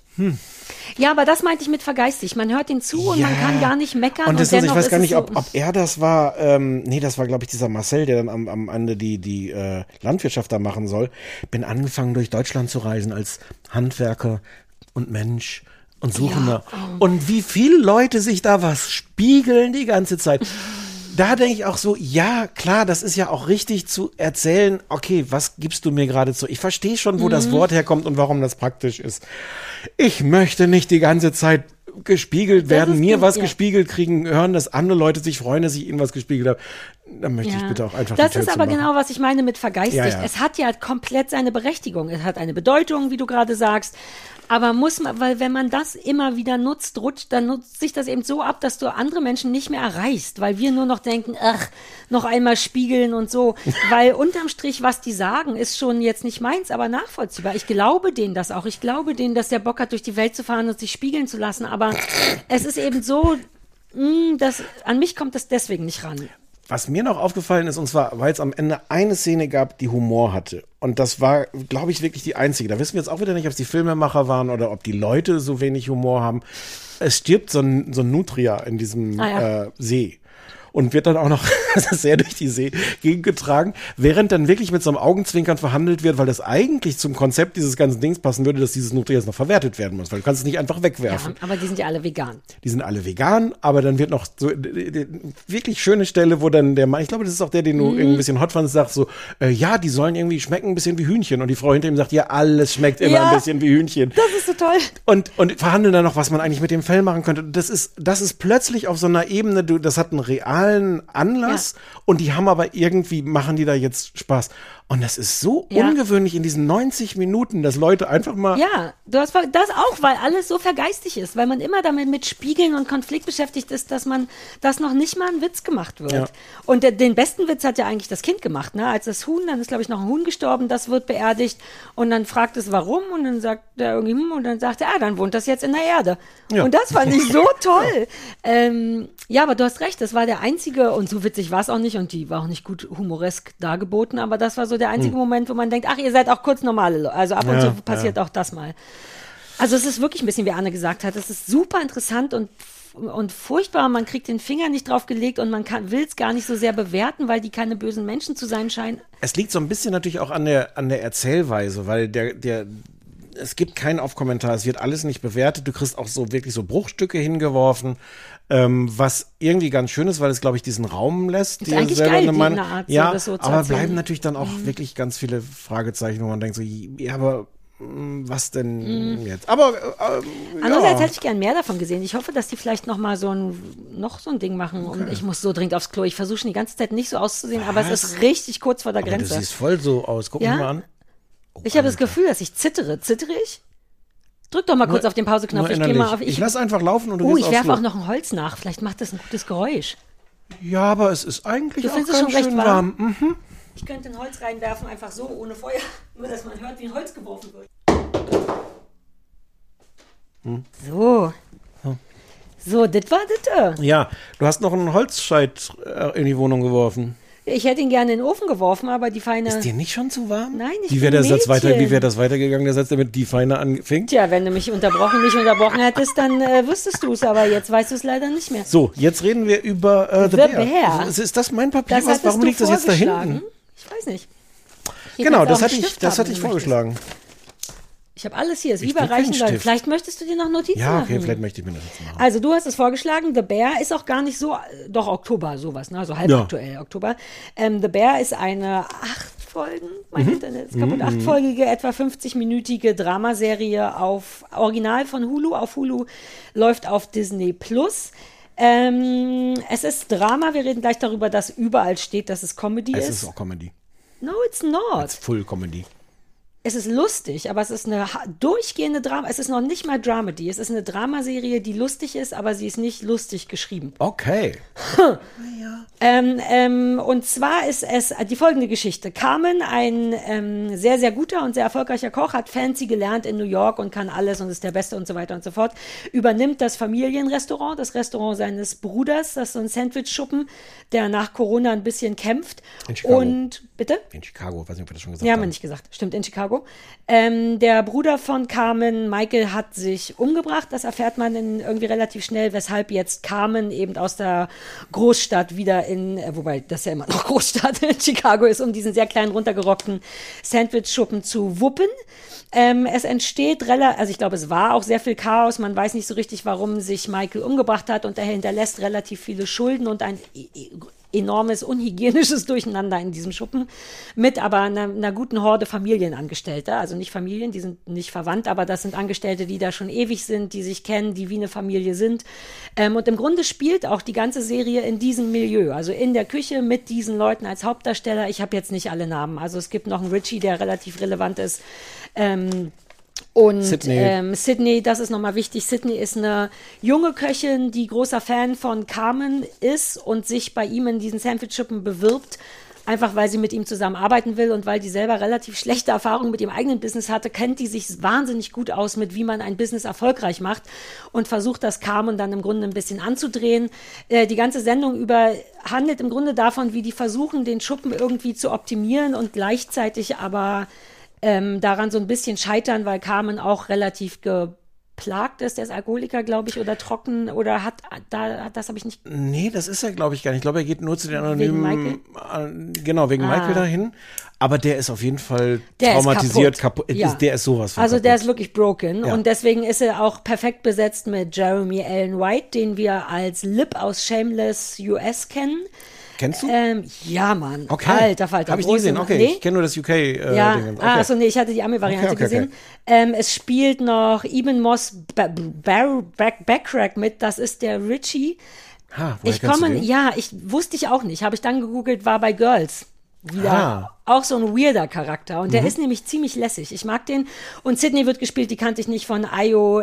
A: Ja, aber das meinte ich mit vergeistigt. Man hört ihn zu und
B: Ja.
A: man kann gar nicht meckern.
B: Und,
A: Und,
B: das ist, ich
A: dennoch
B: weiß
A: ist
B: gar
A: es
B: nicht,
A: so,
B: ob, ob er das war, ähm, nee, das war, glaube ich, dieser Marcel, der dann am, am Ende die, die äh, Landwirtschaft da machen soll. Bin angefangen, durch Deutschland zu reisen als Handwerker und Mensch und Suchender. Und wie viele Leute sich da was spiegeln die ganze Zeit. Da denke ich auch so, ja, klar, das ist ja auch richtig zu erzählen, okay, was gibst du mir gerade zu? Ich verstehe schon, wo
A: Mhm.
B: das Wort herkommt und warum das praktisch ist. Ich möchte nicht die ganze Zeit gespiegelt
A: Das
B: werden,
A: ist
B: mir
A: gen-
B: was
A: ja.
B: gespiegelt kriegen, hören, dass andere Leute sich freuen, dass ich ihnen was gespiegelt habe. Dann möchte ich
A: Ja.
B: bitte auch einfach
A: Das
B: die Tür
A: ist aber
B: zumachen.
A: genau, was ich meine mit vergeistigt.
B: Ja, ja.
A: Es hat ja komplett seine Berechtigung. Es hat eine Bedeutung, wie du gerade sagst. Aber muss man, weil wenn man das immer wieder nutzt, rutscht, dann nutzt sich das eben so ab, dass du andere Menschen nicht mehr erreichst, weil wir nur noch denken, ach, noch einmal spiegeln und so. Weil unterm Strich, was die sagen, ist schon jetzt nicht meins, aber nachvollziehbar. Ich glaube denen das auch. Ich glaube denen, dass der Bock hat, durch die Welt zu fahren und sich spiegeln zu lassen. Aber es ist eben so, mh, dass an mich kommt das deswegen nicht ran.
B: Was mir noch aufgefallen ist, und zwar, weil es am Ende eine Szene gab, die Humor hatte. Und das war, glaube ich, wirklich die einzige. Da wissen wir jetzt auch wieder nicht, ob es die Filmemacher waren oder ob die Leute so wenig Humor haben. Es stirbt so ein, so ein Nutria in diesem
A: Ah, ja.
B: äh, See. Und wird dann auch noch sehr durch die See gegengetragen, während dann wirklich mit so einem Augenzwinkern verhandelt wird, weil das eigentlich zum Konzept dieses ganzen Dings passen würde, dass dieses Nutria jetzt noch verwertet werden muss, weil du kannst es nicht einfach wegwerfen.
A: Ja, aber die sind ja alle vegan.
B: Die sind alle vegan, aber dann wird noch so äh, äh, wirklich schöne Stelle, wo dann der Mann, ich glaube, das ist auch der, den du
A: Mhm.
B: irgendwie ein bisschen hot fandst, sagt so, äh, ja, die sollen irgendwie schmecken ein bisschen wie Hühnchen. Und die Frau hinter ihm sagt, ja, alles schmeckt immer
A: Ja.
B: ein bisschen wie Hühnchen.
A: Das ist so toll.
B: Und, und verhandeln dann noch, was man eigentlich mit dem Fell machen könnte. Das ist, das ist plötzlich auf so einer Ebene, du, das hat einen realen Anlass und die haben aber irgendwie, machen die da jetzt Spaß. Und das ist so
A: Ja.
B: ungewöhnlich in diesen neunzig Minuten, dass Leute einfach mal
A: Ja, du hast ver- das auch, weil alles so vergeistig ist, weil man immer damit mit Spiegeln und Konflikt beschäftigt ist, dass man, dass noch nicht mal ein Witz gemacht wird.
B: Ja.
A: Und der, den besten Witz hat ja eigentlich das Kind gemacht, ne? Als das Huhn, dann ist glaube ich noch ein Huhn gestorben, das wird beerdigt und dann fragt es warum und dann sagt er irgendwie hm, und dann sagt er, ah, dann wohnt das jetzt in der Erde.
B: Ja.
A: Und das fand ich so toll. ähm, ja, aber du hast recht, das war der einzige und so witzig war es auch nicht und die war auch nicht gut humoresk dargeboten, aber das war so der einzige Moment, wo man denkt, ach, ihr seid auch kurz normale Leute. Also ab und
B: Ja,
A: zu passiert auch das mal. Also es ist wirklich ein bisschen, wie Anne gesagt hat, es ist super interessant und, und furchtbar. Man kriegt den Finger nicht drauf gelegt und man will es gar nicht so sehr bewerten, weil die keine bösen Menschen zu sein scheinen.
B: Es liegt so ein bisschen natürlich auch an der, an der Erzählweise, weil der, der, es gibt keinen Auf-Kommentar, es wird alles nicht bewertet, du kriegst auch so wirklich so Bruchstücke hingeworfen, ähm, was irgendwie ganz schön ist, weil es, glaube ich, diesen Raum lässt.
A: Ist
B: dir
A: eigentlich
B: selber
A: geil,
B: eine
A: die
B: Meinung-
A: in der Art, so
B: ja,
A: das so zu
B: aber
A: erzählen.
B: bleiben natürlich dann auch wirklich ganz viele Fragezeichen, wo man denkt so, ja, aber mh, was denn jetzt? Aber äh,
A: Andererseits
B: ja.
A: hätte ich gern mehr davon gesehen. Ich hoffe, dass die vielleicht noch mal so ein, noch so ein Ding machen. Und ich muss so dringend aufs Klo. Ich versuche schon die ganze Zeit nicht so auszusehen, aber es ist richtig kurz vor der
B: aber du
A: Grenze.
B: siehst voll so aus. Guck
A: Ja?
B: mich mal an.
A: Ich habe das Gefühl, dass ich zittere. Zittere ich? Drück doch mal kurz
B: Nur-
A: auf den Pauseknopf.
B: nur
A: Ich gehe
B: innerlich.
A: mal auf.
B: Ich lass einfach laufen und du
A: Oh,
B: gehst
A: ich
B: aufs
A: werfe
B: Klo.
A: auch noch ein Holz nach. Vielleicht macht das ein gutes Geräusch.
B: Ja, aber es ist eigentlich
A: Du
B: auch
A: findest es
B: ganz
A: schon recht
B: schön
A: warm?
B: warm. Mhm.
A: Ich könnte ein Holz reinwerfen, einfach so, ohne Feuer. Nur, dass man hört, wie ein Holz geworfen wird.
B: Hm.
A: So. So, das war das.
B: Ja, du hast noch einen Holzscheit äh, in die Wohnung geworfen.
A: Ich hätte ihn gerne in den Ofen geworfen, aber die feine...
B: Ist dir nicht schon zu warm?
A: Nein, ich
B: Wie
A: bin
B: wäre der Satz
A: Mädchen.
B: weiter, wie wäre das weitergegangen, der Satz, der mit die Feine anfing?
A: Tja, wenn du mich unterbrochen, nicht unterbrochen hättest, dann äh, wüsstest du es, aber jetzt weißt du es leider nicht mehr.
B: So, jetzt reden wir über äh, The,
A: The
B: Bear.
A: Bear.
B: Ist, ist das mein Papier?
A: Das
B: Was,
A: hattest
B: warum
A: du
B: liegt das jetzt da hinten?
A: vorgeschlagen. Ich weiß nicht. Hier
B: Genau,
A: kannst du
B: das
A: auch
B: hatte
A: einen
B: ich,
A: Stift
B: das
A: haben,
B: hatte ich
A: wenn du
B: vorgeschlagen.
A: möchtest. Ich habe alles hier, ist wie
B: Ich
A: bei
B: will keinen
A: Reichenberg.
B: Stift.
A: Vielleicht möchtest du dir noch Notizen
B: Ja,
A: machen.
B: okay, vielleicht möchte ich mir das jetzt machen.
A: Also du hast es vorgeschlagen, The Bear ist auch gar nicht so, doch Oktober sowas, ne? Also halb
B: Ja.
A: aktuell Oktober. Ähm, The Bear ist eine acht Folgen, mein
B: Mhm.
A: Internet ist kaputt,
B: Mhm.
A: achtfolgige, etwa fünfzig-minütige Dramaserie auf Original von Hulu. Auf Hulu läuft auf Disney Plus. Ähm, es ist Drama, wir reden gleich darüber, dass überall steht, dass es Comedy
B: Es
A: ist.
B: ist auch Comedy.
A: No, it's not.
B: It's full Comedy.
A: Es ist lustig, aber es ist eine ha- durchgehende Drama. Es ist noch nicht mal Dramedy. Es ist eine Dramaserie, die lustig ist, aber sie ist nicht lustig geschrieben.
B: Okay.
A: Ähm, ähm, und zwar ist es die folgende Geschichte. Carmen, ein ähm, sehr, sehr guter und sehr erfolgreicher Koch, hat fancy gelernt in New York und kann alles und ist der Beste und so weiter und so fort, übernimmt das Familienrestaurant, das Restaurant seines Bruders, das ist so ein Sandwich-Schuppen, der nach Corona ein bisschen kämpft.
B: In Chicago.
A: Und, bitte?
B: In Chicago, weiß nicht, ob wir das schon gesagt
A: Ja,
B: haben.
A: haben wir nicht gesagt. Stimmt, in Chicago. Ähm, der Bruder von Carmen, Michael, hat sich umgebracht. Das erfährt man in irgendwie relativ schnell, weshalb jetzt Carmen eben aus der Großstadt wieder in, äh, wobei das ja immer noch Großstadt in Chicago ist, um diesen sehr kleinen, runtergerockten Sandwich-Schuppen zu wuppen. Ähm, es entsteht relativ, also ich glaube, es war auch sehr viel Chaos. Man weiß nicht so richtig, warum sich Michael umgebracht hat, und er hinterlässt relativ viele Schulden und ein enormes unhygienisches Durcheinander in diesem Schuppen mit aber einer, einer guten Horde Familienangestellter, also nicht Familien, die sind nicht verwandt, aber das sind Angestellte, die da schon ewig sind, die sich kennen, die wie eine Familie sind. Ähm, und im Grunde spielt auch die ganze Serie in diesem Milieu, also in der Küche mit diesen Leuten als Hauptdarsteller. Ich habe jetzt nicht alle Namen, also es gibt noch einen Richie, der relativ relevant ist. Ähm, Und
B: Sydney.
A: Ähm, Sydney, das ist nochmal wichtig, Sydney ist eine junge Köchin, die großer Fan von Carmen ist und sich bei ihm in diesen Sandwich-Schuppen bewirbt, einfach weil sie mit ihm zusammenarbeiten will und weil die selber relativ schlechte Erfahrungen mit ihrem eigenen Business hatte, kennt die sich wahnsinnig gut aus mit, wie man ein Business erfolgreich macht, und versucht das Carmen dann im Grunde ein bisschen anzudrehen. Äh, die ganze Sendung über handelt im Grunde davon, wie die versuchen, den Schuppen irgendwie zu optimieren und gleichzeitig aber Ähm, daran so ein bisschen scheitern, weil Carmen auch relativ geplagt ist. Der ist Alkoholiker, glaube ich, oder trocken, oder hat, da, das habe ich nicht.
B: Nee, das ist er, glaube ich, gar nicht. Ich glaube, er geht nur zu den anonymen.
A: Wegen
B: Äh, genau, wegen
A: Ah.
B: Michael dahin. Aber der ist auf jeden Fall
A: Der ist
B: traumatisiert,
A: kaputt.
B: kaputt.
A: Ja.
B: Der ist sowas von
A: Also
B: kaputt.
A: der ist wirklich broken,
B: Ja.
A: und deswegen ist er auch perfekt besetzt mit Jeremy Allen White, den wir als Lip aus Shameless U S kennen.
B: Kennst du?
A: Ähm, ja, Mann.
B: Okay.
A: Alter Falter.
B: Habe ich nie
A: große-
B: gesehen. Okay,
A: Nee?
B: ich kenne nur das U K-Ding.
A: Ja,
B: okay.
A: ah, achso, nee, ich hatte die Ami-Variante
B: Okay, okay,
A: gesehen.
B: okay.
A: Ähm, es spielt noch Eben Moss ba Bar Back Backrack mit, das ist der Richie.
B: Ha, woher
A: Ich
B: kennst du
A: komme,
B: den?
A: ja, ich wusste ich auch nicht, habe ich dann gegoogelt, war bei Girls. Wieder
B: Ah.
A: auch so ein weirder Charakter, und der
B: Mhm.
A: ist nämlich ziemlich lässig. Ich mag den. Und Sydney wird gespielt, die kannte ich nicht, von Ayo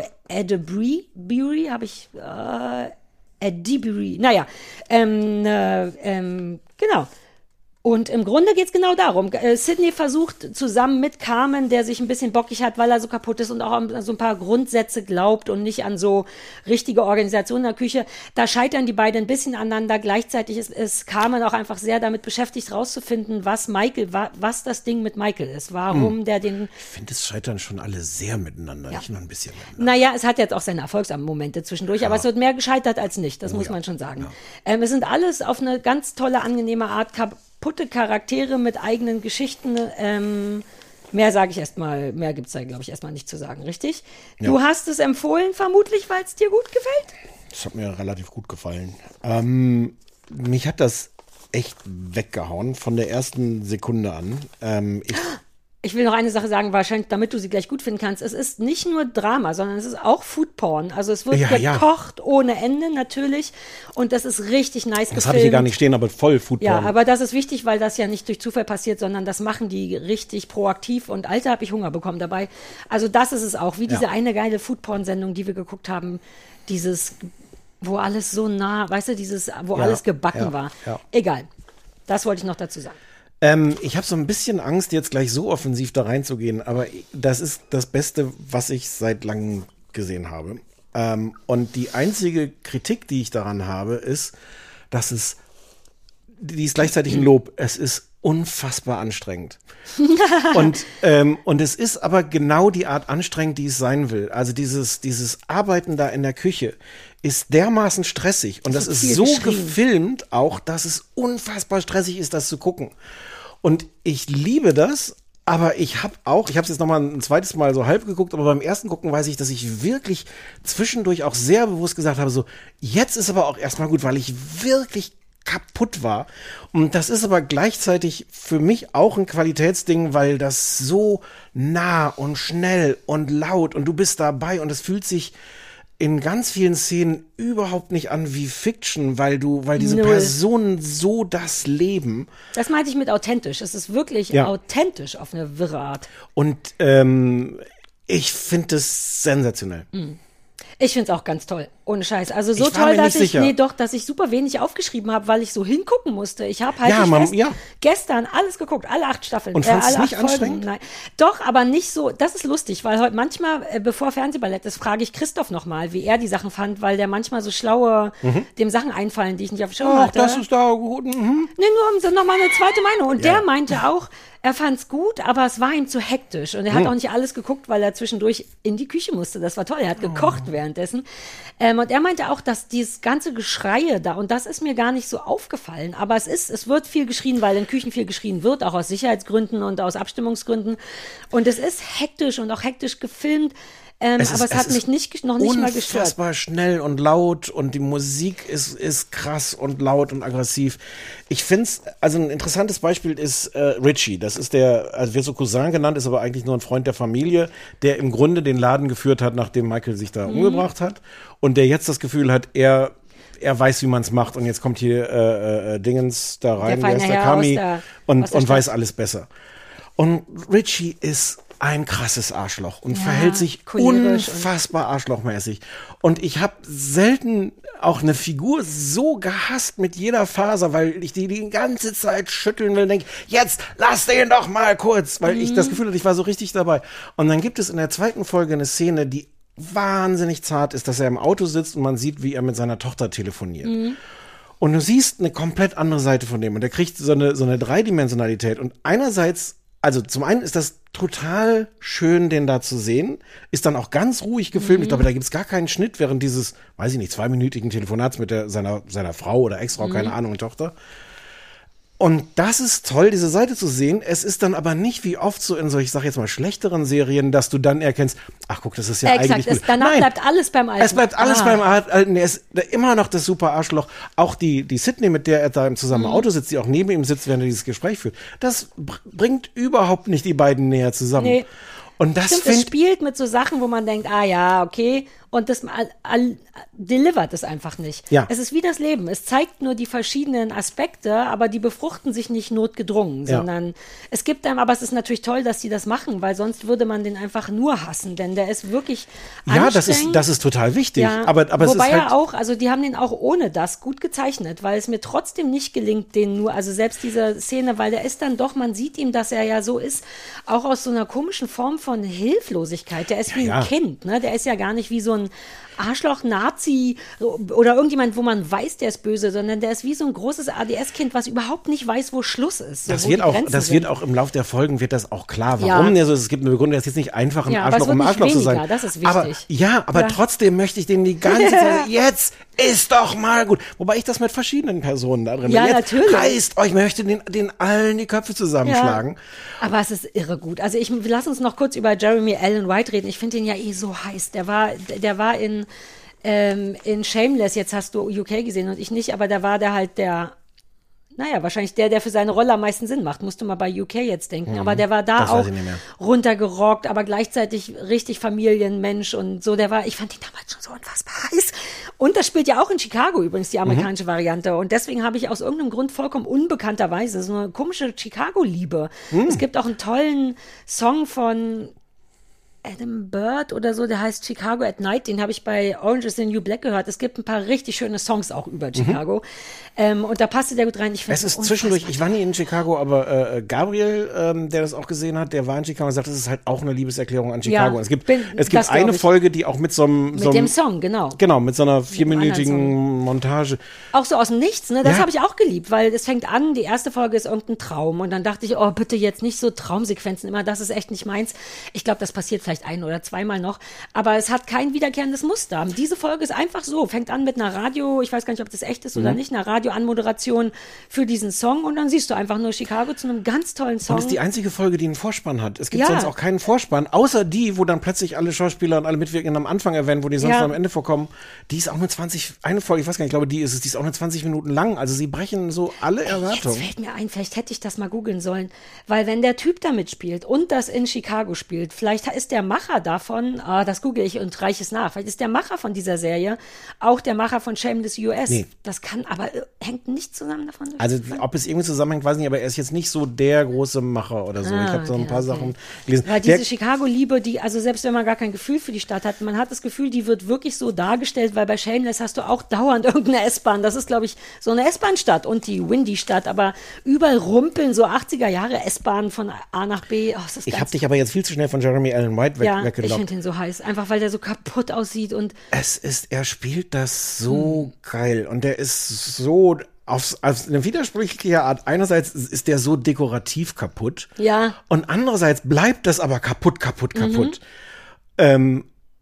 A: Edebiri, habe ich, äh, Edebiri, naja, ähm, äh, ähm, genau. Und im Grunde geht's genau darum. Äh, Sydney versucht zusammen mit Carmen, der sich ein bisschen bockig hat, weil er so kaputt ist und auch an so ein paar Grundsätze glaubt und nicht an so richtige Organisation in der Küche. Da scheitern die beiden ein bisschen aneinander. Gleichzeitig ist, ist Carmen auch einfach sehr damit beschäftigt, rauszufinden, was Michael, wa, was das Ding mit Michael ist. Warum
B: Hm.
A: der den.
B: Ich finde, es scheitern schon alle sehr miteinander,
A: Ja.
B: nicht nur ein bisschen miteinander.
A: Naja, es hat jetzt auch seine Erfolgsmomente zwischendurch, aber es wird mehr gescheitert als nicht, das
B: Oh
A: muss
B: ja.
A: man schon sagen. Ähm, es sind alles auf eine ganz tolle, angenehme Art kaputte Charaktere mit eigenen Geschichten. Ähm, mehr sage ich erstmal, mehr gibt es da, glaube ich, erstmal nicht zu sagen, richtig?
B: Ja.
A: Du hast es empfohlen, vermutlich, weil es dir gut gefällt?
B: Das hat mir relativ gut gefallen. Ähm, mich hat das echt weggehauen von der ersten Sekunde an. Ähm, ich
A: Ich will noch eine Sache sagen, wahrscheinlich, damit du sie gleich gut finden kannst. Es ist nicht nur Drama, sondern es ist auch Foodporn. Also es wird
B: Ja, ja.
A: gekocht ohne Ende natürlich, und das ist richtig nice gefilmt.
B: das habe ich hier gar nicht stehen, aber voll Foodporn.
A: Ja, aber das ist wichtig, weil das ja nicht durch Zufall passiert, sondern das machen die richtig proaktiv, und Alter, habe ich Hunger bekommen dabei. Also das ist es auch, wie diese
B: Ja.
A: eine geile Foodporn-Sendung, die wir geguckt haben, dieses, wo alles so nah, weißt du, dieses, wo
B: Ja,
A: alles gebacken
B: ja,
A: war.
B: ja.
A: Egal, das wollte ich noch dazu sagen.
B: Ähm, ich habe so ein bisschen Angst, jetzt gleich so offensiv da reinzugehen, aber das ist das Beste, was ich seit langem gesehen habe. Ähm, und die einzige Kritik, die ich daran habe, ist, dass es, die ist gleichzeitig ein Lob, es ist unfassbar anstrengend. und, ähm, und es ist aber genau die Art anstrengend, die es sein will. Also dieses, dieses Arbeiten da in der Küche ist dermaßen stressig, und das,
A: Das
B: ist
A: wird
B: so
A: viel geschrien.
B: gefilmt auch, dass es unfassbar stressig ist, das zu gucken. Und ich liebe das, Aber ich habe auch, ich habe es jetzt nochmal ein zweites Mal so halb geguckt, aber beim ersten Gucken weiß ich, dass ich wirklich zwischendurch auch sehr bewusst gesagt habe, so, jetzt ist aber auch erstmal gut, weil ich wirklich kaputt war. Und das ist aber gleichzeitig für mich auch ein Qualitätsding, weil das so nah und schnell und laut und du bist dabei und es fühlt sich in ganz vielen Szenen überhaupt nicht an wie Fiction, weil du, weil diese
A: Null.
B: Personen so das leben.
A: Das meinte ich mit authentisch. Es ist wirklich
B: Ja.
A: authentisch auf eine wirre Art.
B: Und ähm, ich finde es sensationell.
A: Ich finde es auch ganz toll. Ohne Scheiß. Also so
B: Ich war
A: toll,
B: mir
A: dass
B: nicht
A: ich,
B: sicher.
A: nee, doch, dass ich super wenig aufgeschrieben habe, weil ich so hingucken musste. Ich habe halt
B: Ja,
A: nicht
B: man-
A: fest,
B: ja.
A: gestern alles geguckt, alle acht Staffeln.
B: Und fandst
A: alle
B: es nicht
A: acht Folgen.
B: anstrengend?
A: Nein. Doch, aber nicht so, das ist lustig, weil heute manchmal, äh, bevor Fernsehballett ist, frage ich Christoph nochmal, wie er die Sachen fand, weil der manchmal so schlaue, dem Sachen einfallen, die ich nicht auf dem Schirm
B: Ach,
A: hatte.
B: das ist da gut. Mhm.
A: Nee, nur um so nochmal eine zweite Meinung. Und
B: Ja.
A: der meinte auch, er fand's gut, aber es war ihm zu hektisch. Und er hat
B: Hm.
A: auch nicht alles geguckt, weil er zwischendurch in die Küche musste. Das war toll. Er hat gekocht währenddessen. Ähm, und er meinte auch, dass dieses ganze Geschreie da, und das ist mir gar nicht so aufgefallen, aber es ist, es wird viel geschrien, weil in Küchen viel geschrien wird, auch aus Sicherheitsgründen und aus Abstimmungsgründen. Und es ist hektisch und auch hektisch gefilmt. Ähm,
B: Es ist-
A: aber es,
B: es
A: hat
B: ist
A: mich nicht, noch nicht mal gestört.
B: Unfassbar schnell und laut und die Musik ist, ist krass und laut und aggressiv. Ich find's, also ein interessantes Beispiel ist äh, Richie. Das ist der, also wird so Cousin genannt, ist aber eigentlich nur ein Freund der Familie, der im Grunde den Laden geführt hat, nachdem Michael sich da
A: Mhm.
B: umgebracht hat und der jetzt das Gefühl hat, er er weiß, wie man es macht und jetzt kommt hier äh, äh, Dingens da rein,
A: feine
B: der ist der
A: Herr aus
B: Kami
A: der-
B: und,
A: aus der
B: und
A: Stadt.
B: weiß alles besser. Und Richie ist ein krasses Arschloch und
A: Ja,
B: verhält sich
A: cholerisch und-
B: unfassbar arschlochmäßig. Und ich habe selten auch eine Figur so gehasst mit jeder Faser, weil ich die die ganze Zeit schütteln will und denke, jetzt lass den doch mal kurz, weil ich das Gefühl hatte, ich war so richtig dabei. Und dann gibt es in der zweiten Folge eine Szene, die wahnsinnig zart ist, dass er im Auto sitzt und man sieht, wie er mit seiner Tochter telefoniert. Und du siehst eine komplett andere Seite von dem. Und der kriegt so eine, so eine Dreidimensionalität. Und einerseits, also zum einen ist das total schön, den da zu sehen. Ist dann auch ganz ruhig gefilmt. Ich glaube, da gibt's gar keinen Schnitt während dieses, weiß ich nicht, zweiminütigen Telefonats mit der, seiner, seiner Frau oder Ex-Frau, keine Ahnung, Tochter. Und das ist toll, diese Seite zu sehen. Es ist dann aber nicht wie oft so in solch, ich sag jetzt mal, schlechteren Serien, dass du dann erkennst, ach guck, das ist ja
A: Exakt,
B: eigentlich
A: es,
B: gut.
A: danach
B: Nein,
A: bleibt alles beim Alten.
B: es bleibt alles
A: Ah.
B: beim Art- Alten. Er ist da immer noch das super Arschloch. Auch die, die Sydney, mit der er da im zusammen im Auto sitzt, die auch neben ihm sitzt, während er dieses Gespräch führt, das br- bringt überhaupt nicht die beiden näher zusammen.
A: Nee.
B: Und das
A: Stimmt, es
B: finde
A: spielt mit so Sachen, wo man denkt, ah ja, okay, und das all, all, delivert es einfach nicht.
B: Ja.
A: Es ist wie das Leben. Es zeigt nur die verschiedenen Aspekte, aber die befruchten sich nicht notgedrungen,
B: Ja.
A: sondern es gibt einem, aber es ist natürlich toll, dass die das machen, weil sonst würde man den einfach nur hassen, denn der ist wirklich
B: ja, das ist,
A: anstrengend.
B: das ist total wichtig.
A: Ja,
B: aber, aber es
A: wobei
B: ist halt,
A: er auch, also die haben den auch ohne das gut gezeichnet, weil es mir trotzdem nicht gelingt, den nur, also selbst diese Szene, weil der ist dann doch, man sieht ihm, dass er ja so ist, auch aus so einer komischen Form von Hilflosigkeit. Der ist wie
B: Ja,
A: ein
B: ja.
A: Kind, ne? Der ist ja gar nicht wie so ein Arschloch-Nazi oder irgendjemand, wo man weiß, der ist böse, sondern der ist wie so ein großes A D S-Kind, was überhaupt nicht weiß, wo Schluss ist. So,
B: das
A: wo
B: wird
A: die
B: auch,
A: Grenzen
B: das
A: sind.
B: wird auch im Lauf der Folgen wird das auch klar,
A: Ja.
B: warum der so ist. Es gibt eine Begründung, das ist jetzt nicht einfach ein
A: Ja, aber es
B: Arschloch,
A: wird
B: um
A: nicht
B: Arschloch zu sein.
A: weniger, das ist
B: Aber,
A: wichtig.
B: ja, aber
A: Ja.
B: trotzdem möchte ich den die ganze Zeit, jetzt ist doch mal gut. Wobei ich das mit verschiedenen Personen da drin
A: Ja,
B: bin. Jetzt
A: natürlich.
B: reißt euch, möchte den, den allen die Köpfe zusammenschlagen.
A: Ja, aber es ist irre gut. Also ich lass uns noch kurz über Jeremy Allen White reden. Ich finde ihn ja eh so heiß. Der war, der war in, ähm, in Shameless, jetzt hast du U K gesehen und ich nicht, aber da war der halt der, naja, wahrscheinlich der, der für seine Rolle am meisten Sinn macht. Musst du mal bei U K jetzt denken.
B: Mhm.
A: Aber der war da
B: Das weiß
A: auch
B: ich nicht mehr.
A: runtergerockt, aber gleichzeitig richtig Familienmensch und so. Der war, ich fand ihn damals schon so unfassbar heiß. Und das spielt ja auch in Chicago übrigens, die amerikanische
B: Mhm.
A: Variante. Und deswegen habe ich aus irgendeinem Grund vollkommen unbekannterweise so eine komische Chicago-Liebe.
B: Mhm.
A: Es gibt auch einen tollen Song von Adam Bird oder so, der heißt Chicago at Night, den habe ich bei Orange is the New Black gehört. Es gibt ein paar richtig schöne Songs auch über Chicago. Ähm, und da passte der gut rein. Ich finde
B: Es ist zwischendurch, ich war nie in Chicago, aber äh, Gabriel, ähm, der das auch gesehen hat, der war in Chicago und sagt, das ist halt auch eine Liebeserklärung an Chicago.
A: Ja,
B: es gibt,
A: bin-
B: es
A: das
B: gibt
A: glaub
B: eine
A: ich.
B: Folge, die auch mit so einem,
A: mit
B: so
A: dem
B: einem
A: Song, genau.
B: genau, mit so einer
A: einem
B: vierminütigen
A: anderen
B: Montage.
A: Auch so aus dem Nichts, ne? Das
B: Ja.
A: habe ich auch geliebt, weil es fängt an, die erste Folge ist irgendein Traum und dann dachte ich, oh, bitte jetzt nicht so Traumsequenzen immer, das ist echt nicht meins. Ich glaube, das passiert vielleicht vielleicht ein oder zweimal noch, aber es hat kein wiederkehrendes Muster. Diese Folge ist einfach so, fängt an mit einer Radio, ich weiß gar nicht, ob das echt ist oder
B: Mhm.
A: nicht, einer Radioanmoderation für diesen Song und dann siehst du einfach nur Chicago zu einem ganz tollen Song.
B: Und das ist die einzige Folge, die einen Vorspann hat. Es gibt
A: Ja.
B: sonst auch keinen Vorspann, außer die, wo dann plötzlich alle Schauspieler und alle Mitwirkenden am Anfang erwähnen, wo die sonst
A: Ja.
B: noch am Ende vorkommen. Die ist auch nur zwanzig, eine Folge, ich weiß gar nicht, ich glaube, die ist es, die ist auch nur zwanzig Minuten lang. Also sie brechen so alle
A: Jetzt
B: Erwartungen.
A: fällt mir ein, vielleicht hätte ich das mal googeln sollen, weil wenn der Typ da mitspielt und das in Chicago spielt, vielleicht ist der Macher davon, ah, das google ich und reiche es nach, vielleicht ist der Macher von dieser Serie auch der Macher von Shameless U S.
B: Nee.
A: Das kann, aber äh, hängt nicht zusammen davon.
B: Also ob es irgendwie zusammenhängt, weiß ich nicht, aber er ist jetzt nicht so der große Macher oder so.
A: Ah,
B: ich habe so ein
A: okay,
B: paar
A: okay.
B: Sachen gelesen.
A: Weil
B: Der-
A: diese Chicago-Liebe, die, also selbst wenn man gar kein Gefühl für die Stadt hat, man hat das Gefühl, die wird wirklich so dargestellt, weil bei Shameless hast du auch dauernd irgendeine S-Bahn. Das ist, glaube ich, so eine S-Bahn-Stadt und die Windy-Stadt, aber überall rumpeln so achtziger Jahre S-Bahnen von A nach B. Oh, das ist
B: ich
A: ganz
B: habe dich aber jetzt viel zu schnell von Jeremy Allen White weg,
A: ja, ich
B: weggelockt.
A: finde ihn so heiß, einfach weil der so kaputt aussieht und
B: Es ist, er spielt das so geil und der ist so auf, auf eine widersprüchliche Art. Einerseits ist der so dekorativ kaputt
A: ja.
B: und andererseits bleibt das aber kaputt, kaputt,
A: Mhm.
B: kaputt. Ähm,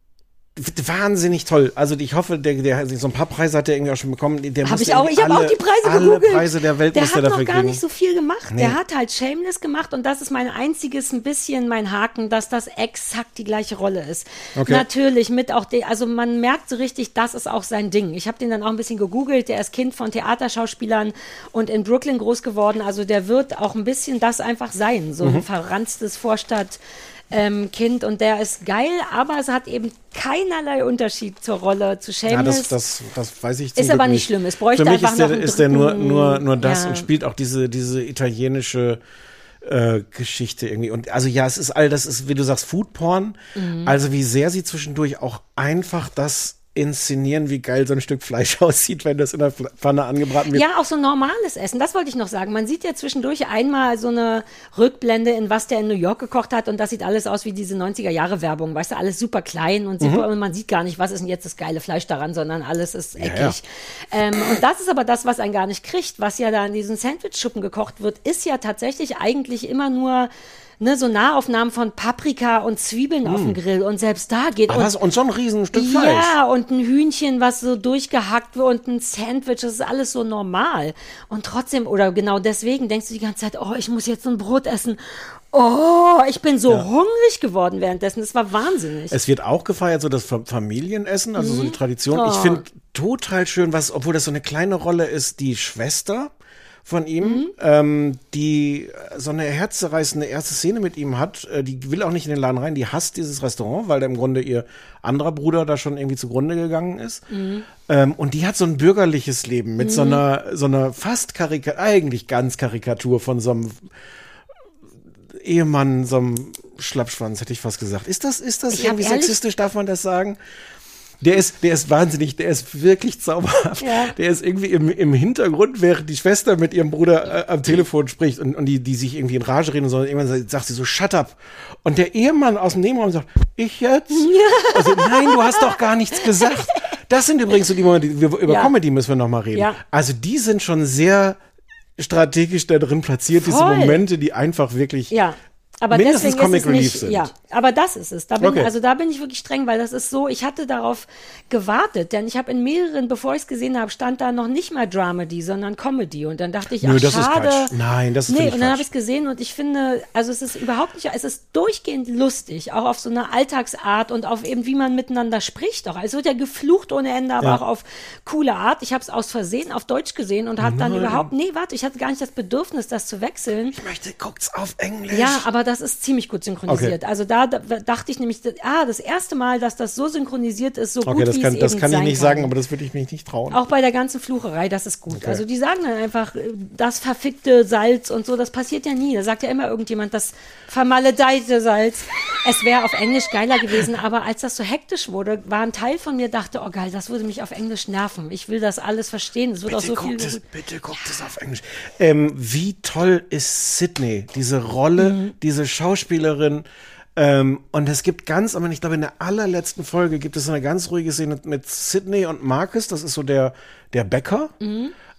B: wahnsinnig toll. Also ich hoffe, der, der so ein paar Preise hat er irgendwie auch schon bekommen. Der
A: Habe
B: musste
A: ich auch, ich
B: irgendwie
A: habe auch
B: alle-
A: die Preise
B: alle
A: gegoogelt.
B: Preise der Welt
A: der
B: musste
A: hat
B: er
A: noch
B: dafür
A: gar
B: kriegen.
A: nicht so viel gemacht.
B: Nee.
A: Der hat halt Shameless gemacht und das ist mein einziges ein bisschen mein Haken, dass das exakt die gleiche Rolle ist.
B: Okay.
A: Natürlich mit auch de, also man merkt so richtig, das ist auch sein Ding. Ich habe den dann auch ein bisschen gegoogelt. Der ist Kind von Theaterschauspielern und in Brooklyn groß geworden. Also der wird auch ein bisschen das einfach sein, so
B: Mhm.
A: ein verranztes Vorstadt. Ähm, Kind und der ist geil, aber es hat eben keinerlei Unterschied zur Rolle zu
B: Ja,
A: Shameless.
B: das, das, das weiß ich zum
A: Ist
B: Glück
A: aber nicht schlimm. Es bräuchte
B: Für mich
A: einfach
B: ist der,
A: noch einen
B: ist der nur,
A: dritten-
B: nur, nur das
A: ja.
B: und spielt auch diese, diese italienische äh, Geschichte irgendwie. Und also ja, es ist all das ist, wie du sagst, Foodporn.
A: Mhm.
B: Also wie sehr sie zwischendurch auch einfach das inszenieren, wie geil so ein Stück Fleisch aussieht, wenn das in der Pfanne angebraten wird.
A: Ja, auch so normales Essen, das wollte ich noch sagen. Man sieht ja zwischendurch einmal so eine Rückblende, in was der in New York gekocht hat und das sieht alles aus wie diese neunziger-Jahre-Werbung, weißt du, alles super klein und, super,
B: Mhm.
A: und man sieht gar nicht, was ist denn jetzt das geile Fleisch daran, sondern alles ist
B: Ja,
A: eckig. Ähm, und das ist aber das, was einen gar nicht kriegt. Was ja da in diesen Sandwich-Schuppen gekocht wird, ist ja tatsächlich eigentlich immer nur ne, so Nahaufnahmen von Paprika und Zwiebeln auf dem Grill und selbst da geht
B: Aber was, und so ein Riesenstück Fleisch.
A: ja, und ein Hühnchen, was so durchgehackt wird und ein Sandwich, das ist alles so normal. Und trotzdem, oder genau deswegen denkst du die ganze Zeit, oh, ich muss jetzt so ein Brot essen. Oh, ich bin so
B: Ja.
A: hungrig geworden währenddessen. Das war wahnsinnig.
B: Es wird auch gefeiert, so das Fa- Familienessen, also so die Tradition.
A: Oh.
B: Ich finde total schön, was, obwohl das so eine kleine Rolle ist, die Schwester von ihm,
A: Mhm.
B: ähm, die so eine herzzerreißende erste Szene mit ihm hat. Äh, die will auch nicht in den Laden rein, die hasst dieses Restaurant, weil da im Grunde ihr anderer Bruder da schon irgendwie zugrunde gegangen ist.
A: Mhm.
B: Ähm, und die hat so ein bürgerliches Leben mit so
A: Mhm.
B: einer, so einer fast Karikatur, eigentlich ganz Karikatur von so einem Ehemann, so einem Schlappschwanz, hätte ich fast gesagt. Ist das, ist das
A: Ich hab
B: irgendwie
A: ehrlich-
B: sexistisch, darf man das sagen? Der ist, der ist wahnsinnig, der ist wirklich zauberhaft.
A: Ja.
B: Der ist irgendwie im, im Hintergrund, während die Schwester mit ihrem Bruder äh, am Telefon spricht und, und die, die sich irgendwie in Rage reden, sondern irgendwann sagt sie so, shut up. Und der Ehemann aus dem Nebenraum sagt, ich jetzt?
A: Ja.
B: Also, nein, du hast doch gar nichts gesagt. Das sind übrigens so die Momente, die wir, über
A: Ja.
B: Comedy müssen wir noch mal reden.
A: Ja.
B: Also die sind schon sehr strategisch da drin platziert, diese
A: Voll.
B: Momente, die einfach wirklich
A: Ja. Aber
B: mindestens
A: deswegen
B: Comic
A: ist es
B: Relief
A: nicht,
B: sind.
A: ja, aber das ist es. Da bin,
B: Okay.
A: Also da bin ich wirklich streng, weil das ist so, ich hatte darauf gewartet, denn ich habe in mehreren, bevor ich es gesehen habe, stand da noch nicht mal Dramedy, sondern Comedy und dann dachte ich,
B: Nö,
A: ach
B: das ist
A: schade.
B: Quatsch. Nein, das ist
A: Nee,
B: finde ich
A: und dann habe
B: Quatsch.
A: ich es gesehen und ich finde, also es ist überhaupt nicht, es ist durchgehend lustig, auch auf so eine Alltagsart und auf eben, wie man miteinander spricht auch. Es wird ja geflucht ohne Ende, aber
B: Ja.
A: auch auf coole Art. Ich habe es aus Versehen auf Deutsch gesehen und habe dann
B: Nein.
A: überhaupt, nee, warte, ich hatte gar nicht das Bedürfnis, das zu wechseln.
B: Ich möchte, guckt's auf Englisch.
A: Ja, aber das ist ziemlich gut synchronisiert.
B: Okay.
A: Also da, da dachte ich nämlich, ah, das erste Mal, dass das so synchronisiert ist, so
B: Okay,
A: gut
B: das
A: wie
B: kann,
A: es
B: das
A: eben
B: kann ich
A: sein
B: nicht
A: kann.
B: sagen, aber das würde ich mich nicht trauen.
A: Auch bei der ganzen Flucherei, das ist gut.
B: Okay.
A: Also die sagen dann einfach, äh, das verfickte Salz und so, das passiert ja nie. Da sagt ja immer irgendjemand, das vermaledeite Salz. Es wäre auf Englisch geiler gewesen, aber als das so hektisch wurde, war ein Teil von mir, dachte, oh geil, das würde mich auf Englisch nerven. Ich will das alles verstehen. Es wird
B: Bitte
A: auch so
B: guckt
A: viel...
B: es, bitte guckt es auf Englisch. Ähm, wie toll ist Sydney, diese Rolle,
A: Mhm.
B: diese Schauspielerin. Ähm, und es gibt ganz, aber ich glaube, in der allerletzten Folge gibt es eine ganz ruhige Szene mit Sydney und Marcus. Das ist so der, der Bäcker.
A: Mhm.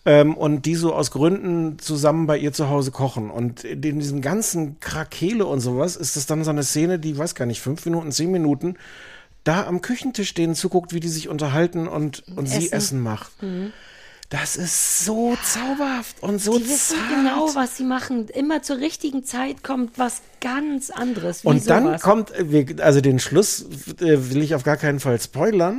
B: ähm, und die so aus Gründen zusammen bei ihr zu Hause kochen. Und in diesem ganzen Krakele und sowas ist das dann so eine Szene, die, weiß gar nicht, fünf Minuten, zehn Minuten da am Küchentisch denen zuguckt, wie die sich unterhalten und, und sie Essen macht.
A: Mhm.
B: Das ist so zauberhaft und so
A: Die wissen
B: zart.
A: genau, was sie machen. Immer zur richtigen Zeit kommt was ganz anderes. Wie
B: Und dann
A: sowas.
B: kommt, also den Schluss äh, will ich auf gar keinen Fall spoilern,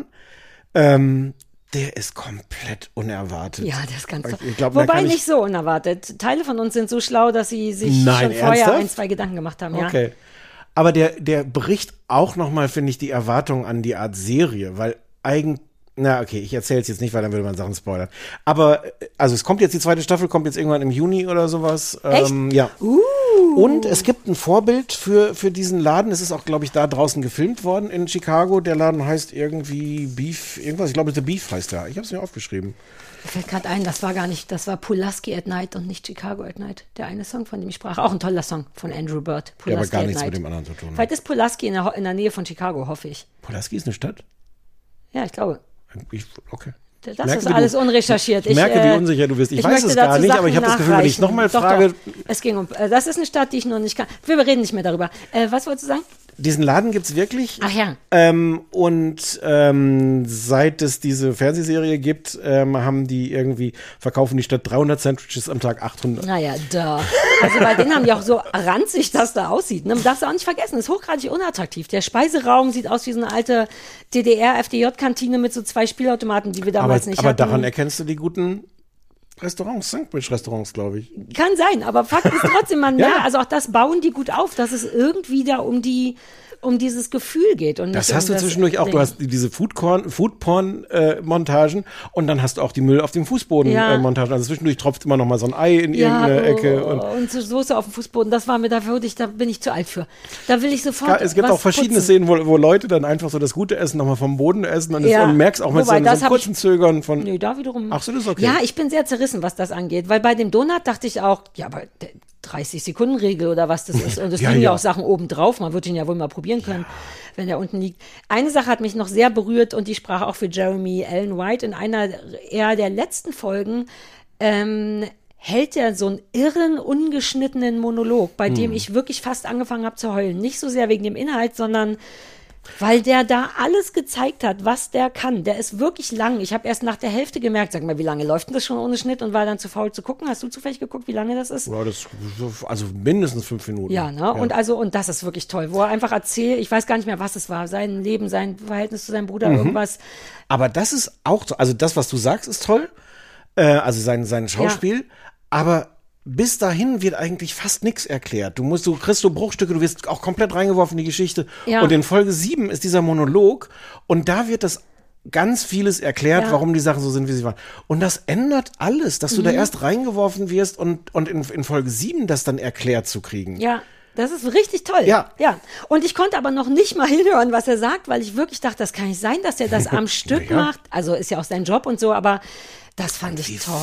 B: ähm, der ist komplett unerwartet.
A: Ja, das ist ganz toll.
B: Ich glaub, da
A: Wobei
B: kann ich-
A: nicht so unerwartet. Teile von uns sind so schlau, dass sie sich
B: Nein,
A: schon vorher
B: ernsthaft?
A: ein, zwei Gedanken gemacht haben. Ja.
B: Okay. Aber der, der bricht auch nochmal, finde ich, die Erwartung an die Art Serie, weil eigentlich, na okay, ich erzähle es jetzt nicht, weil dann würde man Sachen spoilern. Aber, äh, also es kommt jetzt, die zweite Staffel kommt jetzt irgendwann im Juni oder sowas.
A: Echt?
B: Ähm, ja.
A: Uh.
B: Und es gibt ein Vorbild für, für diesen Laden. Es ist auch, glaube ich, da draußen gefilmt worden in Chicago. Der Laden heißt irgendwie Beef, irgendwas. Ich glaube, The Beef heißt der. Ich habe es mir aufgeschrieben.
A: Mir fällt gerade ein, das war gar nicht, das war Pulaski at Night und nicht Chicago at Night. Der eine Song, von dem ich sprach. Auch ein toller Song von Andrew Bird.
B: Der aber
A: Pulaski
B: gar
A: at
B: nichts
A: Night.
B: mit dem anderen zu tun hat.
A: Vielleicht ist Pulaski in der, in der Nähe von Chicago, hoffe ich.
B: Pulaski ist eine Stadt?
A: Ja, ich glaube.
B: Ich, okay.
A: Das
B: merke,
A: ist
B: wie
A: alles
B: du-
A: unrecherchiert.
B: Ich merke,
A: äh,
B: wie unsicher du bist. Ich, weiß
A: möchte
B: es gar
A: dazu
B: nicht, aber
A: Sachen
B: ich habe das Gefühl, wenn ich
A: nachreichen.
B: nochmal
A: Doch,
B: frage,
A: Doch. Es ging um, äh, das ist eine Stadt, die ich noch nicht kann. Wir reden nicht mehr darüber. Äh, was wolltest du sagen?
B: diesen Laden gibt's wirklich.
A: Ach ja.
B: Ähm, und ähm, seit es diese Fernsehserie gibt, ähm, haben die irgendwie, verkaufen die statt dreihundert Sandwiches am Tag achthundert.
A: Naja, da. Also bei denen haben die auch so ranzig, das da aussieht. Ne? Darfst du auch nicht vergessen, ist hochgradig unattraktiv. Der Speiseraum sieht aus wie so eine alte D D R-F D J-Kantine mit so zwei Spielautomaten, die wir
B: Aber,
A: damals nicht
B: aber
A: hatten.
B: daran erkennst du die guten Restaurants, Sandwich-Restaurants, glaube ich.
A: Kann sein, aber Fakt ist trotzdem, man
B: Ja.
A: merkt, also auch das bauen die gut auf, dass es irgendwie da um die, um dieses Gefühl geht. Und
B: Das
A: nicht
B: hast
A: um
B: du zwischendurch auch. Du
A: Ding.
B: hast diese Foodcorn- Foodporn-Montagen und dann hast du auch die Müll auf dem
A: Ja.
B: Fußboden-Montagen. Also zwischendurch tropft immer noch mal so ein Ei in
A: Ja,
B: irgendeine Ecke.
A: oh,
B: Und
A: und so Soße auf dem Fußboden, das war mir da wirklich, da bin ich zu alt für. Da will ich sofort
B: es gibt
A: was
B: auch verschiedene
A: putzen.
B: Szenen, wo, wo Leute dann einfach so das gute Essen nochmal vom Boden essen und,
A: Ja.
B: es, und merkst auch mit so,
A: Wobei,
B: einem-
A: das
B: so einem
A: hab ich-
B: kurzen Zögern von.
A: Nee, da wiederum.
B: Ach so, das ist okay.
A: Ja, ich bin sehr zerrissen, was das angeht, weil bei dem Donut dachte ich auch, ja, aber der dreißig-Sekunden-Regel oder was das ist. Und es
B: Ja,
A: liegen ja
B: ja.
A: auch Sachen oben drauf. Man wird ihn ja wohl mal probieren können, wenn er unten liegt. Eine Sache hat mich noch sehr berührt und die sprach auch für Jeremy Allen White. In einer eher der letzten Folgen ähm, hält er so einen irren, ungeschnittenen Monolog, bei dem
B: Hm.
A: ich wirklich fast angefangen habe zu heulen. Nicht so sehr wegen dem Inhalt, sondern weil der da alles gezeigt hat, was der kann. Der ist wirklich lang. Ich habe erst nach der Hälfte gemerkt, sag mal, wie lange läuft denn das schon ohne Schnitt und war dann zu faul zu gucken. Hast du zufällig geguckt, wie lange das ist?
B: Ja, das, also mindestens fünf Minuten.
A: Ja, ne? Und also, und das ist wirklich toll, wo er einfach erzählt, ich weiß gar nicht mehr, was es war, sein Leben, sein Verhältnis zu seinem Bruder,
B: Mhm.
A: irgendwas.
B: Aber das ist auch, so- also das, was du sagst, ist toll. Äh, also sein, sein Schauspiel. Aber bis dahin wird eigentlich fast nichts erklärt. Du musst, du kriegst so Bruchstücke, du wirst auch komplett reingeworfen in die Geschichte.
A: Ja.
B: Und in Folge sieben ist dieser Monolog und da wird das ganz vieles erklärt,
A: Ja.
B: warum die Sachen so sind, wie sie waren. Und das ändert alles, dass du da
A: Mhm.
B: erst reingeworfen wirst und, und in, in Folge sieben das dann erklärt zu kriegen.
A: Ja. Das ist richtig toll.
B: Ja.
A: Ja. Und ich konnte aber noch nicht mal hinhören, was er sagt, weil ich wirklich dachte, das kann nicht sein, dass er das am Stück
B: Ja.
A: macht. Also ist ja auch sein Job und so, aber das fand ich toll.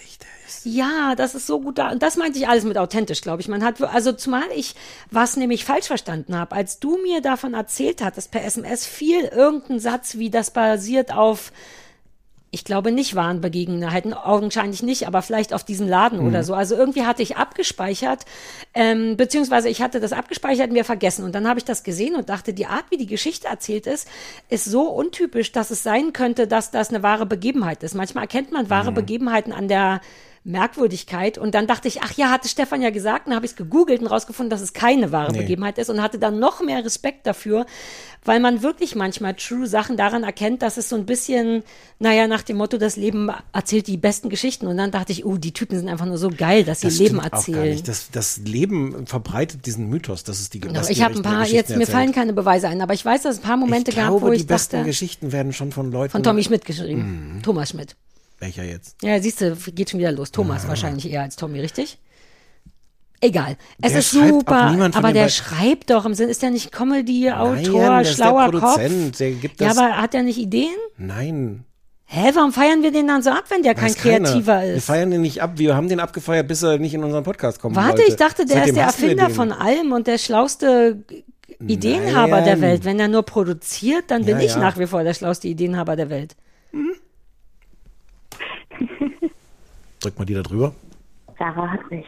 A: Ja, das ist so gut da. Und das meinte ich alles mit authentisch, glaube ich. Man hat, also zumal ich was nämlich falsch verstanden habe, als du mir davon erzählt hattest per S M S, fiel irgendein Satz, wie das basiert auf, ich glaube nicht wahren Begebenheiten, augenscheinlich nicht, aber vielleicht auf diesen Laden
L: Mhm.
A: oder so. Also irgendwie hatte ich abgespeichert, ähm, beziehungsweise ich hatte das abgespeichert und mir vergessen. Und dann habe ich das gesehen und dachte, die Art, wie die Geschichte erzählt ist, ist so untypisch, dass es sein könnte, dass das eine wahre Begebenheit ist. Manchmal erkennt man wahre
L: Mhm.
A: Begebenheiten an der Merkwürdigkeit. Und dann dachte ich, ach ja, hatte Stefan ja gesagt, und habe ich es gegoogelt und rausgefunden, dass es keine wahre
B: Nee.
A: Begebenheit ist und hatte dann noch mehr Respekt dafür, weil man wirklich manchmal true Sachen daran erkennt, dass es so ein bisschen, naja, nach dem Motto, das Leben erzählt die besten Geschichten. Und dann dachte ich, oh, die Typen sind einfach nur so geil, dass sie
B: Das
A: Leben
B: stimmt auch gar
A: erzählen.
B: nicht. Das, das Leben verbreitet diesen Mythos, dass es die
A: Genau,
B: besten
A: ich habe ein paar,
B: Geschichten
A: jetzt, mir
B: erzählt.
A: fallen keine Beweise ein, aber ich weiß, dass es ein paar Momente
B: ich
A: gab,
B: glaube,
A: wo
B: die
A: ich
B: besten
A: dachte,
B: Geschichten werden schon von Leuten.
A: von Tommy Schmidt geschrieben.
B: Mhm.
A: Thomas Schmidt.
B: Welcher jetzt?
A: Ja, siehst du, geht schon wieder los. Thomas wahrscheinlich eher als Tommy, richtig? Egal. Es
B: Der
A: ist
B: schreibt auch
A: super,
B: niemand von
A: aber
B: den
A: der
B: beiden-
A: schreibt doch im Sinn, ist der nicht Comedy-Autor,
B: Nein, das ist der
A: schlauer
B: Produzent,
A: Kopf?
B: der gibt
A: Ja,
B: das-
A: aber hat er nicht Ideen?
B: Nein.
A: Hä, warum feiern wir den dann so ab, wenn der kein
B: Weiß keiner.
A: Kreativer
B: Wir
A: ist?
B: feiern den nicht ab. Wir haben den abgefeiert, bis er nicht in unseren Podcast kommen
A: Warte,
B: wollte.
A: ich dachte, der
B: Seitdem
A: ist der
B: hassen wir
A: Erfinder
B: den.
A: von allem und der schlauste Ideenhaber
B: Nein.
A: der Welt. Wenn er nur produziert, dann bin
B: Ja,
A: ich
B: ja.
A: nach wie vor der schlauste Ideenhaber der Welt.
B: Drück mal die da drüber.
J: Sarah hat recht.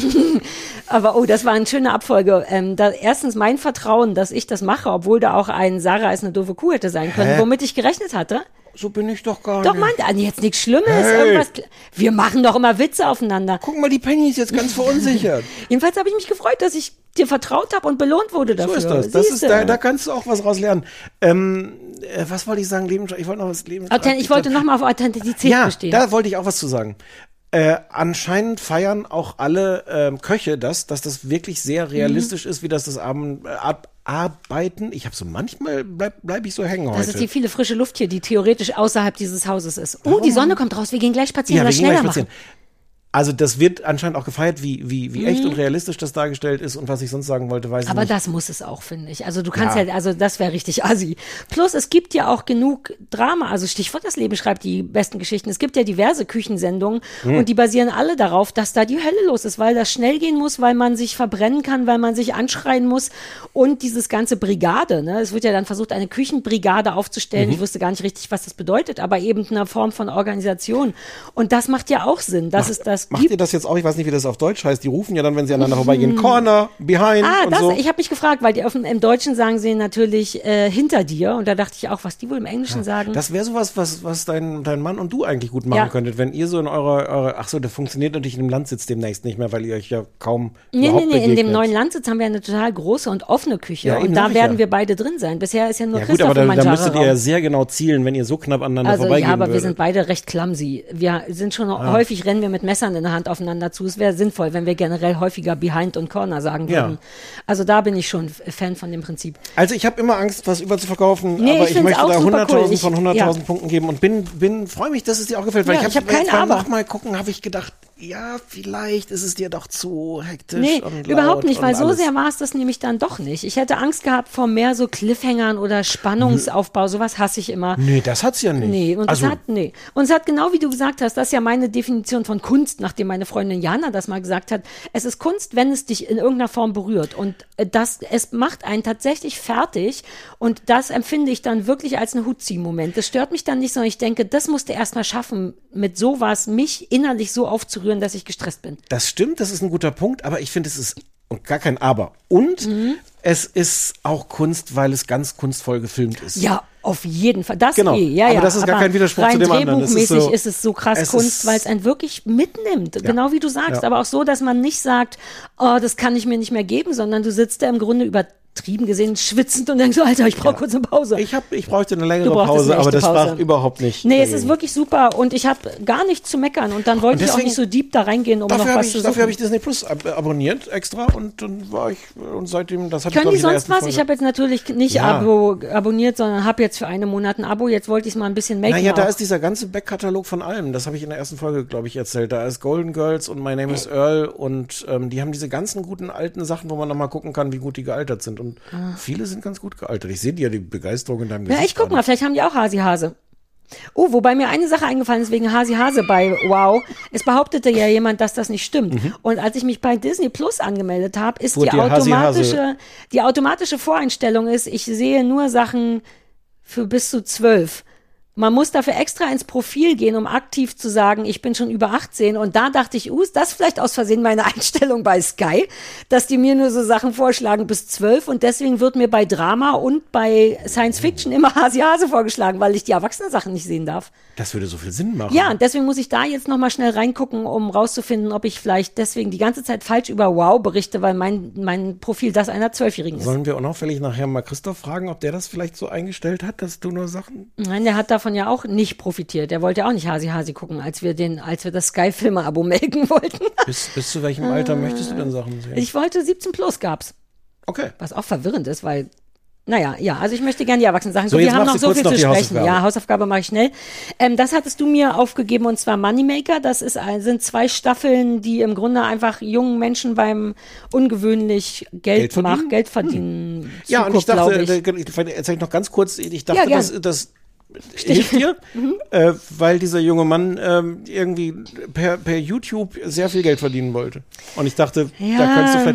A: Aber oh, das war eine schöne Abfolge. Ähm, da, erstens mein Vertrauen, dass ich das mache, obwohl da auch ein Sarah ist eine doofe Kuh hätte sein können,
B: Hä?
A: womit ich gerechnet hatte.
B: So bin ich doch gar
A: Doch,
B: nicht.
A: Mann, also jetzt nichts Schlimmes.
B: Hey.
A: Irgendwas. Wir machen doch immer Witze aufeinander.
B: Guck mal, die Penny ist jetzt ganz verunsichert.
A: Jedenfalls habe ich mich gefreut, dass ich dir vertraut habe und belohnt wurde dafür.
B: So ist das. das ist,
A: Siehste.
B: da, da kannst du auch was raus lernen. Ähm, äh, was wollte ich sagen? Leben, ich wollte noch was Leben.
A: Authent- ich wollte nochmal auf Authentizität
B: ja,
A: bestehen.
B: da wollte ich auch was zu sagen. Äh, anscheinend feiern auch alle ähm, Köche das, dass das wirklich sehr realistisch
A: Mhm.
B: ist, wie das das Abend, äh, Ab- Arbeiten. Ich habe so manchmal bleib, bleib ich so hängen heute.
A: Das ist die viele frische Luft hier, die theoretisch außerhalb dieses Hauses ist. Oh, die Sonne kommt raus, wir gehen gleich spazieren,
B: ja, wir
A: das
B: gehen
A: schneller
B: gleich spazieren.
A: machen.
B: Also das wird anscheinend auch gefeiert, wie, wie, wie echt
A: Mhm.
B: und realistisch das dargestellt ist und was ich sonst sagen wollte, weiß ich
A: Aber
B: nicht.
A: das muss es auch, finde ich. Also du kannst
B: Ja.
A: ja, also das wäre richtig assi. Plus es gibt ja auch genug Drama, also Stichwort das Leben schreibt die besten Geschichten. Es gibt ja diverse Küchensendungen
B: Hm.
A: und die basieren alle darauf, dass da die Hölle los ist, weil das schnell gehen muss, weil man sich verbrennen kann, weil man sich anschreien muss und dieses ganze Brigade, ne? Es wird ja dann versucht, eine Küchenbrigade aufzustellen.
B: Mhm.
A: Ich wusste gar nicht richtig, was das bedeutet, aber eben eine Form von Organisation. Und das macht ja auch Sinn, dass es das
B: Macht
A: gibt.
B: ihr das jetzt auch? Ich weiß nicht, wie das auf Deutsch heißt. Die rufen ja dann, wenn sie aneinander vorbeigehen, Corner, Behind
A: Ah,
B: und
A: das,
B: so.
A: ich habe mich gefragt, weil die auf, dem- im Deutschen sagen sie natürlich äh, hinter dir und da dachte ich auch, was die wohl im Englischen sagen.
B: Das wäre sowas, was, was dein, dein Mann und du eigentlich gut machen
A: Ja.
B: könntet, wenn ihr so in eurer, eure, ach so, das funktioniert natürlich in dem Landsitz demnächst nicht mehr, weil ihr euch ja kaum
A: Nee, nee,
B: überhaupt
A: nee, in dem
B: begegnet.
A: neuen Landsitz haben wir eine total große und offene Küche
B: Ja, eben,
A: und
B: sag
A: da
B: ich
A: werden
B: ja.
A: wir beide drin sein. Bisher ist ja nur
B: Ja gut,
A: Christoph
B: aber
A: in
B: da, da müsstet ihr ja
A: Manjaro-Raum.
B: sehr genau zielen, wenn ihr so knapp aneinander
A: Also
B: vorbeigehen
A: ja, aber wir
B: würdet.
A: sind beide recht clumsy. Wir sind schon
B: Ah.
A: häufig, rennen wir mit Messern in der Hand aufeinander zu. Es wäre sinnvoll, wenn wir generell häufiger Behind und Corner sagen
B: Ja.
A: würden. Also da bin ich schon Fan von dem Prinzip.
B: Also ich habe immer Angst, was überzuverkaufen,
A: Nee,
B: aber
A: ich
B: ich,
A: find's
B: möchte
A: auch
B: da
A: super
B: hunderttausend
A: cool. Ich-
B: von hunderttausend
A: ja.
B: Punkten geben und bin, bin freue mich, dass es dir auch gefällt. Weil
A: Ja,
B: ich
A: ich hab
B: habe
A: kein
B: beim
A: Aber.
B: Nochmal gucken, habe ich gedacht, ja, vielleicht ist es dir doch zu hektisch
A: Nee,
B: und laut
A: überhaupt nicht, weil
B: und
A: so
B: alles.
A: sehr war es das nämlich dann doch nicht. Ich hätte Angst gehabt vor mehr so Cliffhangern oder Spannungsaufbau, sowas hasse ich immer.
B: Nee, das hat's ja nicht.
A: Nee, und
B: also,
A: es hat, nee. Und es hat genau wie du gesagt hast, das ist ja meine Definition von Kunst, nachdem meine Freundin Jana das mal gesagt hat. Es ist Kunst, wenn es dich in irgendeiner Form berührt. Und äh, das, es macht einen tatsächlich fertig. Und das empfinde ich dann wirklich als einen Hutzieh-Moment. Das stört mich dann nicht, sondern ich denke, das musste erst mal schaffen, mit sowas mich innerlich so aufzurühren, dass ich gestresst bin.
B: das stimmt, das ist ein guter Punkt, aber ich finde, es ist und gar kein Aber. Und
A: Mhm.
B: es ist auch Kunst, weil es ganz kunstvoll gefilmt ist.
A: Ja, auf jeden Fall. Das
B: Genau.
A: eh, ja,
B: Aber
A: ja.
B: das ist gar kein Widerspruch
A: rein
B: zu dem anderen. Das ist
A: drehbuchmäßig
B: so-
A: ist es so krass
B: es
A: Kunst,
B: ist-
A: weil es einen wirklich mitnimmt. Genau wie du sagst.
B: Ja.
A: Aber auch so, dass man nicht sagt, oh, das kann ich mir nicht mehr geben, sondern du sitzt da im Grunde übertrieben gesehen schwitzend und denkst so, Alter, ich brauche kurz eine Pause.
B: Ich, hab, ich bräuchte eine längere
A: Du brauchtest
B: Pause,
A: eine
B: aber
A: echte
B: das
A: Pause.
B: sprach überhaupt nicht.
A: Nee, es
B: dagegen.
A: ist wirklich super und ich habe gar nichts zu meckern und dann wollte
B: Und
A: ich auch
B: deswegen-
A: nicht so deep da reingehen, um
B: Dafür
A: noch
B: habe
A: was
B: ich,
A: zu
B: dafür
A: suchen.
B: hab ich Disney Plus ab abonniert extra und dann war ich und seitdem das hatte ich
A: Können
B: glaub
A: die
B: ich in der
A: sonst
B: ersten
A: was?
B: Folge.
A: Ich habe jetzt natürlich nicht
B: Ja.
A: Abo abonniert, sondern habe jetzt für einen Monat ein Abo. Jetzt wollte ich es mal ein bisschen machen.
B: Naja, da ist dieser ganze Backkatalog von allem. Das habe ich in der ersten Folge, glaube ich, erzählt. Da ist Golden Girls und My Name is Earl und ähm, die haben diese ganzen guten alten Sachen, wo man nochmal gucken kann, wie gut die gealtert sind. Und
A: Ah.
B: viele sind ganz gut gealtert. Ich sehe dir ja die Begeisterung in deinem
A: Ja,
B: Gesicht
A: ich guck
B: an.
A: mal, vielleicht haben die auch Hasi Hase. Oh, wobei mir eine Sache eingefallen ist wegen Hasi Hase bei Wow. Es behauptete ja jemand, dass das nicht stimmt. Und als ich mich bei Disney Plus angemeldet habe, ist
B: Wurde
A: die
B: dir Hasi Hase-
A: automatische, die automatische Voreinstellung ist, ich sehe nur Sachen für bis zu zwölf. Man muss dafür extra ins Profil gehen, um aktiv zu sagen, ich bin schon über achtzehn. Und da dachte ich, uh, ist das vielleicht aus Versehen meine Einstellung bei Sky, dass die mir nur so Sachen vorschlagen bis zwölf. Und deswegen wird mir bei Drama und bei Science Fiction immer Hasi Hase vorgeschlagen, weil ich die Erwachsenen-Sachen nicht sehen darf.
B: Das würde so viel Sinn machen.
A: Ja, und deswegen muss ich da jetzt nochmal schnell reingucken, um rauszufinden, ob ich vielleicht deswegen die ganze Zeit falsch über Wow berichte, weil mein, mein Profil das einer Zwölfjährigen ist.
B: Sollen wir unauffällig nachher mal Christoph fragen, ob der das vielleicht so eingestellt hat, dass du nur Sachen...
A: Nein, der hat davon ja auch nicht profitiert. Der wollte ja auch nicht Hasi Hasi gucken, als wir den, als wir das Sky-Filme-Abo melden wollten.
B: Bis, bis zu welchem Alter möchtest du denn Sachen sehen?
A: Ich wollte siebzehn plus gab's.
B: Okay.
A: Was auch verwirrend ist, weil, naja, ja, also ich möchte gerne die Erwachsenen sagen.
B: So,
A: So, wir
B: jetzt
A: haben noch
B: machst du
A: so
B: kurz
A: viel
B: noch
A: zu
B: die
A: sprechen.
B: Hausaufgabe.
A: Ja, Hausaufgabe mache ich schnell. Ähm, das hattest du mir aufgegeben und zwar Moneymaker. Das ist, ein- sind zwei Staffeln, die im Grunde einfach jungen Menschen beim ungewöhnlich Geld,
B: Geld verdienen?
A: machen, Geld verdienen.
B: Ja, und ich
A: zuguckt, glaub
B: dachte,
A: ich.
B: da- ich erzähle ich noch ganz kurz, ich dachte,
A: Ja, gern.
B: das, das hilft dir, äh, weil dieser junge Mann ähm, irgendwie per, per YouTube sehr viel Geld verdienen wollte. Und ich dachte,
A: Ja.
B: da könntest du vielleicht was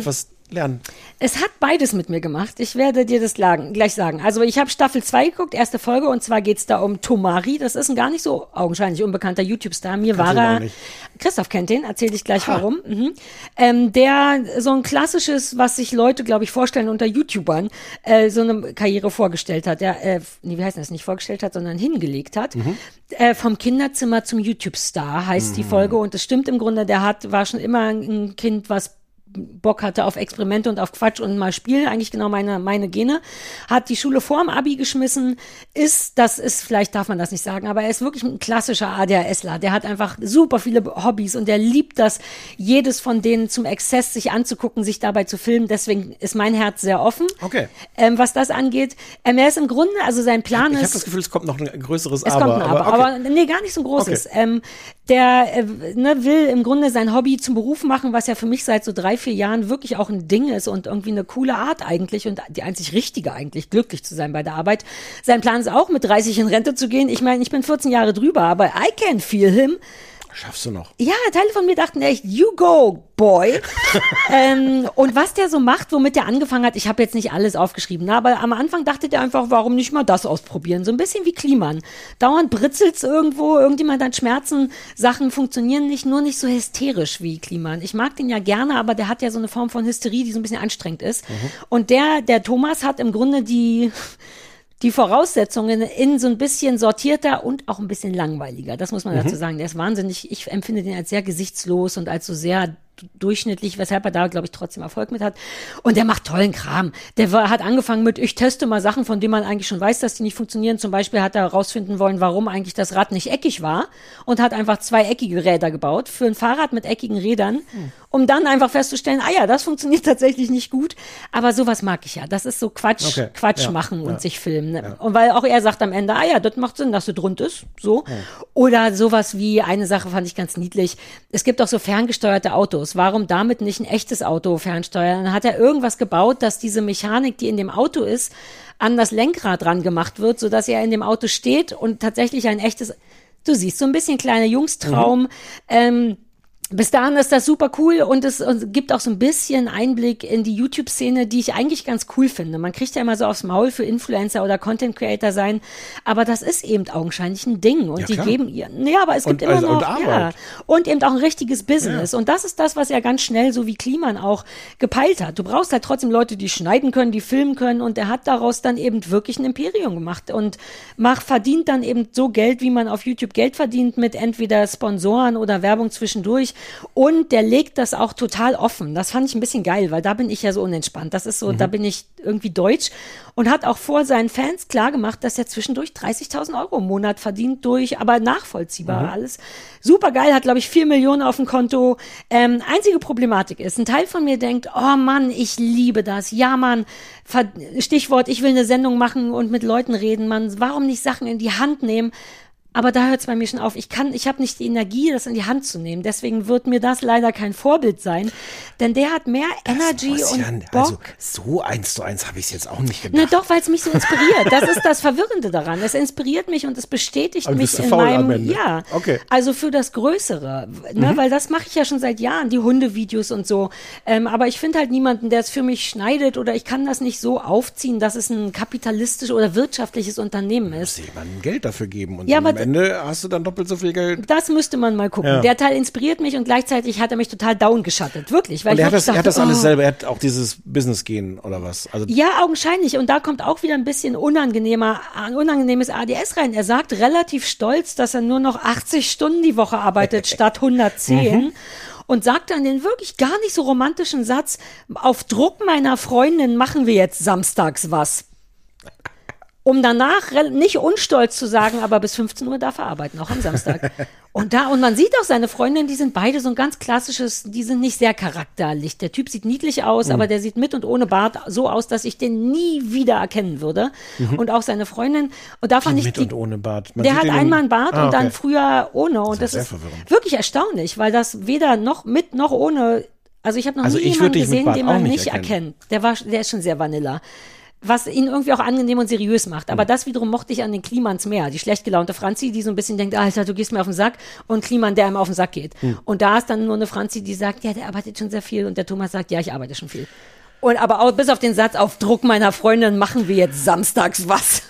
B: lernen?
A: Es hat beides mit mir gemacht. Ich werde dir das lagen, gleich sagen. Also ich habe Staffel zwei geguckt, erste Folge, und zwar geht's da um Tomari. Das ist ein gar nicht so augenscheinlich unbekannter YouTube-Star. Mir
B: Kannst
A: war
B: du
A: er,
B: noch nicht.
A: Christoph kennt den, erzähle ich gleich warum. Mhm. Ähm, der so ein klassisches, was sich Leute, glaube ich, vorstellen unter YouTubern, äh, so eine Karriere vorgestellt hat. Der, äh, nee, wie heißt das, nicht vorgestellt hat, sondern hingelegt hat.
B: Mhm.
A: Äh, vom Kinderzimmer zum YouTube-Star heißt
B: Mhm.
A: die Folge, und es stimmt im Grunde, der hat, war schon immer ein Kind, was Bock hatte auf Experimente und auf Quatsch und mal Spiel, eigentlich genau meine, meine Gene, hat die Schule vorm Abi geschmissen, ist, das ist, vielleicht darf man das nicht sagen, aber er ist wirklich ein klassischer ADHSler, der hat einfach super viele Hobbys und der liebt das, jedes von denen zum Exzess sich anzugucken, sich dabei zu filmen, deswegen ist mein Herz sehr offen,
B: Okay.
A: ähm, was das angeht. Ähm, er ist im Grunde, also sein Plan
B: Ich
A: ist...
B: habe das Gefühl, es kommt noch ein größeres
A: Es
B: Aber.
A: kommt ein Aber,
B: aber, okay.
A: aber nee, gar nicht so ein großes.
B: Okay.
A: Ähm, der äh, ne, will im Grunde sein Hobby zum Beruf machen, was ja für mich seit so drei, vier Jahren wirklich auch ein Ding ist und irgendwie eine coole Art eigentlich und die einzig richtige eigentlich, glücklich zu sein bei der Arbeit. Sein Plan ist auch, mit dreißig in Rente zu gehen. Ich meine, ich bin vierzehn Jahre drüber, aber I can feel him.
B: Schaffst du noch?
A: Ja, Teile von mir dachten echt, you go, boy. ähm, und was der so macht, womit der angefangen hat, ich habe jetzt nicht alles aufgeschrieben, ne, aber am Anfang dachte der einfach, warum nicht mal das ausprobieren? So ein bisschen wie Kliman. Dauernd britzelt's irgendwo, irgendjemand hat Schmerzen, Sachen funktionieren nicht, nur nicht so hysterisch wie Kliman. Ich mag den ja gerne, aber der hat ja so eine Form von Hysterie, die so ein bisschen anstrengend ist. Mhm. Und der, der Thomas hat im Grunde die... die Voraussetzungen in so ein bisschen sortierter und auch ein bisschen langweiliger. Das muss man
B: Mhm.
A: dazu sagen. Der ist wahnsinnig, ich empfinde den als sehr gesichtslos und als so sehr durchschnittlich, weshalb er da, glaube ich, trotzdem Erfolg mit hat. Und der macht tollen Kram. Der war, hat angefangen mit, ich teste mal Sachen, von denen man eigentlich schon weiß, dass die nicht funktionieren. Zum Beispiel hat er herausfinden wollen, warum eigentlich das Rad nicht eckig war und hat einfach zwei eckige Räder gebaut für ein Fahrrad mit eckigen Rädern, hm. um dann einfach festzustellen, ah ja, das funktioniert tatsächlich nicht gut. Aber sowas mag ich ja. Das ist so Quatsch,
B: Okay.
A: Quatsch
B: Ja.
A: machen und
B: Ja.
A: sich filmen. Ne?
B: Ja.
A: Und weil auch er sagt am Ende, ah ja, das macht Sinn, dass du drunter ist. So.
B: Ja.
A: Oder sowas wie, eine Sache fand ich ganz niedlich. Es gibt auch so ferngesteuerte Autos. Warum damit nicht ein echtes Auto fernsteuern? Dann hat er irgendwas gebaut, dass diese Mechanik, die in dem Auto ist, an das Lenkrad dran gemacht wird, sodass er in dem Auto steht und tatsächlich ein echtes, du siehst, so ein bisschen kleiner Jungstraum, mhm. ähm, bis dahin ist das super cool und es und gibt auch so ein bisschen Einblick in die YouTube-Szene, die ich eigentlich ganz cool finde. Man kriegt ja immer so aufs Maul für Influencer oder Content-Creator sein, aber das ist eben augenscheinlich ein Ding und
B: Ja,
A: die
B: klar.
A: geben ihr, ja, aber es gibt
B: Und-
A: immer
B: also- und
A: noch,
B: Arbeit.
A: ja, und eben auch ein richtiges Business und das ist das, was er ganz schnell, so wie Kliman auch gepeilt hat. Du brauchst halt trotzdem Leute, die schneiden können, die filmen können und er hat daraus dann eben wirklich ein Imperium gemacht und macht, verdient dann eben so Geld, wie man auf YouTube Geld verdient mit entweder Sponsoren oder Werbung zwischendurch. Und der legt das auch total offen. Das fand ich ein bisschen geil, weil da bin ich ja so unentspannt. Das ist so, mhm. da bin ich irgendwie deutsch und hat auch vor seinen Fans klargemacht, dass er zwischendurch dreißigtausend Euro im Monat verdient durch, aber nachvollziehbar
B: Mhm.
A: alles. Super geil, hat glaube ich vier Millionen auf dem Konto. Ähm, einzige Problematik ist, ein Teil von mir denkt, oh Mann, ich liebe das. Ja Mann, Ver- Stichwort, ich will eine Sendung machen und mit Leuten reden. Mann, warum nicht Sachen in die Hand nehmen? Aber da hört es bei mir schon auf. Ich kann, ich habe nicht die Energie, das in die Hand zu nehmen. Deswegen wird mir das leider kein Vorbild sein. Denn der hat mehr Energy
B: muss
A: und
B: ja,
A: Bock.
B: also so eins zu eins habe ich es jetzt auch nicht
A: Ne,
B: gedacht.
A: doch, weil es mich so inspiriert. Das ist das Verwirrende daran. Es inspiriert mich und es bestätigt
B: Aber
A: mich
B: bist du
A: in
B: faul am
A: meinem,
B: Ende?
A: ja,
B: Okay.
A: also für das Größere, ne,
B: Mhm.
A: weil das mache ich ja schon seit Jahren, die Hundevideos und so. Ähm, aber ich finde halt niemanden, der es für mich schneidet oder ich kann das nicht so aufziehen, dass es ein kapitalistisches oder wirtschaftliches Unternehmen ist.
B: Muss jemandem Geld dafür geben und
A: Ja,
B: am
A: aber-
B: Ende hast du dann doppelt so viel Geld.
A: Das müsste man mal gucken.
B: Ja.
A: Der Teil inspiriert mich und gleichzeitig hat er mich total down geschattet. Wirklich. Weil
B: Und
A: ich
B: er hat
A: wirklich
B: das, er hat das
A: dachte,
B: alles
A: oh.
B: selber, er hat auch dieses Business-Gen oder was? Also
A: Ja, augenscheinlich. Und da kommt auch wieder ein bisschen unangenehmer, ein unangenehmes A D S rein. Er sagt relativ stolz, dass er nur noch achtzig Stunden die Woche arbeitet statt hundertzehn.
B: Mhm.
A: Und sagt dann den wirklich gar nicht so romantischen Satz, auf Druck meiner Freundin machen wir jetzt samstags was. Um danach rel- nicht unstolz zu sagen, aber bis fünfzehn Uhr darf er arbeiten, auch am Samstag. Und da, und man sieht auch seine Freundin, die sind beide so ein ganz klassisches, die sind nicht sehr charakterlich. Der Typ sieht niedlich aus,
B: Mhm.
A: aber der sieht mit und ohne Bart so aus, dass ich den nie wieder erkennen würde.
B: Mhm.
A: Und auch seine Freundin. Und da fand ich
B: mit
A: die,
B: und ohne Bart. Man
A: der
B: sieht
A: hat
B: ihn
A: einmal
B: in-
A: einen Bart
B: Ah,
A: und dann
B: okay.
A: früher ohne. Und
B: Das
A: das,
B: ist sehr
A: ist
B: verwirrend.
A: wirklich erstaunlich, weil das weder noch mit noch ohne, also ich habe noch
B: Also
A: nie
B: ich würd
A: jemanden
B: dich mit
A: gesehen,
B: Bart
A: den
B: auch
A: man
B: nicht
A: nicht
B: erkennen.
A: erkennt. Der war, der ist schon sehr Vanilla. Was ihn irgendwie auch angenehm und seriös macht. Aber das wiederum mochte ich an den Klimans mehr. Die schlecht gelaunte Franzi, die so ein bisschen denkt, Alter, du gehst mir auf den Sack. Und Kliman, der ihm auf den Sack geht.
B: Hm.
A: Und da ist dann nur eine Franzi, die sagt, ja, der arbeitet schon sehr viel. Und der Thomas sagt, ja, ich arbeite schon viel. Und aber auch bis auf den Satz, auf Druck meiner Freundin machen wir jetzt samstags was.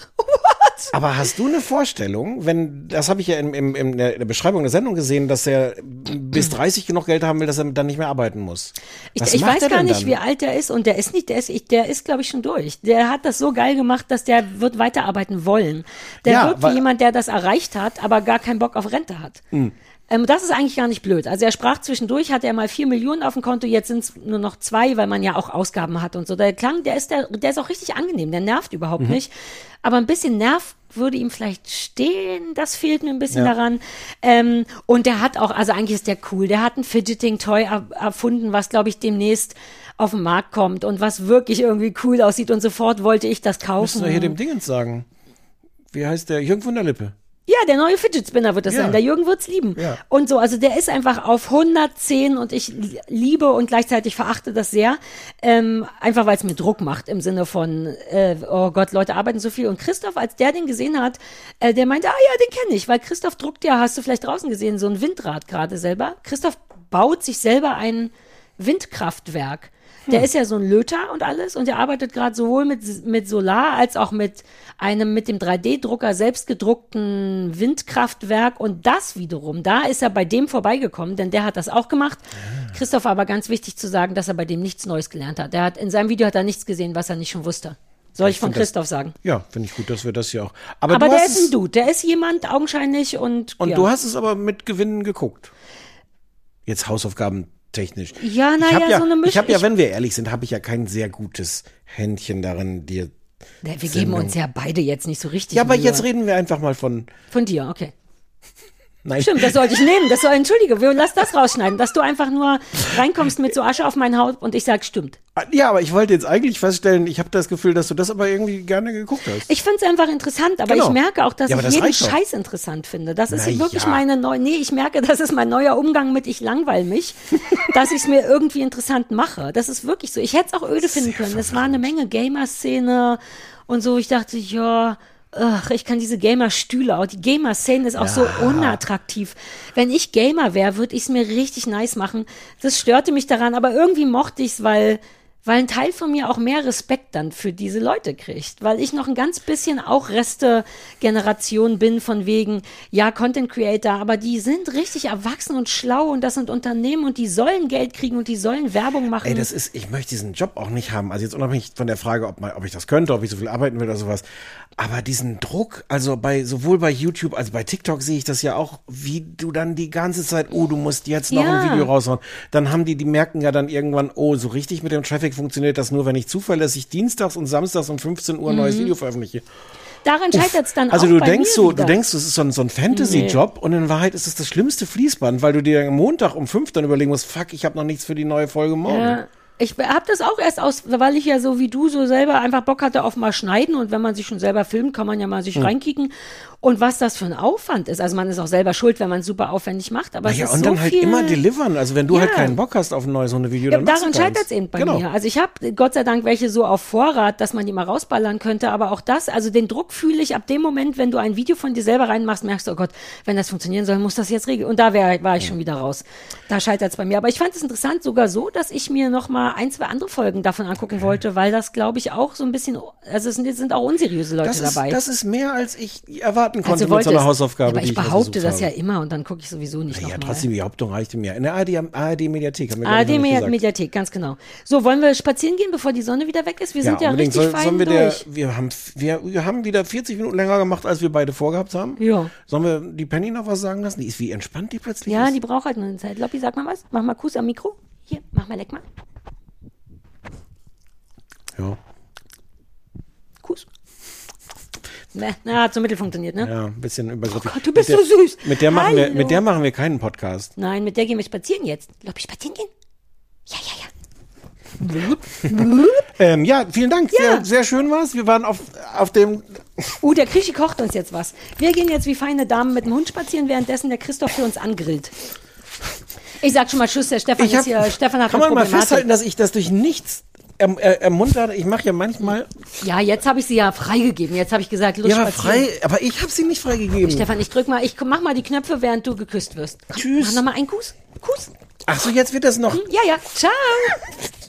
B: Aber hast du eine Vorstellung, wenn, das habe ich ja in, in, in der Beschreibung der Sendung gesehen, dass er bis dreißig genug Geld haben will, dass er dann nicht mehr arbeiten muss.
A: Ich,
B: Was
A: ich
B: macht
A: weiß
B: er
A: gar
B: denn
A: nicht,
B: dann?
A: wie alt der ist und der ist nicht, der ist, ich, der ist glaube ich schon durch. Der hat das so geil gemacht, dass der wird weiterarbeiten wollen. Der
B: Ja,
A: wird
B: weil-
A: wie jemand, der das erreicht hat, aber gar keinen Bock auf Rente hat.
B: Mhm.
A: Ähm, das ist eigentlich gar nicht blöd. Also er sprach zwischendurch, hatte er mal vier Millionen auf dem Konto, jetzt sind es nur noch zwei, weil man ja auch Ausgaben hat und so. Der klang, der ist, der, der ist auch richtig angenehm, der nervt überhaupt
B: Mhm.
A: nicht. Aber ein bisschen Nerv würde ihm vielleicht stehen, das fehlt mir ein bisschen
B: Ja.
A: daran. Ähm, und der hat auch, also eigentlich ist der cool, der hat ein Fidgeting-Toy er, erfunden, was glaube ich demnächst auf den Markt kommt und was wirklich irgendwie cool aussieht und sofort wollte ich das kaufen.
B: Müssen wir hier dem Dingens sagen. Wie heißt der? Jürgen von der Lippe.
A: Ja, der neue Fidget Spinner wird das
B: Ja.
A: sein. Der Jürgen wird's lieben.
B: Ja.
A: Und so, also der ist einfach auf hundertzehn und ich liebe und gleichzeitig verachte das sehr. Ähm, einfach weil es mir Druck macht im Sinne von, äh, oh Gott, Leute arbeiten so viel. Und Christoph, als der den gesehen hat, äh, der meinte, ah ja, den kenne ich, weil Christoph druckt ja, hast du vielleicht draußen gesehen, so ein Windrad gerade selber. Christoph baut sich selber ein Windkraftwerk. Der
B: Hm.
A: ist ja so ein Löter und alles und der arbeitet gerade sowohl mit, mit Solar als auch mit einem mit dem drei D-Drucker selbst gedruckten Windkraftwerk und das wiederum, da ist er bei dem vorbeigekommen, denn der hat das auch gemacht. Christoph aber ganz wichtig zu sagen, dass er bei dem nichts Neues gelernt hat. Der hat in seinem Video hat er nichts gesehen, was er nicht schon wusste. Soll ich,
B: Ich
A: von
B: find das-
A: Christoph sagen?
B: Ja, finde ich gut, dass wir das hier auch. Aber,
A: Aber
B: du
A: der
B: hast
A: ist ein
B: es,
A: Dude, der ist jemand augenscheinlich und
B: Und
A: ja.
B: du hast es aber mit Gewinnen geguckt. Jetzt Hausaufgaben technisch.
A: Ja, na
B: ich hab
A: ja,
B: ja,
A: so eine Mischung.
B: Ich habe ja,
A: Ich-
B: wenn wir ehrlich sind, habe ich ja kein sehr gutes Händchen darin, dir.
A: Ja, wir geben uns ja beide jetzt nicht so richtig.
B: Ja, aber
A: Mühe.
B: jetzt reden wir einfach mal von.
A: Von dir, okay.
B: Nein.
A: Stimmt, das sollte ich nehmen. Das soll, entschuldige, wir- lass das rausschneiden, dass du einfach nur reinkommst mit so Asche auf mein Haut und ich sag, stimmt.
B: Ja, aber ich wollte jetzt eigentlich feststellen, ich habe das Gefühl, dass du das aber irgendwie gerne geguckt hast.
A: Ich finde es einfach interessant, aber
B: Genau.
A: ich merke auch, dass
B: Ja, aber
A: ich
B: das
A: jeden
B: reicht doch.
A: Scheiß interessant finde. Das ist
B: Na
A: wirklich
B: ja.
A: meine neue, nee, ich merke, das ist mein neuer Umgang mit ich langweil mich, dass ich es mir irgendwie interessant mache. Das ist wirklich so. Ich hätte es auch öde finden können. Es war eine Menge Gamer-Szene und so. Ich dachte, ja, ach, ich kann diese Gamer-Stühle auch. Die Gamer-Szene ist auch so unattraktiv. Wenn ich Gamer wäre, würde ich es mir richtig nice machen. Das störte mich daran, aber irgendwie mochte ich es, weil weil ein Teil von mir auch mehr Respekt dann für diese Leute kriegt, weil ich noch ein ganz bisschen auch Reste-Generation bin von wegen, ja, Content Creator, aber die sind richtig erwachsen und schlau und das sind Unternehmen und die sollen Geld kriegen und die sollen Werbung machen.
B: Ey, das ist, ich möchte diesen Job auch nicht haben. Also jetzt unabhängig von der Frage, ob, man, ob ich das könnte, ob ich so viel arbeiten will oder sowas. Aber diesen Druck, also bei, sowohl bei YouTube als bei TikTok sehe ich das ja auch, wie du dann die ganze Zeit, oh, du musst jetzt noch
A: Ja.
B: ein Video raushauen. Dann haben die, die merken ja dann irgendwann, oh, so richtig mit dem Traffic funktioniert das nur, wenn ich zuverlässig dienstags und samstags um fünfzehn Uhr ein neues
A: Mhm.
B: Video veröffentliche.
A: Daran scheitert es dann
B: Also
A: auch
B: du
A: bei
B: denkst
A: mir
B: so,
A: wieder.
B: du denkst, das ist so ein, so ein Fantasy-Job und in Wahrheit ist es das schlimmste Fließband, weil du dir am Montag um fünf dann überlegen musst, fuck, ich habe noch nichts für die neue Folge morgen.
A: Ja. Ich habe das auch erst aus, weil ich ja so wie du so selber einfach Bock hatte auf mal schneiden und wenn man sich schon selber filmt, kann man ja mal sich
B: Hm.
A: reinkicken und was das für ein Aufwand ist. Also man ist auch selber schuld, wenn man es super aufwendig macht, aber
B: Naja,
A: es ist
B: und
A: so
B: dann halt
A: viel
B: immer delivern. Also wenn du
A: Ja.
B: halt keinen Bock hast auf ein neues Hundevideo,
A: Ja,
B: dann machst
A: daran
B: du keins.
A: scheitert es eben bei
B: Genau.
A: mir. Also ich habe Gott sei Dank welche so auf Vorrat, dass man die mal rausballern könnte, aber auch das, also den Druck fühle ich ab dem Moment, wenn du ein Video von dir selber reinmachst, merkst du, oh Gott, wenn das funktionieren soll, muss das jetzt regeln. Und da wär, war ich schon wieder raus. Da scheitert es bei mir. Aber ich fand es interessant sogar so, dass ich mir noch mal ein, zwei andere Folgen davon angucken wollte, weil das, glaube ich, auch so ein bisschen, also es sind, es sind auch unseriöse Leute
B: Das ist,
A: dabei.
B: das ist mehr, als ich erwarten konnte
A: Also
B: mit so einer
A: wolltest-
B: Hausaufgabe,
A: ja, aber
B: die
A: ich
B: ich
A: behaupte
B: rausgesucht
A: das ja
B: habe.
A: immer und dann gucke ich sowieso nicht
B: Ja,
A: nochmal.
B: trotzdem, die Behauptung reichte mir. In der A R D-Mediathek haben wir
A: A
B: gar
A: R
B: nicht
A: D
B: noch nicht gesagt.
A: Mediathek, ganz genau. So, wollen wir spazieren gehen, bevor die Sonne wieder weg ist? Wir sind ja
B: unbedingt.
A: richtig
B: Soll-
A: fein
B: sollen wir
A: durch.
B: Der, wir, haben, wir, wir haben wieder vierzig Minuten länger gemacht, als wir beide vorgehabt haben.
A: Ja.
B: Sollen wir die Penny noch was sagen lassen? Die ist wie entspannt die plötzlich
A: Ja,
B: ist.
A: die braucht halt nur eine Zeit. Loppi, sag mal was. Mach mal Kuss am Mikro. Hier, mach mal, leck mal.
B: Ja.
A: Kuss. Ne, na, hat so mittel funktioniert, ne?
B: Ja, ein bisschen übergriffig.
A: Oh Gott, du bist
B: mit der,
A: so süß.
B: Mit der, machen wir,
A: Hallo.
B: mit der machen wir keinen Podcast.
A: Nein, mit der gehen wir spazieren jetzt. Loppi, spazieren gehen? Ja, ja, ja.
B: Ähm, ja, vielen Dank.
A: Ja.
B: Sehr, sehr schön war's. Wir waren auf, auf dem.
A: Uh, der Krischi kocht uns jetzt was. Wir gehen jetzt wie feine Damen mit dem Hund spazieren, währenddessen der Christoph für uns angrillt. Ich sag schon mal Tschüss, der Stefan
B: Ich
A: ist
B: hab,
A: hier. Stefan hat
B: kann
A: eine
B: man mal
A: Problematik.
B: festhalten, dass ich das durch nichts erm, er, ermuntere. Ich mache ja manchmal.
A: Ja, jetzt habe ich sie ja freigegeben. Jetzt habe ich gesagt, los
B: Ja, aber
A: spazieren.
B: frei. Aber ich habe sie nicht freigegeben.
A: Stefan, ich drück mal, ich mach mal die Knöpfe, während du geküsst wirst. Komm,
B: Tschüss.
A: Mach noch mal einen Kuss. Kuss.
B: Ach so, jetzt wird das noch.
A: Ja, ja. Ciao.